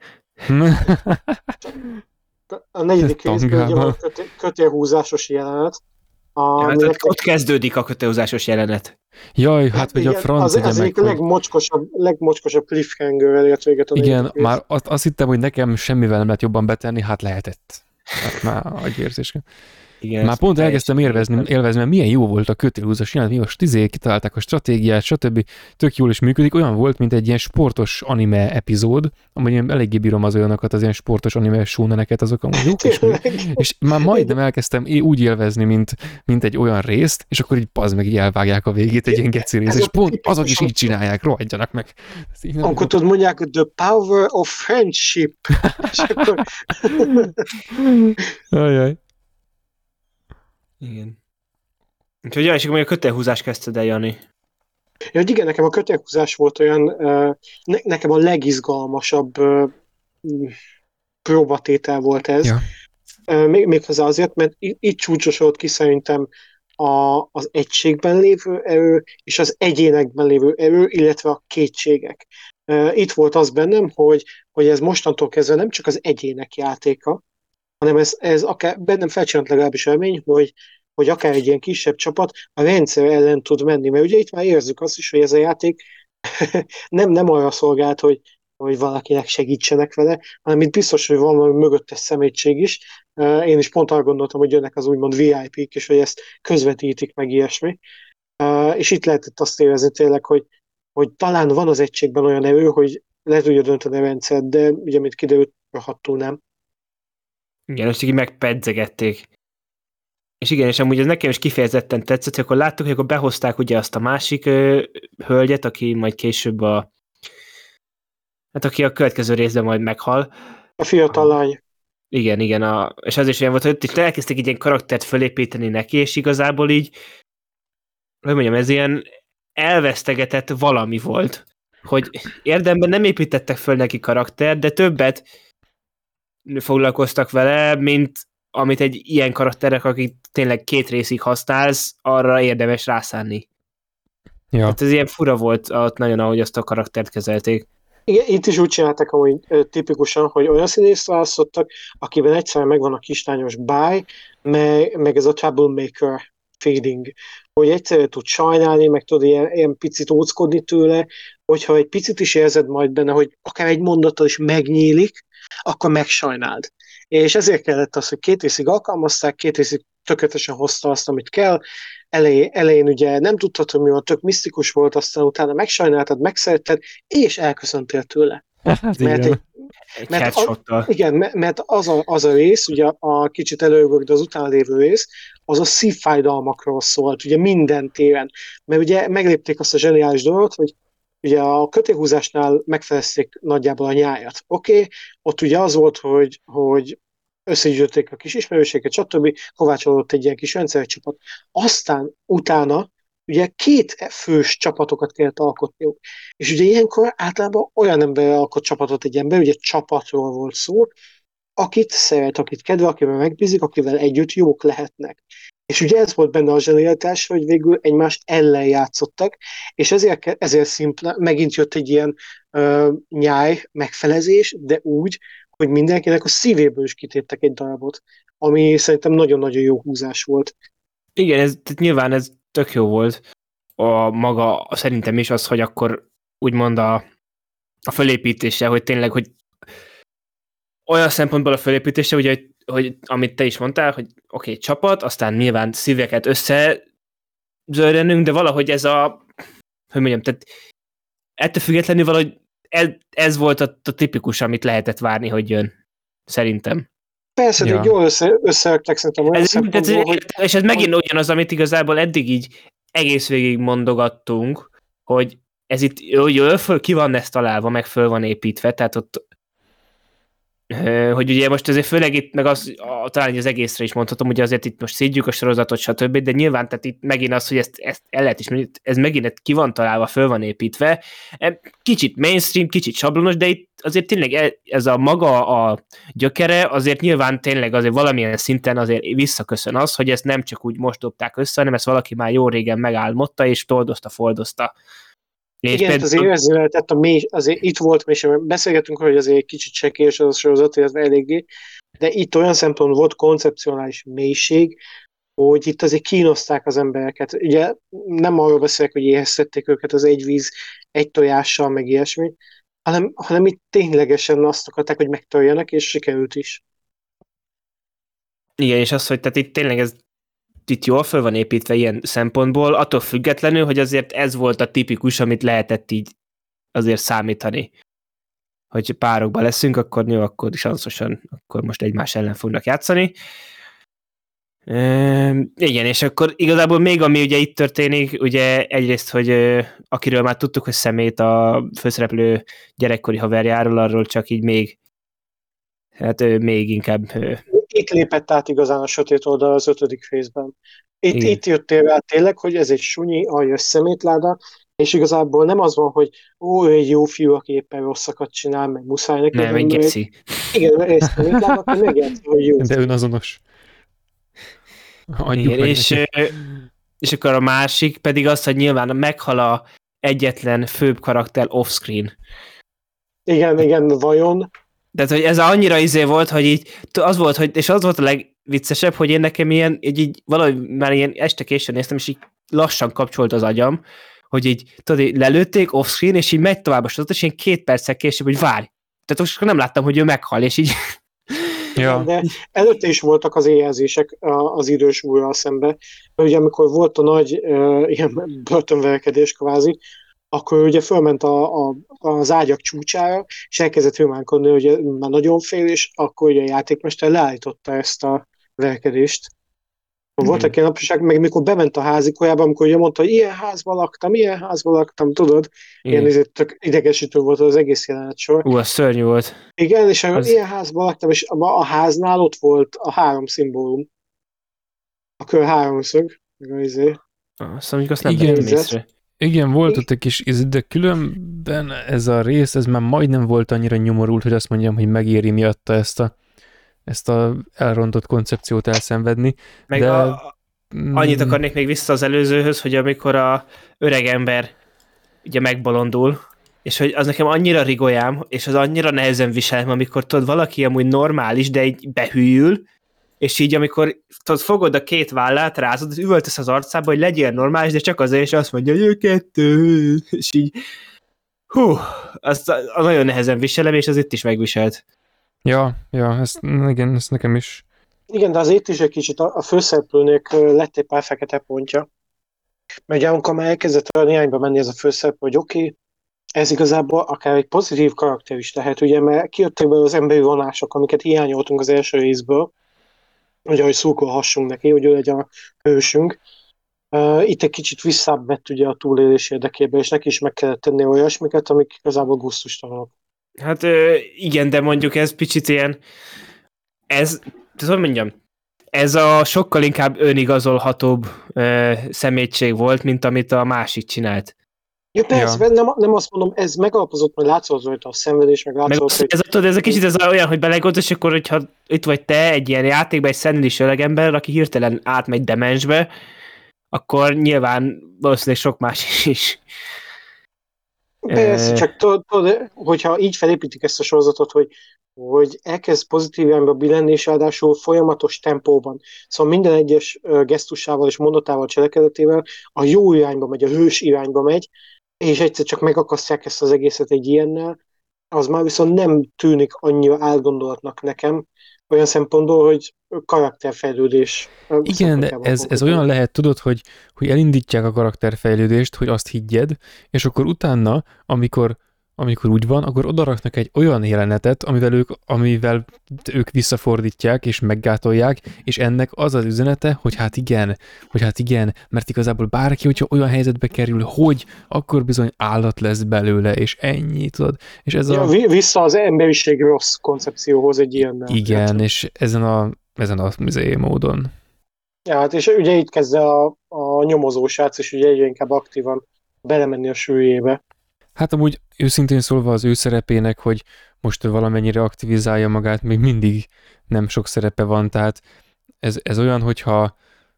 A negyedik részben ugye van a köté, kötélhúzásos jelenet. A, Ja, hát nektek... ott kezdődik a kötélhúzásos jelenet. Jaj, hát vagy a igen, franc az, az meg, egyik legmocskosabb, legmocskosabb cliffhanger-rel ért véget a igen, már azt, azt hittem, hogy nekem semmivel nem lehet jobban betenni, hát lehetett. Hát már agyérzés. Igen, már pont elkezdtem élvezni, élvezni, mert milyen jó volt a kötélhúzás jelenet, mi most izé, kitalálták a stratégiát, stb. Tök jól is működik, olyan volt, mint egy ilyen sportos anime epizód, amúgy én eléggé bírom az olyanokat, az ilyen sportos anime shouneneket, azok amúgy jók is, és már majdnem elkezdtem úgy élvezni, mint, mint egy olyan részt, és akkor így pazd meg, így elvágják a végét egy ilyen geci rész, és pont azok is így csinálják, rohadjanak meg. Amikor tudod, mondják, hogy the power of friendship. És akkor... Ajaj. Igen. Úgyhogy ja, és akkor még a kötélhúzás kezdted el, Jani. Ja, igen, nekem a kötélhúzás volt olyan, ne, nekem a legizgalmasabb próbatétel volt ez. Ja. Még, méghozzá azért, mert itt csúcsosodott ki szerintem a, az egységben lévő erő, és az egyénekben lévő erő, illetve a kétségek. Itt volt az bennem, hogy, hogy ez mostantól kezdve nem csak az egyének játéka, hanem ez, ez akár bennem felcsinált legalábbis élmény, hogy, hogy akár egy ilyen kisebb csapat a rendszer ellen tud menni, mert ugye itt már érzük azt is, hogy ez a játék nem, nem arra szolgált, hogy, hogy valakinek segítsenek vele, hanem itt biztos, hogy van valami mögöttes szemétség is. Én is pont arra gondoltam, hogy jönnek az úgymond vé i pé-k, és hogy ezt közvetítik meg ilyesmi. És itt lehetett azt érezni tényleg, hogy, hogy talán van az egységben olyan erő, hogy le tudja dönteni a rendszert, de ugye, mint kiderült, rohadtul nem. Igen, most így megpedzegették. És igen, és amúgy ez nekem is kifejezetten tetszett, hogy akkor láttuk, hogy akkor behozták ugye azt a másik ö, hölgyet, aki majd később a hát aki a következő részben majd meghal. A fiatal lány. Igen, igen, a, és az is olyan volt, hogy itt elkezdték egy ilyen karaktert fölépíteni neki, és igazából így, hogy mondjam, ez ilyen elvesztegetett valami volt, hogy érdemben nem építettek föl neki karakter, de többet foglalkoztak vele, mint amit egy ilyen karakterek, akit tényleg két részig használsz, arra érdemes rászánni. Ja. Hát ez ilyen fura volt ott nagyon, ahogy azt a karaktert kezelték. Igen, itt is úgy csinálták amúgy tipikusan, hogy olyan színészt választottak, akiben egyszerűen megvan a kislányos báj, meg, meg ez a troublemaker feeling, hogy egyszerűen tud sajnálni, meg tud ilyen, ilyen picit óckodni tőle, hogyha egy picit is érzed majd benne, hogy akár egy mondattal is megnyílik, akkor megsajnáld. És ezért kellett az, hogy két részig alkalmazták, két részig tökéletesen hozta azt, amit kell. Elején, elején ugye nem tudtad, hogy mi van, tök misztikus volt, aztán utána megsajnáltad, megszeretted, és elköszöntél tőle. Hát mert igen. Egy mert headshottal. igen, mert az a, az a rész, ugye a kicsit előgök, az utána lévő rész, az a szívfájdalmakról szólt, ugye minden téren. Mert ugye meglépték azt a zseniális dolgot, hogy ugye a kötélhúzásnál megfelezték nagyjából a nyájat. Oké, okay? Ott ugye az volt, hogy, hogy összegyűjtötték a kis ismerőséget, stb. Kovácsolódott egy ilyen kis rendszercsapat. Aztán utána ugye két fős csapatokat kellett alkotniuk. És ugye ilyenkor általában olyan ember alkot csapatot egy ember, ugye csapatról volt szó, akit szeret, akit kedvel, akivel megbízik, akivel együtt jók lehetnek. És ugye ez volt benne a zsenialitás, hogy végül egymást ellen játszottak, és ezért, ezért szimpla, megint jött egy ilyen uh, nyáj megfelezés, de úgy, hogy mindenkinek a szívéből is kitéptek egy darabot, ami szerintem nagyon-nagyon jó húzás volt. Igen, ez, tehát nyilván ez tök jó volt. A maga szerintem is az, hogy akkor úgymond a, a fölépítése, hogy tényleg, hogy olyan szempontból a fölépítése, ugye, hogy, hogy amit te is mondtál, hogy oké, okay, csapat, aztán nyilván szíveket összezörrenünk, de valahogy ez a, hogy mondjam, tehát ettől függetlenül valahogy ez, ez volt a, a tipikus, amit lehetett várni, hogy jön. Szerintem. Persze, ja. de jól össze, összeöktek szerintem olyan ez, ez, hogy... És ez megint ugyanaz, amit igazából eddig így egész végig mondogattunk, hogy ez itt jól föl ki van ezt találva, meg föl van építve, tehát ott hogy ugye most azért főleg itt, meg az, a, talán az egészre is mondhatom, hogy azért itt most szídjuk a sorozatot, stb., de nyilván tehát itt megint az, hogy ezt, ezt el lehet is, ez megint ki van találva, föl van építve, kicsit mainstream, kicsit sablonos, de itt azért tényleg ez a maga a gyökere, azért nyilván tényleg azért valamilyen szinten azért visszaköszön az, hogy ezt nem csak úgy most dobták össze, hanem ezt valaki már jó régen megálmodta, és toldozta, foldozta. És igen, például... azért érezni lehetett, a mély, azért itt volt mély, beszélgetünk, hogy azért kicsit csekélyes az a sorozat, illetve eléggé, de itt olyan szempont volt koncepcionális mélység, hogy itt azért kínozták az embereket. Ugye nem arról beszélek, hogy éheztették őket az egy víz, egy tojással, meg ilyesmi, hanem, hanem itt ténylegesen azt akarták, hogy megtöljenek, és sikerült is. Igen, és az, hogy tehát itt tényleg ez itt jól föl van építve ilyen szempontból, attól függetlenül, hogy azért ez volt a tipikus, amit lehetett így azért számítani. Hogy párokban leszünk, akkor jó, akkor sanszosan, akkor most egymás ellen fognak játszani. E, igen, és akkor igazából még ami ugye itt történik, ugye egyrészt, hogy akiről már tudtuk, hogy szemét a főszereplő gyerekkori haverjáról, arról csak így még hát még inkább... Itt lépett át igazán a sötét oldal az ötödik fészben. Itt, itt jöttél rá tényleg, hogy ez egy sunyi, aljas szemétláda, és igazából nem az van, hogy ó, ő egy jó fiú, aki éppen rosszakat csinál, meg muszáj neki. Nem, egy geci. Igen, egy szemétláda, aki megjátszik, hogy jó. De önazonos. Igen, és, és akkor a másik pedig az, hogy nyilván meghal a egyetlen főbb karakter off-screen. Igen, igen, vajon... Tehát, hogy ez annyira izé volt, hogy így, az volt, hogy, és az volt a legviccesebb, hogy én nekem ilyen, így, így valahogy már ilyen este későn néztem, és így lassan kapcsolt az agyam, hogy így, tudod, így lelőtték off-screen, és így megy tovább a sorozat, és én két perccel később, hogy várj. Tehát most nem láttam, hogy ő meghal, és így... Ja. De előtte is voltak az éjjelzések az idős úrral szembe, ugye amikor volt a nagy uh, ilyen börtönverkedés kvázi, akkor ugye fölment a, a, az ágyak csúcsára, és elkezdett hőmánkodni, hogy már nagyon fél, és akkor ugye a játékmester leállította ezt a verkedést. Mm-hmm. Voltak ilyen napiság, meg mikor bement a házikolyába, amikor ugye mondta, hogy ilyen házban laktam, ilyen házban laktam, tudod? Ilyen ezért tök idegesítő volt az egész jelenet sor. Ú, az szörnyű volt. Igen, és az... ilyen házban laktam, és a, a háznál ott volt a három szimbólum. A kör háromszög, meg az izé. Azt mondjuk, azt nem vettem észre. Igen, volt ott egy kis íz, de különben ez a rész, ez már majdnem volt annyira nyomorult, hogy azt mondjam, hogy megéri miatta ezt a, ezt a elrontott koncepciót elszenvedni. Meg de... a, annyit akarnék még vissza az előzőhöz, hogy amikor a öreg ember ugye megbolondul, és hogy az nekem annyira rigolyám, és az annyira nehezen viselem, amikor tudod, valaki amúgy normális, de így behűl, és így amikor tudod, fogod a két vállát, rázod, üvöltesz az arcába, hogy legyél normális, de csak azért, és azt mondja, hogy ő kettő, és így hú, azt, azt nagyon nehezen viselem, és az itt is megviselt. Ja, ja, ezt, igen, ezt nekem is. Igen, de az itt is egy kicsit a, a főszereplőnek lett egy pár fekete pontja. Mert ugye amikor már elkezdett olyan irányba menni ez a főszereplő, hogy oké, okay, ez igazából akár egy pozitív karakter is lehet, ugye, mert kijöttek be az emberi vonások, amiket hiányoltunk az első részből, ugye, hogy szurkolhassunk neki, hogy ő legyen a hősünk. Uh, itt egy kicsit visszább vett ugye a túlélés érdekében, és neki is meg kellett tenni olyasmiket, amik igazából gusztustalanok. Hát igen, de mondjuk ez picit ilyen, ez, hogy mondjam, ez a sokkal inkább önigazolhatóbb uh, szemétség volt, mint amit a másik csinált. Ja, persze, Ja. nem, nem azt mondom, ez megalapozott, mert látszott rajta a szenvedés, meg Meg látszott, az, hogy ez, tudod, ez a kicsit ez olyan, hogy belegondolsz, és akkor, hogyha itt vagy te egy ilyen játékban, egy szenvedés öreg ember, aki hirtelen átmegy demensbe, akkor nyilván valószínűleg sok más is. persze, csak tudod, tudod, hogyha így felépítik ezt a sorozatot, hogy, hogy elkezd pozitív irányba billenni, és ráadásul folyamatos tempóban. Szóval minden egyes ö, gesztusával és mondatával, cselekedetével a jó irányba megy, a hős irányba megy, és egyszer csak megakasztják ezt az egészet egy ilyennel, az már viszont nem tűnik annyira átgondolatnak nekem, olyan szempontból, hogy karakterfejlődés ö, Igen, de szempontjából ez, ez konkrétan. olyan lehet, tudod, hogy, hogy elindítják a karakterfejlődést, hogy azt higgyed, és akkor utána, amikor, amikor úgy van, akkor odaraknak egy olyan jelenetet, amivel ők, amivel ők visszafordítják és meggátolják, és ennek az az üzenete, hogy hát igen, hogy hát igen, mert igazából bárki, hogyha olyan helyzetbe kerül, hogy akkor bizony állat lesz belőle, és ennyi, tudod. És ez Ja, a... vi- vissza az emberiség rossz koncepcióhoz egy ilyennel. Igen, és ezen a, ezen a mizé módon. Ja, hát és ugye itt kezd a, a nyomozó srác, és ugye egyre inkább aktívan belemenni a sűrűjébe. Hát amúgy őszintén szólva az ő szerepének, hogy most valamennyire aktivizálja magát, még mindig nem sok szerepe van, tehát ez, ez olyan, hogyha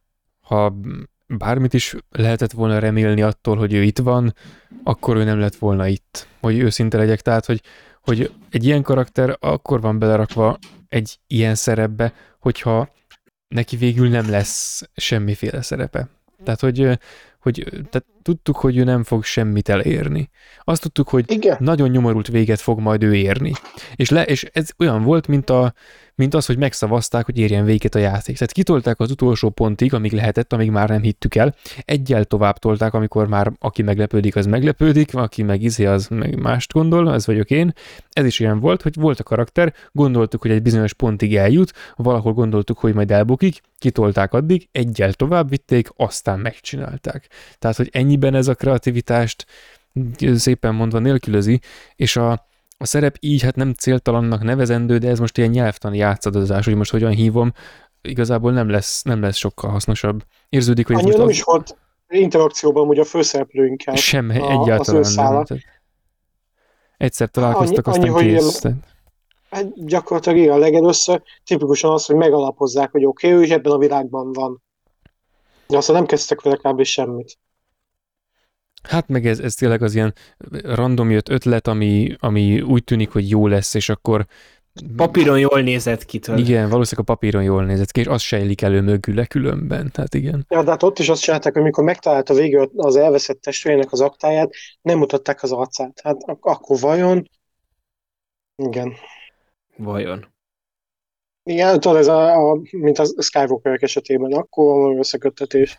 ha bármit is lehetett volna remélni attól, hogy ő itt van, akkor ő nem lett volna itt. Hogy őszinte legyek, tehát, hogy, hogy egy ilyen karakter akkor van belerakva egy ilyen szerepbe, hogyha neki végül nem lesz semmiféle szerepe. Tehát, hogy, hogy tehát tudtuk, hogy ő nem fog semmit elérni. Azt tudtuk, hogy Igen. nagyon nyomorult véget fog majd ő érni. És, le, és ez olyan volt, mint, a, mint az, hogy megszavazták, hogy érjen véget a játék. Tehát kitolták az utolsó pontig, amíg lehetett, amíg már nem hittük el. Egyel tovább tolták, amikor már aki meglepődik, az meglepődik, aki meg izé, az meg mást gondol, ez vagyok én. Ez is ilyen volt, hogy volt a karakter, gondoltuk, hogy egy bizonyos pontig eljut, valahol gondoltuk, hogy majd elbukik, kitolták addig, egyel tovább vitték, aztán megcsinálták. Tehát, hogy ennyiben ez a kreativitást szépen mondva nélkülözi, és a, a szerep így hát nem céltalannak nevezendő, de ez most ilyen nyelvtani játszadozás, hogy most hogyan hívom, igazából nem lesz, nem lesz sokkal hasznosabb. Érződik, hogy ez Annyira most nem az... is volt interakcióban ugye a főszereplőinkkel. Sem, a, egyáltalán az nem. Tehát egyszer találkoztak, Annyi, aztán annyi, hogy kész. ilyen- Hát gyakorlatilag igen, legelőször tipikusan az, hogy megalapozzák, hogy oké, okay, ő is ebben a világban van. De aztán nem kezdtek vele kb. Semmit. Hát meg ez, ez tényleg az ilyen random jött ötlet, ami, ami úgy tűnik, hogy jó lesz, és akkor Papíron jól nézett ki, tudod. igen, valószínűleg a papíron jól nézett ki, és az sejlik elő mögüle különben, tehát igen. Ja, de hát ott is azt csinálták, hogy mikor megtalálta végül az elveszett testvérének az aktáját, nem mutatták az arcát. Hát ak- akkor vajon? Igen. Vajon. Igen, tudod, ez a, a mint a Skywalker esetében, akkor van összeköttetés.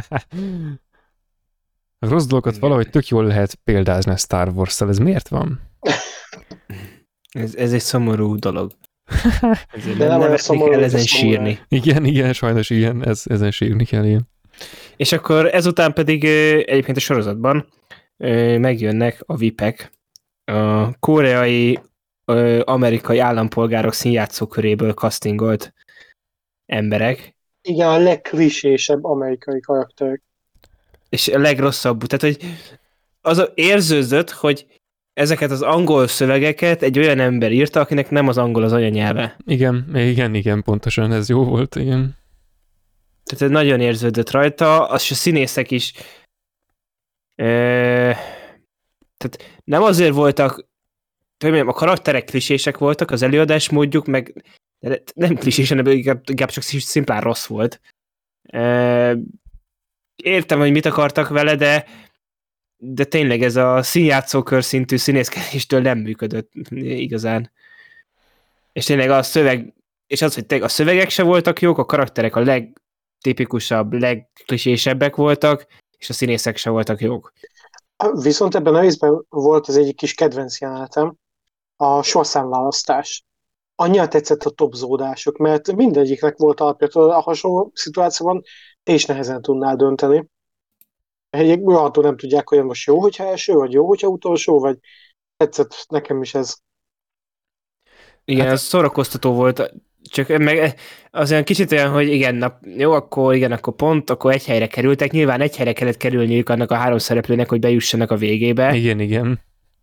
A rossz dolgokat Igen. valahogy tök jól lehet példázni a Star Wars-szal, ez miért van? Ez, ez egy szomorú dolog. Ezért De nem nem olyan nevetni szomorú, kell mint a ezen szomorú. sírni. Igen, igen, sajnos igen, ez, ezen sírni kell, igen. És akkor ezután pedig ö, egyébként a sorozatban ö, megjönnek a vipek, a koreai, ö, amerikai állampolgárok színjátszó köréből castingolt emberek, Igen, a legklisésebb amerikai karakterek. és a legrosszabb, tehát hogy az a érzőzött, hogy ezeket az angol szövegeket egy olyan ember írta, akinek nem az angol az anyanyelve. Igen, igen, igen, pontosan, ez jó volt, igen. Tehát ez nagyon érződött rajta, az a színészek is e, tehát nem azért voltak, hogy mondjam, a karakterek klisések voltak, az előadás módjuk, meg nem klisésen, inkább, inkább csak szimplán rossz volt. E, értem, hogy mit akartak vele, de de tényleg ez a színjátszókör szintű színészkedéstől nem működött igazán. És tényleg a szöveg, és az, hogy tényleg a szövegek se voltak jók, a karakterek a legtipikusabb, legklisésebbek voltak, és a színészek se voltak jók. Viszont ebben a részben volt az egyik kis kedvenc jelenetem, a sorszámválasztás. Annyira tetszett a topzódások, mert mindegyiknek volt alapja, a hasonló szituációban te is nehezen tudnál dönteni. Egyik rohadtul nem tudják, hogy most jó, hogyha első, vagy jó, hogyha utolsó, vagy tetszett nekem is ez. Igen, Hát- ez szórakoztató volt, csak meg az olyan kicsit olyan, hogy igen, na, jó, akkor igen, akkor pont, akkor egy helyre kerültek. Nyilván egy helyre kellett kerülniük annak a három szereplőnek, hogy bejussanak a végébe. Igen, igen.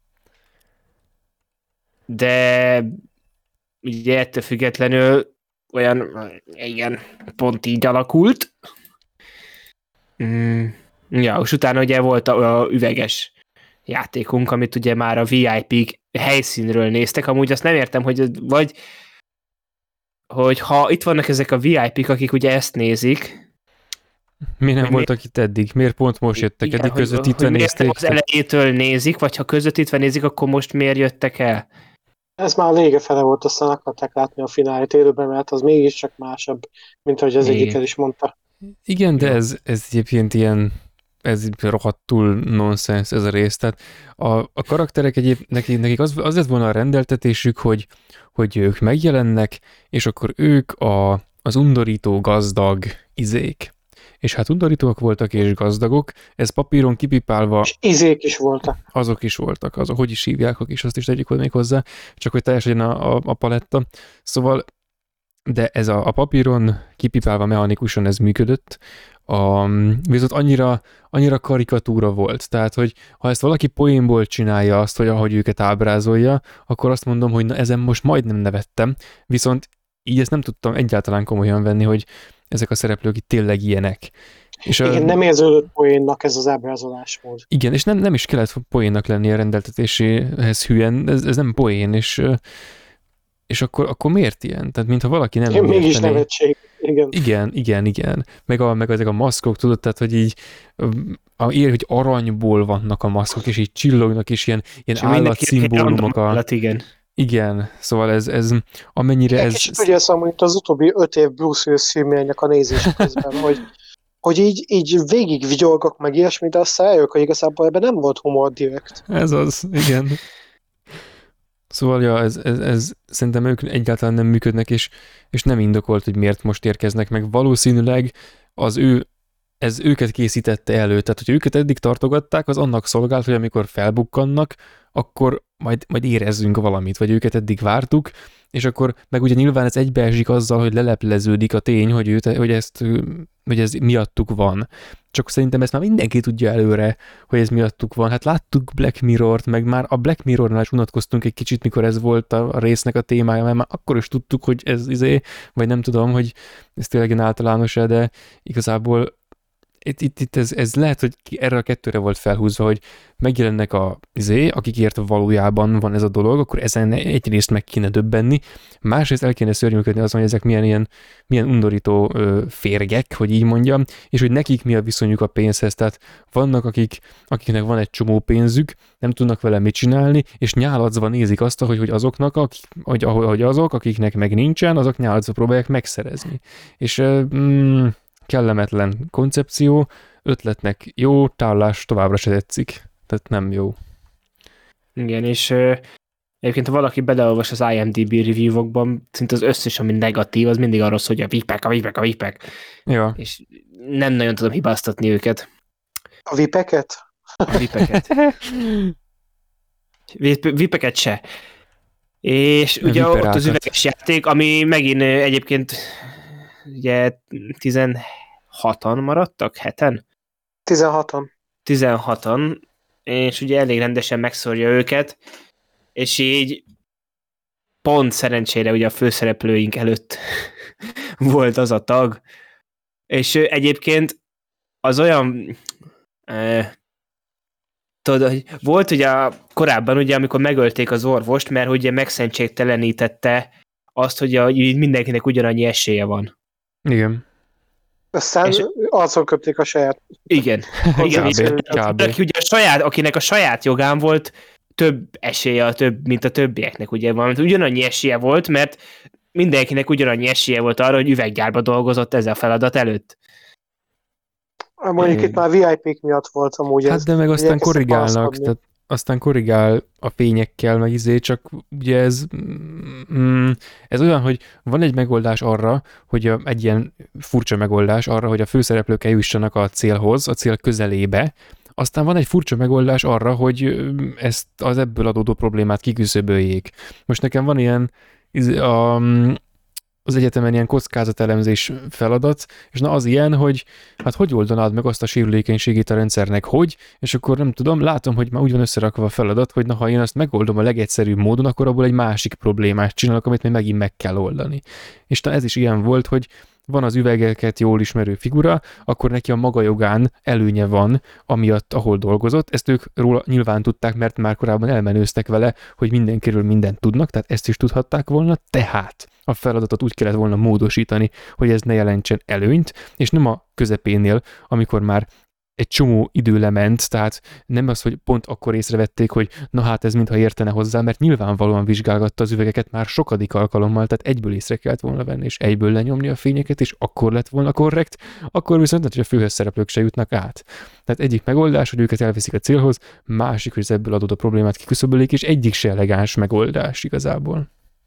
De ugye ettől függetlenül olyan, igen, pont így alakult. Mm, ja, és utána ugye volt a, a üveges játékunk, amit ugye már a vé i pé-k helyszínről néztek. Amúgy azt nem értem, hogy vagy hogy ha itt vannak ezek a vé i pé-k, akik ugye ezt nézik, Mi nem Hogy voltak mi... itt eddig? Miért pont most jöttek? igen, Eddig hogy, közvetítve hogy nézték? az elejétől nézik, vagy ha közvetítve nézik, akkor most miért jöttek el? Ez már a vége fele volt, aztán akarták látni a finálit élőben, mert az mégiscsak másabb, mint ahogy az Igen. egyik el is mondta. Igen, de Jó. ez, ez egyébként ilyen, ez rohadtul nonsens ez a rész. Tehát a, a karakterek egyébként, nekik, nekik az, az lett volna a rendeltetésük, hogy, hogy ők megjelennek, és akkor ők a, az undorító gazdag izék. És hát undorítóak voltak és gazdagok, ez papíron kipipálva És izék is voltak. azok is voltak, azok, hogy is hívják, és azt is tegyük még hozzá, csak hogy teljesen a, a, a paletta. Szóval, de ez a, a papíron kipipálva mechanikusan ez működött, a, viszont annyira, annyira karikatúra volt, tehát, hogy ha ezt valaki poénból csinálja azt, hogy ahogy őket ábrázolja, akkor azt mondom, hogy na, ezen most majdnem nevettem, viszont így ezt nem tudtam egyáltalán komolyan venni, hogy ezek a szereplők itt tényleg ilyenek. És Igen, a, nem érződött poénnak ez az ábrázolásmód. igen, és nem, nem is kellett poénnak lenni a rendeltetéséhez hülyen, ez, ez nem poén, és, és akkor, akkor miért ilyen? Tehát mintha valaki nem Igen, mégis értené. nevetség. Igen. Igen, igen, igen. Meg, a, meg ezek a maszkok, tudod, tehát, hogy így a, ér, hogy aranyból vannak a maszkok, és így csillognak, és ilyen, ilyen állatszimbólumok. A... Állat, igen. Igen, szóval ez, ez amennyire Igen, ez... kicsit ugye szóval itt az utóbbi öt év Bruce Willis filmjeinek a nézés közben, hogy, hogy így, így végig vigyorgok meg ilyesmi, de aztán eljövök, hogy igazából ebben nem volt humor direkt. Ez az, igen. Szóval, ja, ez, ez, ez szerintem ők egyáltalán nem működnek, és, és nem indokolt, hogy miért most érkeznek meg. Valószínűleg az ő, ez őket készítette elő, tehát hogy őket eddig tartogatták, az annak szolgált, hogy amikor felbukkannak, akkor majd, majd érezzünk valamit, vagy őket eddig vártuk, és akkor meg ugye nyilván ez egybeesik azzal, hogy lelepleződik a tény, hogy, őt, hogy, ezt, hogy ez miattuk van. Csak szerintem ezt már mindenki tudja előre, hogy ez miattuk van. Hát láttuk Black Mirror-t, meg már a Black Mirrornál is unatkoztunk egy kicsit, mikor ez volt a résznek a témája, mert már akkor is tudtuk, hogy ez izé, vagy nem tudom, hogy ez tényleg ilyen általános-e, de igazából itt, itt, itt ez, ez lehet, hogy erre a kettőre volt felhúzva, hogy megjelennek a izé, akikért valójában van ez a dolog, akkor ezen egyrészt meg kéne döbbenni, másrészt el kéne szörnyűködni azon, hogy ezek milyen, ilyen, milyen undorító ö, férgek, hogy így mondjam, és hogy nekik mi a viszonyuk a pénzhez. Tehát vannak, akik, akiknek van egy csomó pénzük, nem tudnak vele mit csinálni, és nyálacva nézik azt, hogy, hogy azoknak, akik, hogy, hogy azok, akiknek meg nincsen, azok nyálacva próbálják megszerezni. És mm, kellemetlen koncepció, ötletnek jó, tállás továbbra se tetszik. Tehát nem jó. Igen, és uh, egyébként ha valaki beleolvas az I M D B review-okban, szinte az összes, ami negatív, az mindig arról szól, hogy a vipek, a vipek, a vipek. Ja. És nem nagyon tudom hibáztatni őket. A vipeket? A vipeket. Vipeket se. És A ugye ott viperákat. az üveges játék, ami megint egyébként ugye tizenhatan maradtak, heten? tizenhatan. tizenhatan, és ugye elég rendesen megszórja őket, és így pont szerencsére ugye a főszereplőink előtt volt az a tag, és egyébként az olyan eh, tudod, hogy volt ugye korábban, ugye, amikor megölték az orvost, mert ugye megszentségtelenítette azt, hogy a, mindenkinek ugyanannyi esélye van. Igen. Aztán És- arcon köpték a saját. Igen. Igen, és Kb. Kb. aki ugye a saját, akinek a saját jogán volt több esélye, több, mint a többieknek, ugye van. Ugyanannyi esélye volt, mert mindenkinek ugyanannyi esélye volt arra, hogy üveggyárba dolgozott ezzel a feladat előtt. Mondjuk Igen. itt már vé i pé-k miatt volt amúgy Hát ez. de meg aztán Igyekeztek korrigálnak, panaszkodni. tehát aztán korrigál a fényekkel, meg izé, csak ugye ez, mm, ez olyan, hogy van egy megoldás arra, hogy a, egy ilyen furcsa megoldás arra, hogy a főszereplők eljussanak a célhoz, a cél közelébe, aztán van egy furcsa megoldás arra, hogy ö, ezt az ebből adódó problémát kiküszöböljék. Most nekem van ilyen, iz- a, az az egyetemen ilyen kockázatelemzés feladat, és na az ilyen, hogy hát hogy oldanád meg azt a sérülékenységét a rendszernek, hogy, és akkor nem tudom, látom, hogy már úgy van összerakva a feladat, hogy na, ha én azt megoldom a legegyszerűbb módon, akkor abból egy másik problémát csinálok, amit még megint meg kell oldani. És na ez is ilyen volt, hogy van az üvegeket jól ismerő figura, akkor neki a maga jogán előnye van, amiatt, ahol dolgozott. Ezt ők róla nyilván tudták, mert már korábban elmenőztek vele, hogy mindenkiről mindent tudnak, tehát ezt is tudhatták volna, tehát a feladatot úgy kellett volna módosítani, hogy ez ne jelentsen előnyt, és nem a közepénél, amikor már egy csomó idő lement, tehát nem az, hogy pont akkor észrevették, hogy na hát ez mintha értene hozzá, mert nyilvánvalóan vizsgálgatta az üvegeket már sokadik alkalommal, tehát egyből észre kellett volna venni, és egyből lenyomni a fényeket, és akkor lett volna korrekt, akkor viszont hogy a főhöz szereplők se jutnak át. Tehát egyik megoldás, hogy őket elviszik a célhoz, másik, hogy az ebből adódó problémát kiküszöbölik, és egyik se elegáns megoldás igazából.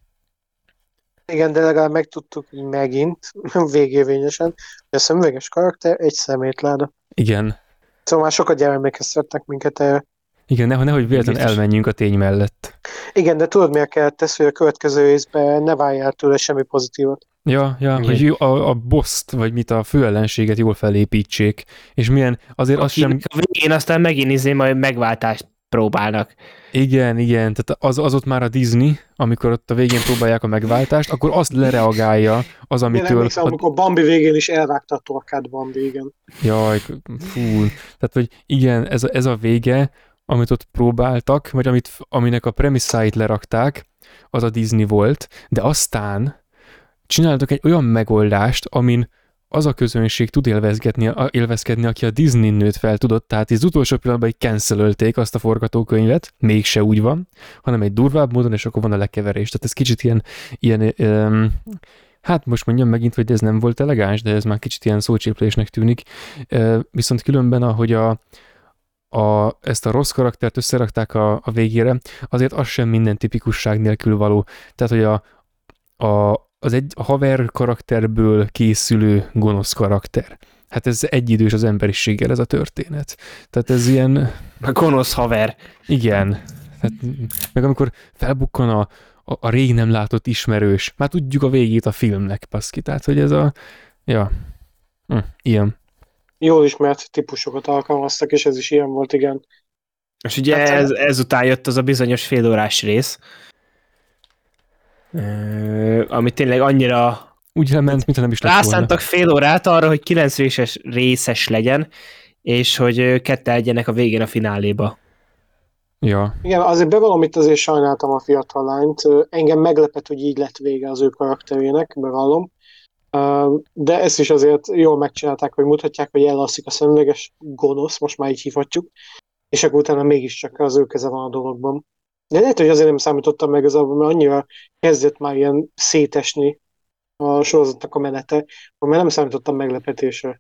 Igen, de legalább megtudtuk megint, végérvényesen, hogy a szemüveges karakter egy szemétláda. Igen. Szóval már sokat gyermekkeztetnek minket erre. Igen, nehogy, nehogy véletlenül elmenjünk a tény mellett. Igen, de tudod, miért kellett ez, hogy a következő részben ne várjál tőle semmi pozitívat. Ja, ja, Igen. hogy jó, a, a boss-t, vagy mit a főellenséget jól felépítsék, és milyen, azért azt sem... A végén aztán megint izé majd megváltást próbálnak. Igen, igen, tehát az, az ott már a Disney, amikor ott a végén próbálják a megváltást, akkor azt lereagálja az, Én amitől... emlékszem, amikor Bambi végén is elvágta a torkát Bambi, igen. Jaj, fú, tehát, hogy igen, ez a, ez a vége, amit ott próbáltak, vagy amit, aminek a premisszáit lerakták, az a Disney volt, de aztán csináltak egy olyan megoldást, amin az a közönség tud élvezgetni, élvezkedni, aki a Disney nőtt fel tudott, tehát az utolsó pillanatban így cancelölték azt a forgatókönyvet, mégse úgy van, hanem egy durvább módon, és akkor van a lekeverés. Tehát ez kicsit ilyen, ilyen um, hát most mondjam megint, hogy ez nem volt elegáns, de ez már kicsit ilyen szócséplésnek tűnik. Uh, viszont különben, ahogy a, a, ezt a rossz karaktert összerakták a, a végére, azért az sem minden tipikusság nélkül való. Tehát, hogy a, a az egy a haver karakterből készülő gonosz karakter. Hát ez egyidős az emberiséggel ez a történet. Tehát ez ilyen... A gonosz haver. Igen. Hát, meg amikor felbukkan a, a, a rég nem látott ismerős, már tudjuk a végét a filmnek, paszki. Tehát, hogy ez a... Ja. Hm, ilyen. Jól ismert típusokat alkalmaztak, és ez is ilyen volt, igen. És ugye Hát, ez, ezután jött az a bizonyos félórás rész, Uh, ami tényleg annyira úgy lement, mintha nem is lett volna. rászántak fél órát arra, hogy kilenc részes, részes legyen, és hogy kette egyenek a végén a fináléba. Ja. Igen, azért bevallom, itt azért sajnáltam a fiatal lányt. Engem meglepett, hogy így lett vége az ő karakterének, bevallom. De ezt is azért jól megcsinálták, hogy mutatják, hogy elalszik a szemüveges gonosz, most már így hívhatjuk, és akkor utána mégiscsak az ő keze van a dologban. De lehet, hogy azért nem számítottam meg az abban, mert annyira kezdett már ilyen szétesni a sorozatnak a menete, hogy már nem számítottam meglepetésre.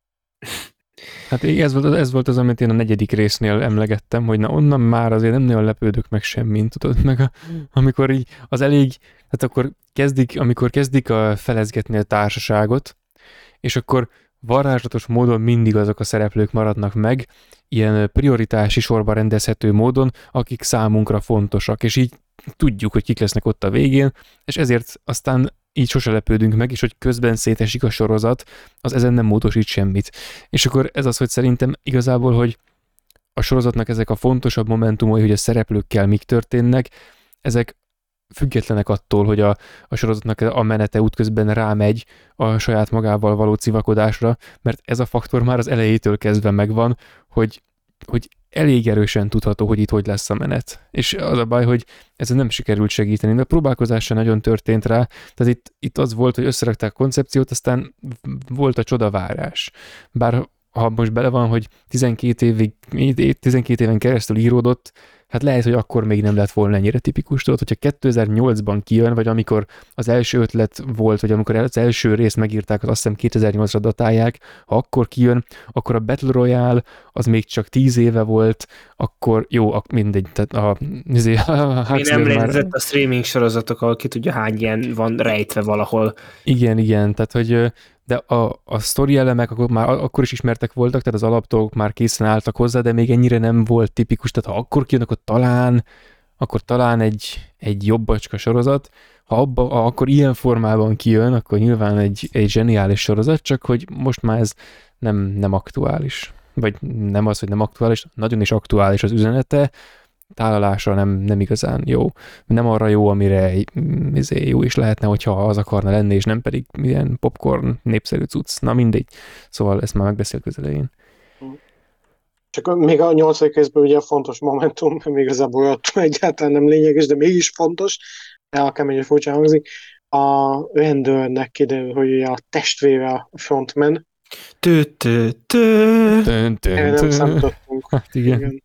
Hát ez volt, ez volt az, amit én a negyedik résznél emlegettem, hogy na onnan már azért nem nagyon lepődök meg semmint, tudod, meg a, amikor így az elég, hát akkor kezdik, amikor kezdik a felezgetni a társaságot, és akkor varázslatos módon mindig azok a szereplők maradnak meg, ilyen prioritási sorba rendezhető módon, akik számunkra fontosak, és így tudjuk, hogy kik lesznek ott a végén, és ezért aztán így sose lepődünk meg, és hogy közben szétesik a sorozat, az ezen nem módosít semmit. És akkor ez az, hogy szerintem igazából, hogy a sorozatnak ezek a fontosabb momentumai, hogy a szereplőkkel mik történnek, ezek függetlenek attól, hogy a, a sorozatnak a menete útközben rámegy a saját magával való civakodásra, mert ez a faktor már az elejétől kezdve megvan, hogy, hogy elég erősen tudható, hogy itt hogy lesz a menet. És az a baj, hogy ez nem sikerült segíteni, de a próbálkozás sem nagyon történt rá, tehát itt, itt az volt, hogy összerakták a koncepciót, aztán volt a csodavárás. Bár ha most bele van, hogy tizenkét évig, tizenkét éven keresztül íródott, hát lehet, hogy akkor még nem lett volna ennyire tipikus, tudod, hogyha kétezer-nyolcban kijön, vagy amikor az első ötlet volt, vagy amikor az első részt megírták, az azt hiszem kétezer-nyolcra datálják, ha akkor kijön, akkor a Battle Royale az még csak tíz éve volt, akkor jó, mindegy, tehát a... Izé, a Én emlékezett már... a streaming sorozatok, ahol ki tudja hány ilyen van rejtve valahol. Igen, igen, tehát hogy de a, a sztori elemek akkor már akkor is ismertek voltak, tehát az alaptól már készen álltak hozzá, de még ennyire nem volt tipikus, tehát ha akkor kijön, akkor talán, akkor talán egy, egy jobbacska sorozat, ha abba, ha akkor ilyen formában kijön, akkor nyilván egy, egy zseniális sorozat, csak hogy most már ez nem, nem aktuális. Vagy nem az, hogy nem aktuális, nagyon is aktuális az üzenete, tálalása nem, nem igazán jó. Nem arra jó, amire izé, jó is lehetne, hogyha az akarna lenni, és nem pedig milyen popcorn népszerű cucc. Na mindegy. Szóval ezt már megbeszélt közelején. Csak még a nyolcadik részben ugye a fontos momentum, még igazából attól egyáltalán nem lényeges, de mégis fontos, de akármennyire furcsa hangzik, a rendőrnek kiderül, hogy ugye a testvére a frontman. Tő, tő, tő. Tön, tön, Erre nem tön. számítottunk. Hát igen. Igen.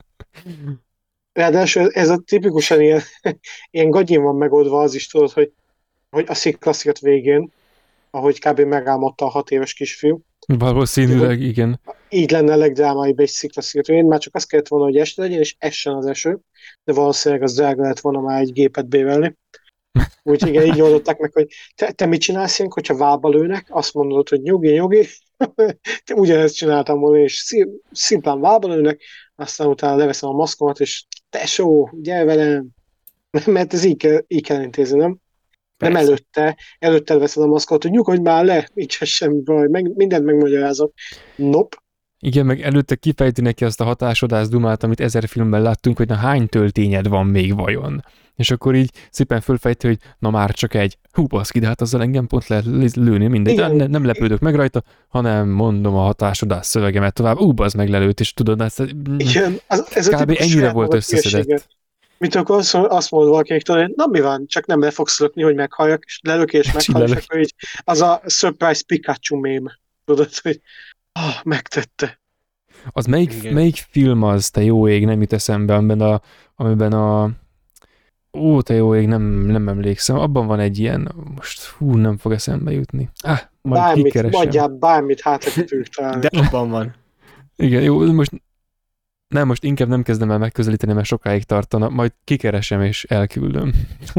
Ráadásul ez a tipikusan ilyen, ilyen gagyin van megoldva, az is tudod, hogy, hogy a sziklaszírt végén, ahogy kb. Megálmodta a hat éves kisfiú. Valószínűleg, igen. Így lenne a legdrámaibb egy sziklaszírt végén, már csak azt kellett volna, hogy este legyen, és essen az eső, de valószínűleg az drága lett volna már egy gépet bérelni. Úgyhogy igen, így oldották meg, hogy te, te mit csinálsz ilyenkor, hogyha vába lőnek, azt mondod, hogy nyugi, nyugi, te ugyanezt csináltam volna, és szí- szimplán vába lőnek, aztán utána leveszem a maszkomat, és tesó, gyere velem, mert ez így kell, így kell intézni, nem? Nem Persze. előtte, előtte veszed a maszkot, hogy nyugodj már le, nincs semmi baj, meg, mindent megmagyarázok. Nope. Igen, meg előtte kifejti neki azt a hatásodás dumát, amit ezer filmben láttunk, hogy na hány töltényed van még vajon. És akkor így szépen fölfejti, hogy na már csak egy, hú baszki, de hát azzal engem pont lehet lőni, mindegy. Igen. Ne, nem lepődök meg rajta, hanem mondom a hatásodás szövegemet tovább, ú, az meg lelőtt, és tudod, ez, Igen, az, ez a kb. tipikus ennyire saját volt magad összeszedett. hülyesége. Mint akkor azt, azt mondod valakinek, tudod, na mi van, csak nem le fogsz lökni, hogy meghalljak, és lelök és meghal, és lelök. akkor így az a surprise Pikachu meme, tudod, hogy ah, megtette. Az melyik, Igen. melyik film az, te jó ég, nem jut eszembe, amiben a, amiben a ó, te jó ég, nem, nem emlékszem, abban van egy ilyen, most hú, nem fog eszembe jutni. Ah, majd Bármit, kikeresem. magyár, bármit hátra ki tudjuk találni. De abban van. Igen, jó, most nem, most inkább nem kezdem el megközelíteni, mert sokáig tartana, majd kikeresem és elküldöm.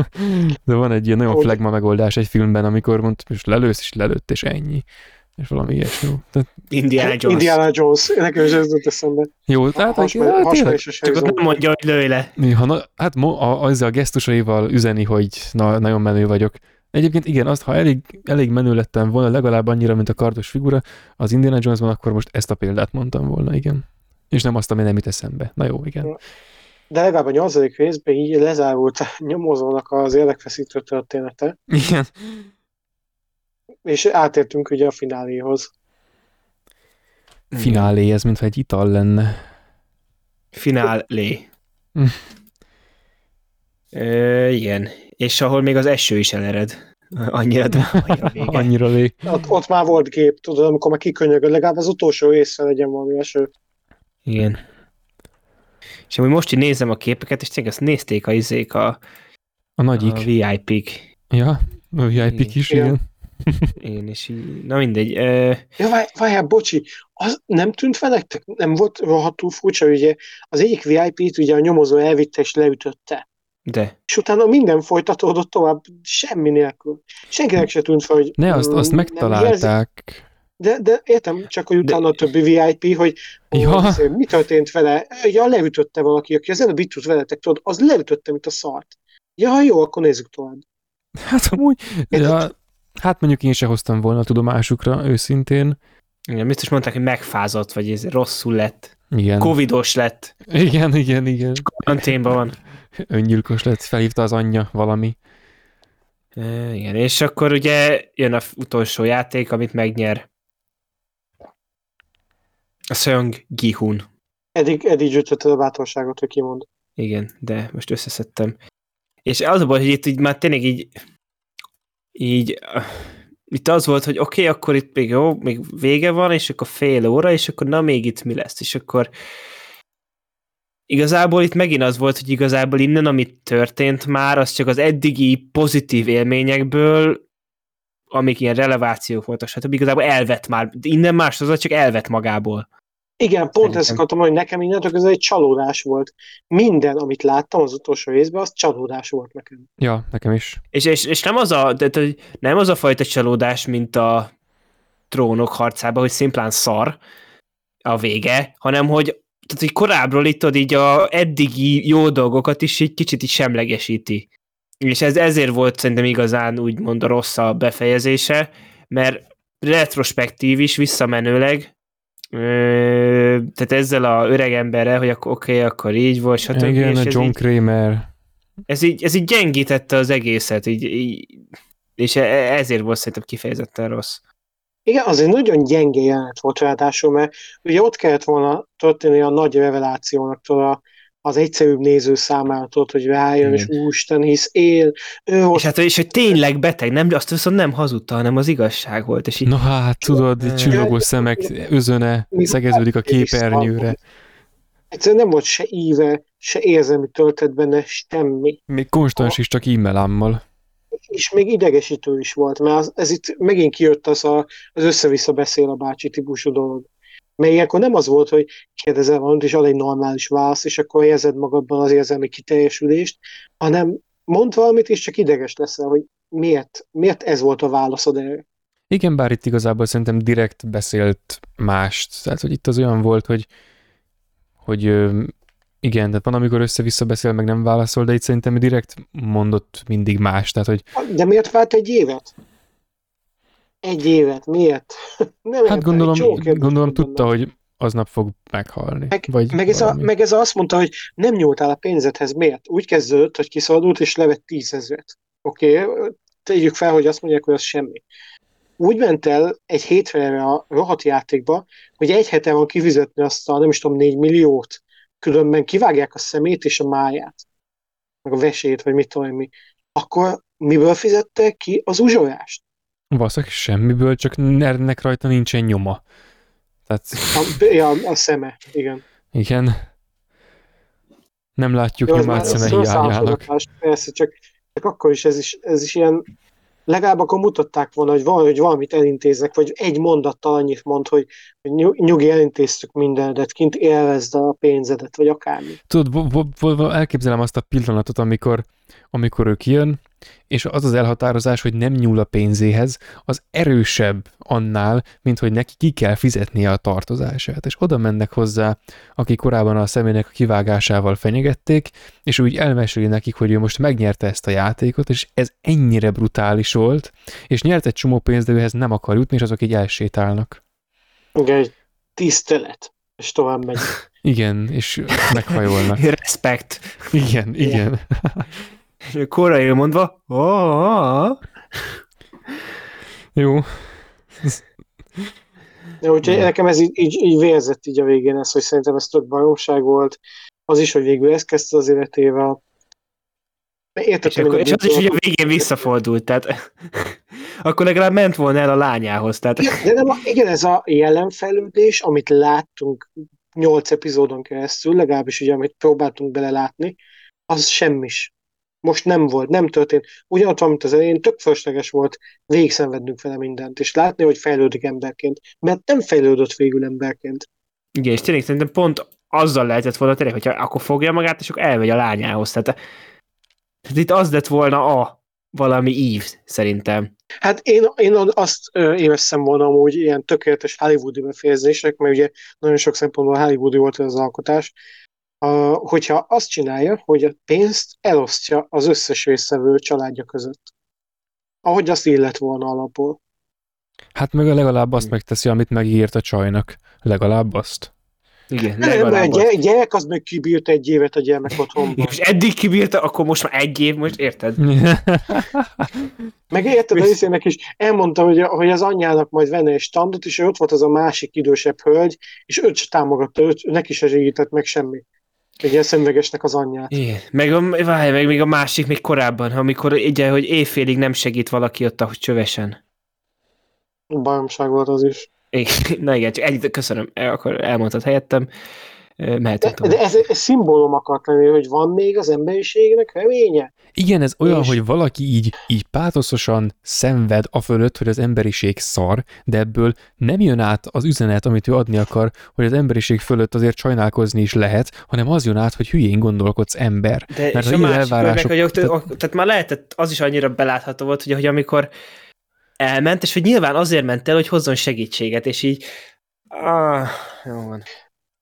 De van egy ilyen nagyon Hogy? flagma megoldás egy filmben, amikor mondta, most lelősz, és lelőtt, és ennyi. És valami ilyesmi. Tehát, Indiana Jones. Indiana Jones, nekem is ez jut eszembe. jó, tehát Hasmer- hát, tényleg, hasmeréses Csak ott helyzet. nem mondja, hogy lőj le. ha na, hát mo, a, azzal a gesztusaival üzeni, hogy na, nagyon menő vagyok. Egyébként igen, azt, ha elég, elég menő lettem volna, legalább annyira, mint a kardos figura, az Indiana Jonesban, akkor most ezt a példát mondtam volna, igen. És nem azt, ami nem jut eszembe. Na jó, igen. De legalább a nyolcadik részben így lezárult a nyomozónak az érdekfeszítő története, Igen. és átértünk ugye a fináléhoz. Finálé, ez mintha egy ital lenne. Finálé. Hm. Ö, igen. És ahol még az eső is elered. Annyira drámai vége. Annyira lé. Ott, ott már volt gép, tudod, amikor már kikönyögöd, legalább az utolsó részre legyen valami eső. Igen. És amúgy most így nézem a képeket, és tényleg azt nézték a izék a, A nagyik. a vé i pé-k. Ja, a vé i pé-k is, Igen. igen. Igen, és így, na mindegy. Ö, Ja, várj, várjál, bocsi, az nem tűnt fel nektek? Nem volt rohadtul furcsa, ugye az egyik vé i pét ugye a nyomozó elvitte és leütötte. de. És utána minden folytatódott tovább, semmi nélkül. Senkinek se tűnt fel, hogy... Ne, azt, azt mm, nem megtalálták. érzi- De, de értem, csak hogy utána a többi vé i pé, hogy Ja. hogy mi történt vele. Ja, leütötte valaki, aki az előbb itt tud veletek, tudod, az leütötte, mint a szart. Ja, jó, akkor nézzük tovább. Hát amúgy, ja, hát mondjuk én se hoztam volna a tudomásukra, őszintén. Igen, biztos mondták, hogy megfázott, vagy ez rosszul lett. Igen. Covidos lett. Igen, igen, igen. Karanténban van. Öngyilkos lett, felhívta az anyja valami. E, igen, és akkor ugye jön az utolsó játék, amit megnyer. A Seong Gi-hun. Eddig, eddig gyűjtötted a bátorságot, hogy kimond. Igen, de most összeszedtem. És az a baj, hogy itt így már tényleg így így uh, itt az volt, hogy oké, okay, akkor itt még jó, még vége van, és akkor fél óra, és akkor na még itt mi lesz, és akkor igazából itt megint az volt, hogy igazából innen, amit történt már, az csak az eddigi pozitív élményekből, amik ilyen relevációk voltak, stb. Igazából elvett már, innen más az csak elvett magából. Igen, pont Szerintem. ezt akartam mondani, hogy nekem innentől ez egy csalódás volt. Minden, amit láttam az utolsó részben, az csalódás volt nekem. Ja, nekem is. És, és, és nem, az a, de, de, nem az a fajta csalódás, mint a Trónok harcában, hogy szimplán szar a vége, hanem hogy, tehát, hogy korábbról itt így a eddigi jó dolgokat is egy kicsit így semlegesíti. És ez ezért volt szerintem igazán úgymond a rossz a befejezése, mert retrospektív is, visszamenőleg, ö, tehát ezzel a öreg emberrel, hogy akkor oké, okay, akkor így volt, stb. Igen, És a ez John így, Kramer. ez így, ez így gyengítette az egészet, így, így, és ezért volt szerintem kifejezetten rossz. Igen, az egy nagyon gyenge jelenet volt ráadásul, mert ugye ott kellett volna történni a nagy revelációnak a, az egyszerűbb néző számára, tudod, hogy rájön, és úristen, hisz él. Ő és hát, és hogy tényleg beteg, nem, azt viszont nem hazudta, hanem az igazság volt. És így... Na hát, tudod, csillogó szemek özöne szegeződik a képernyőre. Egyszerűen nem volt se íve, se érzelmi töltet benne, semmi. Még konstans is csak e-mailámmal. És még idegesítő is volt, mert az, ez itt megint kijött az a, az össze-vissza beszél a bácsi típusú dolog. Mert ilyenkor nem az volt, hogy kérdezel valamit, és ad egy normális válasz, és akkor érzed magadban az érzelmi kiteljesülést, hanem mond valamit, és csak ideges leszel, hogy miért, miért ez volt a válaszod erre. Igen, bár itt igazából szerintem direkt beszélt mást. Tehát, hogy itt az olyan volt, hogy, hogy igen, tehát van, amikor össze-vissza beszél, meg nem válaszol, de itt szerintem direkt mondott mindig más. Tehát, hogy... De miért vált egy évet? Egy évet, miért? Nem hát gondolom, gondolom tudta, benne. Hogy aznap fog meghalni. Meg, vagy meg, ez a, meg ez azt mondta, hogy nem nyúltál a pénzedhez. Miért? Úgy kezdődött, hogy kiszabadult, és levett tízezret. Oké, okay? Tegyük fel, hogy azt mondják, hogy az semmi. Úgy ment el egy hétre a rohadt játékba, hogy egy hete van kifizetni azt a, nem is tudom, négy milliót, különben kivágják a szemét és a máját, meg a vesét, vagy mit tudom mi. Akkor miből fizette ki az uzsolást? Valószínűleg semmiből, csak ennek rajta nincsen nyoma. Tehát... A, ja, a szeme, igen. Igen. Nem látjuk jó, nyomát szeme hiányának. Persze, csak, csak akkor is ez, is ez is ilyen, legalább akkor mutatták volna, hogy, valami, hogy valamit elintéznek, vagy egy mondattal annyit mond, hogy nyugi, elintéztük mindenedet, kint élvezd a pénzedet, vagy akármi. Tudod, elképzelem azt a pillanatot, amikor, amikor ő kijön, és az az elhatározás, hogy nem nyúl a pénzéhez, az erősebb annál, mint hogy neki ki kell fizetnie a tartozását. És oda mennek hozzá, aki korábban a személynek a kivágásával fenyegették, és úgy elmeséli nekik, hogy ő most megnyerte ezt a játékot, és ez ennyire brutális volt, és nyert egy csomó pénzt, de őhez nem akar jutni, és azok így elsétálnak. Igen, egy tisztelet, és tovább megy. Igen, és meghajolnak. Respekt. Igen, igen. Korai mondva. Oh, jó. Ja, úgyhogy nekem ez így, így, így vérzett így a végén ez, hogy szerintem ez tök bajomság volt. Az is, hogy végül ezt kezdte az életével. És, akkor, és az is, hogy a végén visszafordult, tehát akkor legalább ment volna el a lányához. Tehát... Igen, de nem, igen, ez a jelenfejlődés, amit láttunk nyolc epizódon keresztül, legalábbis ugye, amit próbáltunk belelátni, az semmis. Most nem volt, nem történt. Ugyanott van, mint az elején, tök fölösleges volt végigszenvednünk vele mindent, és látni, hogy fejlődik emberként. Mert nem fejlődött végül emberként. Igen, és tényleg szerintem pont azzal lehetett volna tényleg, hogyha akkor fogja magát, és akkor elmegy a lányához. Tehát, tehát itt az lett volna a valami ív, szerintem. Hát én, én azt éveztem volna amúgy ilyen tökéletes hollywoodi befejezések, mert ugye nagyon sok szempontból hollywoodi volt az alkotás, Uh, hogyha azt csinálja, hogy a pénzt elosztja az összes résztvevő családja között. Ahogy azt illet volna alapból. Hát meg legalább azt megteszi, amit megígért a csajnak. Legalább azt. Igen, nem, nem, gyerek, gyerek az meg kibírt egy évet a gyermek otthonban. És eddig kibírta, akkor most már egy év, most érted? Meg érted, az iszének is elmondta, hogy, hogy az anyjának majd venne egy standot, és ott volt az a másik idősebb hölgy, és őt se támogatta, őt, neki se segített meg semmi. Egy ilyen szemüvegesnek az anyját. Igen. Meg, a, várj, meg még a másik még korábban, amikor ugye, hogy éjfélig nem segít valaki ott, ahogy csövesen. Bajomság volt az is. Igen. Na igen, csak egy, köszönöm, akkor elmondtad helyettem. Mehetünk de, de ez, ez szimbólum akart lenni, hogy van még az emberiségnek reménye. Igen, ez olyan, és... hogy valaki így, így pátoszosan szenved a fölött, hogy az emberiség szar, de ebből nem jön át az üzenet, amit ő adni akar, hogy az emberiség fölött azért sajnálkozni is lehet, hanem az jön át, hogy hülyén gondolkodsz ember. De mert és a másik elvárások... meg, hogy tehát... tehát már lehetett, az is annyira belátható volt, hogy, hogy amikor elment, és hogy nyilván azért ment el, hogy hozzon segítséget, és így ah, jó van.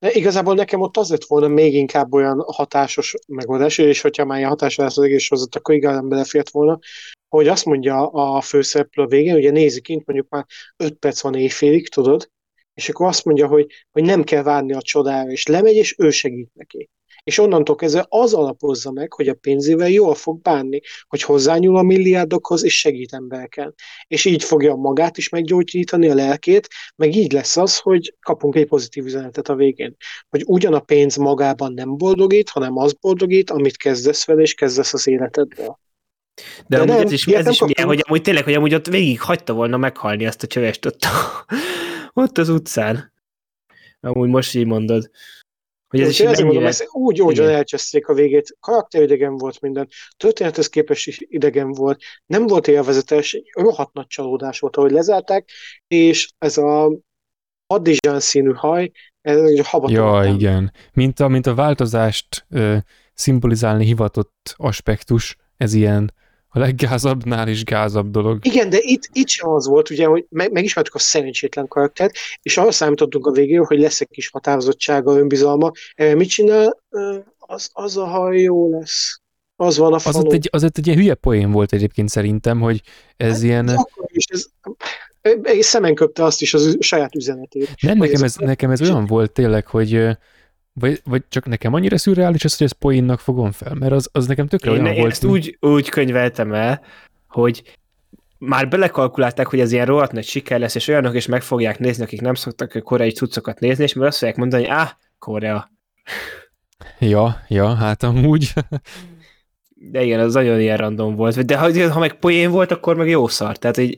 De igazából nekem ott az lett volna még inkább olyan hatásos megoldás, és hogyha már ilyen hatásos lesz az egész sorozat, akkor igazán belefért volna, hogy azt mondja a főszereplő a végén, ugye nézi kint, mondjuk már öt perc van éjfélig, tudod, és akkor azt mondja, hogy, hogy nem kell várni a csodára, és lemegy, és ő segít neki. És onnantól kezdve az alapozza meg, hogy a pénzével jól fog bánni, hogy hozzányúl a milliárdokhoz, és segít embereken. És így fogja magát is meggyógyítani, a lelkét, meg így lesz az, hogy kapunk egy pozitív üzenetet a végén. Hogy ugyan a pénz magában nem boldogít, hanem az boldogít, amit kezdesz vele, és kezdesz az életedből. De, De amúgy nem, ez is, ilyet ez nem is milyen, kaptunk. hogy amúgy tényleg, hogy amúgy ott végig hagyta volna meghalni ezt a csövest ott, a, ott az utcán. Amúgy most így mondod. Hogy ez is Úgyhogy így ezért mondom, mennyire... ezt úgy, úgy Igen. elcseszték a végét, karakteridegen volt minden, történethez képest is idegen volt, nem volt élvezetes, rohadt nagy csalódás volt, ahogy lezárták, és ez a hadizsán színű haj, ez egy habatomat Ja, nem. igen. Mint a, mint a változást ö, szimbolizálni hivatott aspektus, ez ilyen a leggázabbnál is gázabb dolog. Igen, de itt, itt sem az volt, ugye, hogy meg, megismertük a szerencsétlen karaktert, és arra számítottunk a végén, hogy lesz egy kis határozottsága, önbizalma. E, mit csinál? E, az, az a haj jó lesz. Az van a Az ott falon. egy, az ott egy ilyen hülye poén volt egyébként szerintem, hogy ez ilyen... De akkor is ez, és szemen köpte azt is az saját üzenetét. Nem, Hogy nekem ez, ez, nekem ez olyan volt tényleg, hogy ö, vagy, vagy csak nekem annyira szürreális az, hogy ezt poénnak fogom fel, mert az, az nekem tökre Én, olyan én volt, ezt úgy, úgy könyveltem el, hogy már belekalkulálták, hogy ez ilyen rohadt nagy siker lesz, és olyanok is meg fogják nézni, akik nem szoktak koreai cuccokat nézni, és mert azt fogják mondani, hogy áh, Korea. Ja, ja, hát amúgy. De igen, az nagyon ilyen random volt. De ha, ha meg poén volt, akkor meg jó szar. Tehát így...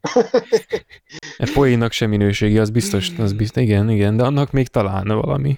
E poénnak sem minőségi, az biztos, az biztos, igen, igen, de annak még talán valami.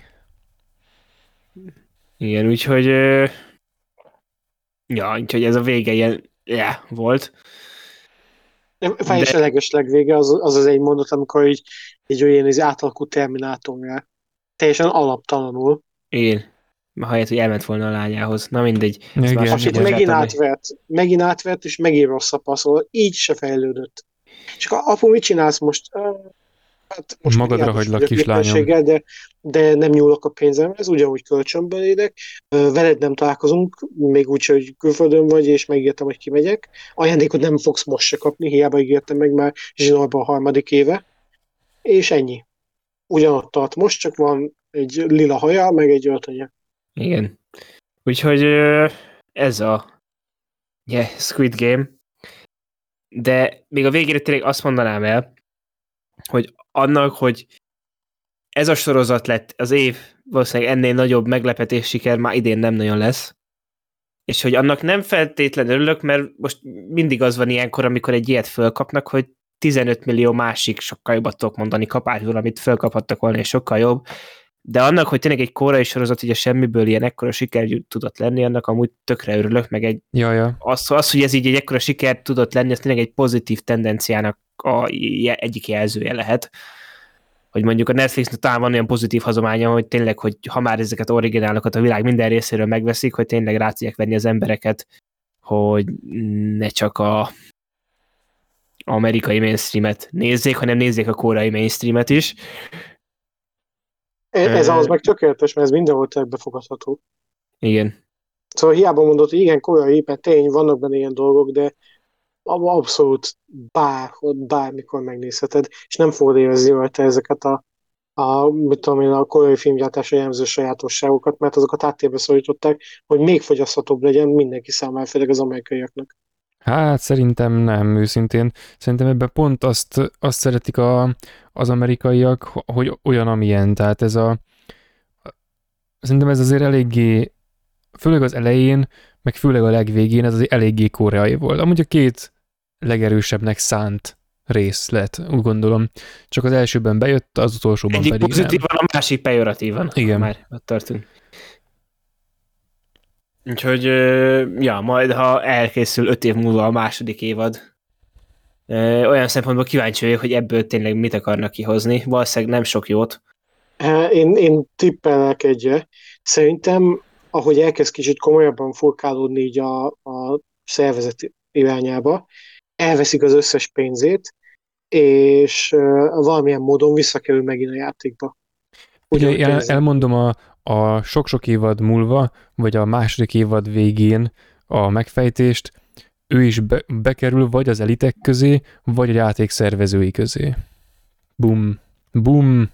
Igen, úgyhogy... ö, Ja, úgyhogy ez a vége ilyen... Yeah, volt. felesleges legvége az, az az egy mondat, amikor így, így olyan az átalakult terminátorra. Teljesen alaptalanul. Igen. Ahelyett, hogy elment volna a lányához. Na mindegy. Ezt Igen, mások Akit igen. most megint átadni. átvert, megint átvert, és megint rosszabb passzol. Így se fejlődött. És akkor apu, mit csinálsz most? Ö, Hát most Magadra milliárdos hagylak, vagyok kislányom. éppenséggel, de, de nem nyúlok a pénzemhez, ugyanúgy kölcsönből édek. Ö, Veled nem találkozunk, még úgy, hogy külföldön vagy, és megígértem, hogy kimegyek. Ajándékot nem fogsz most se kapni, hiába ígértem meg már zsinórban a harmadik éve. És ennyi. Ugyanott tart most, csak van egy lila haja, meg egy öltönye. Igen. Úgyhogy ö, ez a yeah, Squid Game. De még a végére tényleg azt mondanám el, hogy annak, hogy ez a sorozat lett az év valószínűleg ennél nagyobb meglepetés siker már idén nem nagyon lesz. És hogy annak nem feltétlenül örülök, mert most mindig az van ilyenkor, amikor egy ilyet fölkapnak, hogy tizenöt millió másik sokkal jobbat tudok mondani kapásból, amit fölkaphattak volna, és sokkal jobb. De annak, hogy tényleg egy koreai sorozat így a semmiből ilyen ekkora siker tudott lenni, annak amúgy tökre örülök, meg egy, Ja, ja. az, az, hogy ez így egy ekkora siker tudott lenni, ez tényleg egy pozitív tendenciának a je- egyik jelzője lehet. Hogy mondjuk a Netflixnek talán van olyan pozitív hazománya, hogy tényleg, hogy ha már ezeket originálokat a világ minden részéről megveszik, hogy tényleg rá tudják venni az embereket, hogy ne csak a amerikai mainstreamet nézzék, hanem nézzék a koreai mainstreamet is. E- Ez Ö, ahhoz meg tökéletes, mert ez mindenhol befogadható. Igen. Szóval hiába mondod, hogy igen, koreai, mert tény, vannak benne ilyen dolgok, de abban abszolút bárhol, bármikor megnézheted, és nem fogod érezni rajta ezeket a, a, mit tudom én, a koreai filmgyártásra jellemző sajátosságokat, mert azokat háttérbe szorították, hogy még fogyaszthatóbb legyen mindenki számára, főleg az amerikaiaknak. Hát szerintem nem, őszintén. Szerintem ebben pont azt, azt szeretik a, az amerikaiak, hogy olyan, amilyen. Tehát ez a... Szerintem ez azért eléggé, főleg az elején, meg főleg a legvégén, ez azért eléggé koreai volt. Amúgy a két legerősebbnek szánt rész lett, úgy gondolom. Csak az elsőben bejött, az utolsóban Egyik pedig pozitívan, nem. a másik pejoratívan. Igen. Már ott tartunk. Úgyhogy, ö, ja, majd ha elkészül öt év múlva a második évad, ö, olyan szempontból kíváncsi vagyok, hogy ebből tényleg mit akarnak kihozni. Valószínűleg nem sok jót. Eh, Én, én tippelek egyre. Szerintem, ahogy elkezd kicsit komolyabban furkálódni így a, a szervezet irányába, elveszik az összes pénzét, és uh, valamilyen módon visszakerül megint a játékba. Ugye el, elmondom a, a sok-sok évad múlva, vagy a második évad végén a megfejtést, ő is be, bekerül vagy az elitek közé, vagy a játék szervezői közé. Bum. Bum.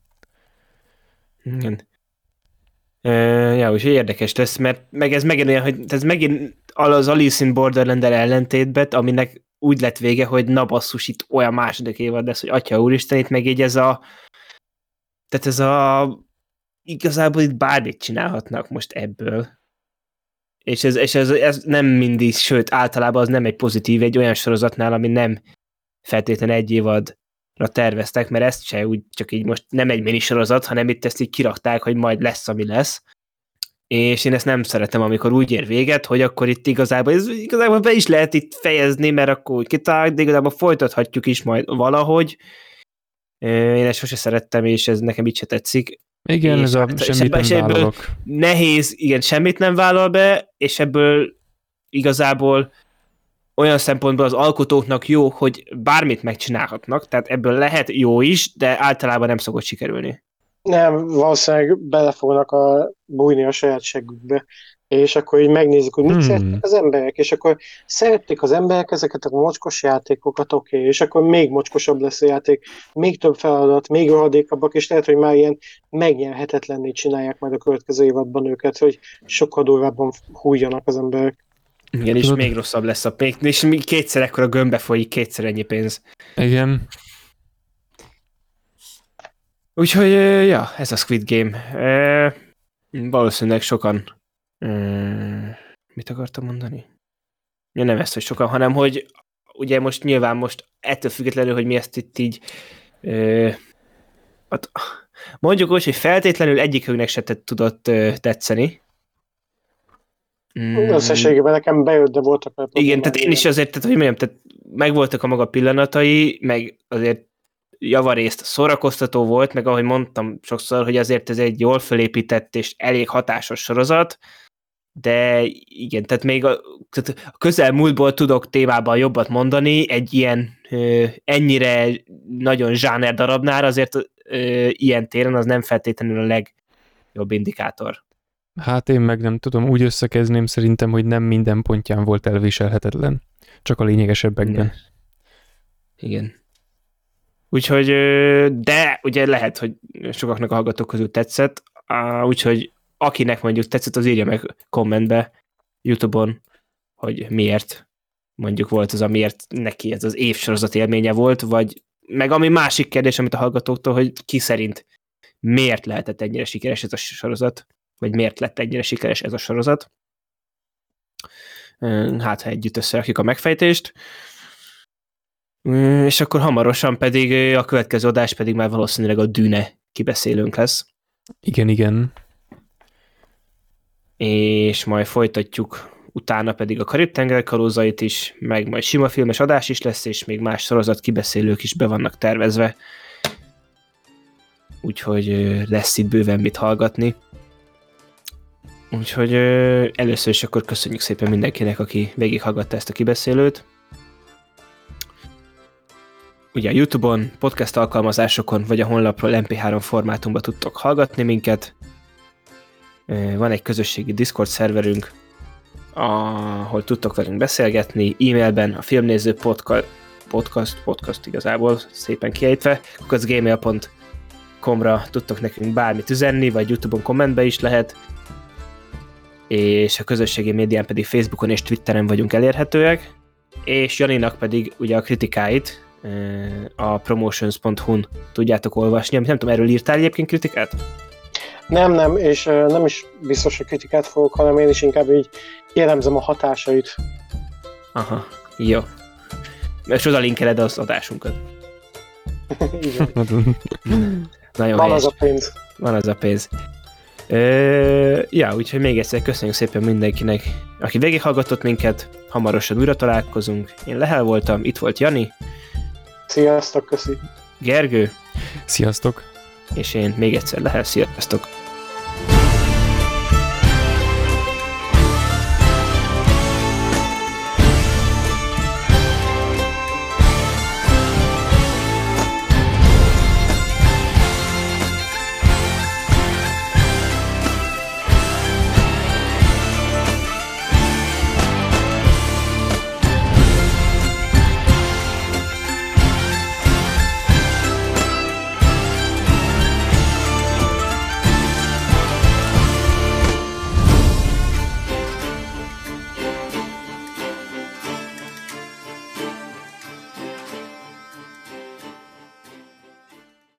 Igen. Uh, ja, úgyhogy érdekes lesz, mert meg ez megint olyan, hogy ez megint az Alice in Borderland-el ellentétben, aminek úgy lett vége, hogy na basszus, itt olyan második évad lesz, hogy atya úristen, itt meg így ez a tehát ez a igazából itt bármit csinálhatnak most ebből. És ez, és ez, ez nem mindig, sőt, általában az nem egy pozitív, egy olyan sorozatnál, ami nem feltétlenül egy évadra terveztek, mert ezt se úgy csak így most nem egy minisorozat, hanem itt ezt így kirakták, hogy majd lesz, ami lesz. És én ezt nem szeretem, amikor úgy ér véget, hogy akkor itt igazából, ez igazából be is lehet itt fejezni, mert akkor úgy kitálják, de igazából folytathatjuk is majd valahogy. Én ezt sose szerettem, és ez nekem így se tetszik. Igen, és ez a hát, semmit és nem ebből vállalok. Nehéz, igen, semmit nem vállal be, és ebből igazából olyan szempontból az alkotóknak jó, hogy bármit megcsinálhatnak, tehát ebből lehet jó is, de általában nem szokott sikerülni. Nem, valószínűleg bele fognak a, bújni a saját seggükbe, és akkor így megnézik, hogy mit Hmm. szerettek az emberek, és akkor szerették az emberek ezeket a mocskos játékokat, oké, okay, és akkor még mocskosabb lesz a játék, még több feladat, még rohadékabbak, és lehet, hogy már ilyen megnyerhetetlenné csinálják majd a következő évadban őket, hogy sokkal durvábban hújjanak az emberek. Igen, és Tudod- még rosszabb lesz a pénz, és még kétszer ekkora gömbbe folyik, kétszer ennyi pénz. Igen. Úgyhogy, ö, ja, ez a Squid Game. Ö, valószínűleg sokan... Ö, mit akartam mondani? Ja, nem ezt, hogy sokan, hanem hogy ugye most nyilván most ettől függetlenül, hogy mi ezt itt így ö, hát, mondjuk úgy, hogy feltétlenül egyikünknek se tett- tudott ö, tetszeni. Mm. Összességében nekem bejött, de voltak vele Igen, problémák. tehát én is azért, tehát hogy mondjam, tehát megvoltak a maga pillanatai, meg azért javarészt szórakoztató volt, meg ahogy mondtam sokszor, hogy azért ez egy jól fölépített és elég hatásos sorozat, de igen, tehát még a, tehát a közelmúltból tudok témában jobbat mondani, egy ilyen ö, ennyire nagyon zsáner darabnál azért ö, ilyen téren az nem feltétlenül a legjobb indikátor. Hát én meg nem tudom, úgy összekezném szerintem, hogy nem minden pontján volt elviselhetetlen. Csak a lényegesebbekben. Igen. Úgyhogy, ö, de ugye lehet, hogy sokaknak a hallgatók közül tetszett, á, úgyhogy akinek mondjuk tetszett, az írja meg kommentbe YouTube-on, hogy miért mondjuk volt az, amiért neki ez az évsorozat élménye volt, vagy meg ami másik kérdés, amit a hallgatóktól, hogy ki szerint miért lehetett ennyire sikeres ez a sorozat, vagy miért lett ennyire sikeres ez a sorozat. Ö, Hát, ha együtt összerakjuk a megfejtést. Ö, És akkor hamarosan pedig ö, a következő adás pedig már valószínűleg a Dűne kibeszélőnk lesz. Igen, igen. És majd folytatjuk utána pedig a Karib-tenger kalózait is, meg majd sima filmes adás is lesz, és még más sorozat kibeszélők is be vannak tervezve. Úgyhogy ö, lesz itt bőven mit hallgatni. Úgyhogy ö, először is akkor köszönjük szépen mindenkinek, aki végighallgatta ezt a kibeszélőt. Ugye a YouTube-on, podcast alkalmazásokon, vagy a honlapról em pé három formátumban tudtok hallgatni minket. Ö, Van egy közösségi Discord szerverünk, ahol tudtok velünk beszélgetni, e-mailben a filmnéző podca- podcast, podcast igazából szépen kiejtve, kukacgmail pont com-ra tudtok nekünk bármit üzenni, vagy YouTube-on kommentbe is lehet, és a közösségi médián pedig Facebookon és Twitteren vagyunk elérhetőek, és Janinak pedig ugye a kritikáit ö, a promotions pont hu-n tudjátok olvasni, amit nem tudom, erről írtál egyébként kritikát? Nem, nem, és uh, nem is biztos, hogy kritikát fogok, hanem én is inkább így jellemzem a hatásait. Aha, jó. És oda linkeled az adásunkat. Így van. Nagyon Van helyes. az a pénz. Van az a pénz. Ö, ja, úgyhogy még egyszer köszönjük szépen mindenkinek, aki végighallgatott minket, hamarosan újra találkozunk. Én Lehel voltam, itt volt Jani, Sziasztok, köszi. Gergő, Sziasztok! és én még egyszer Lehel, sziasztok!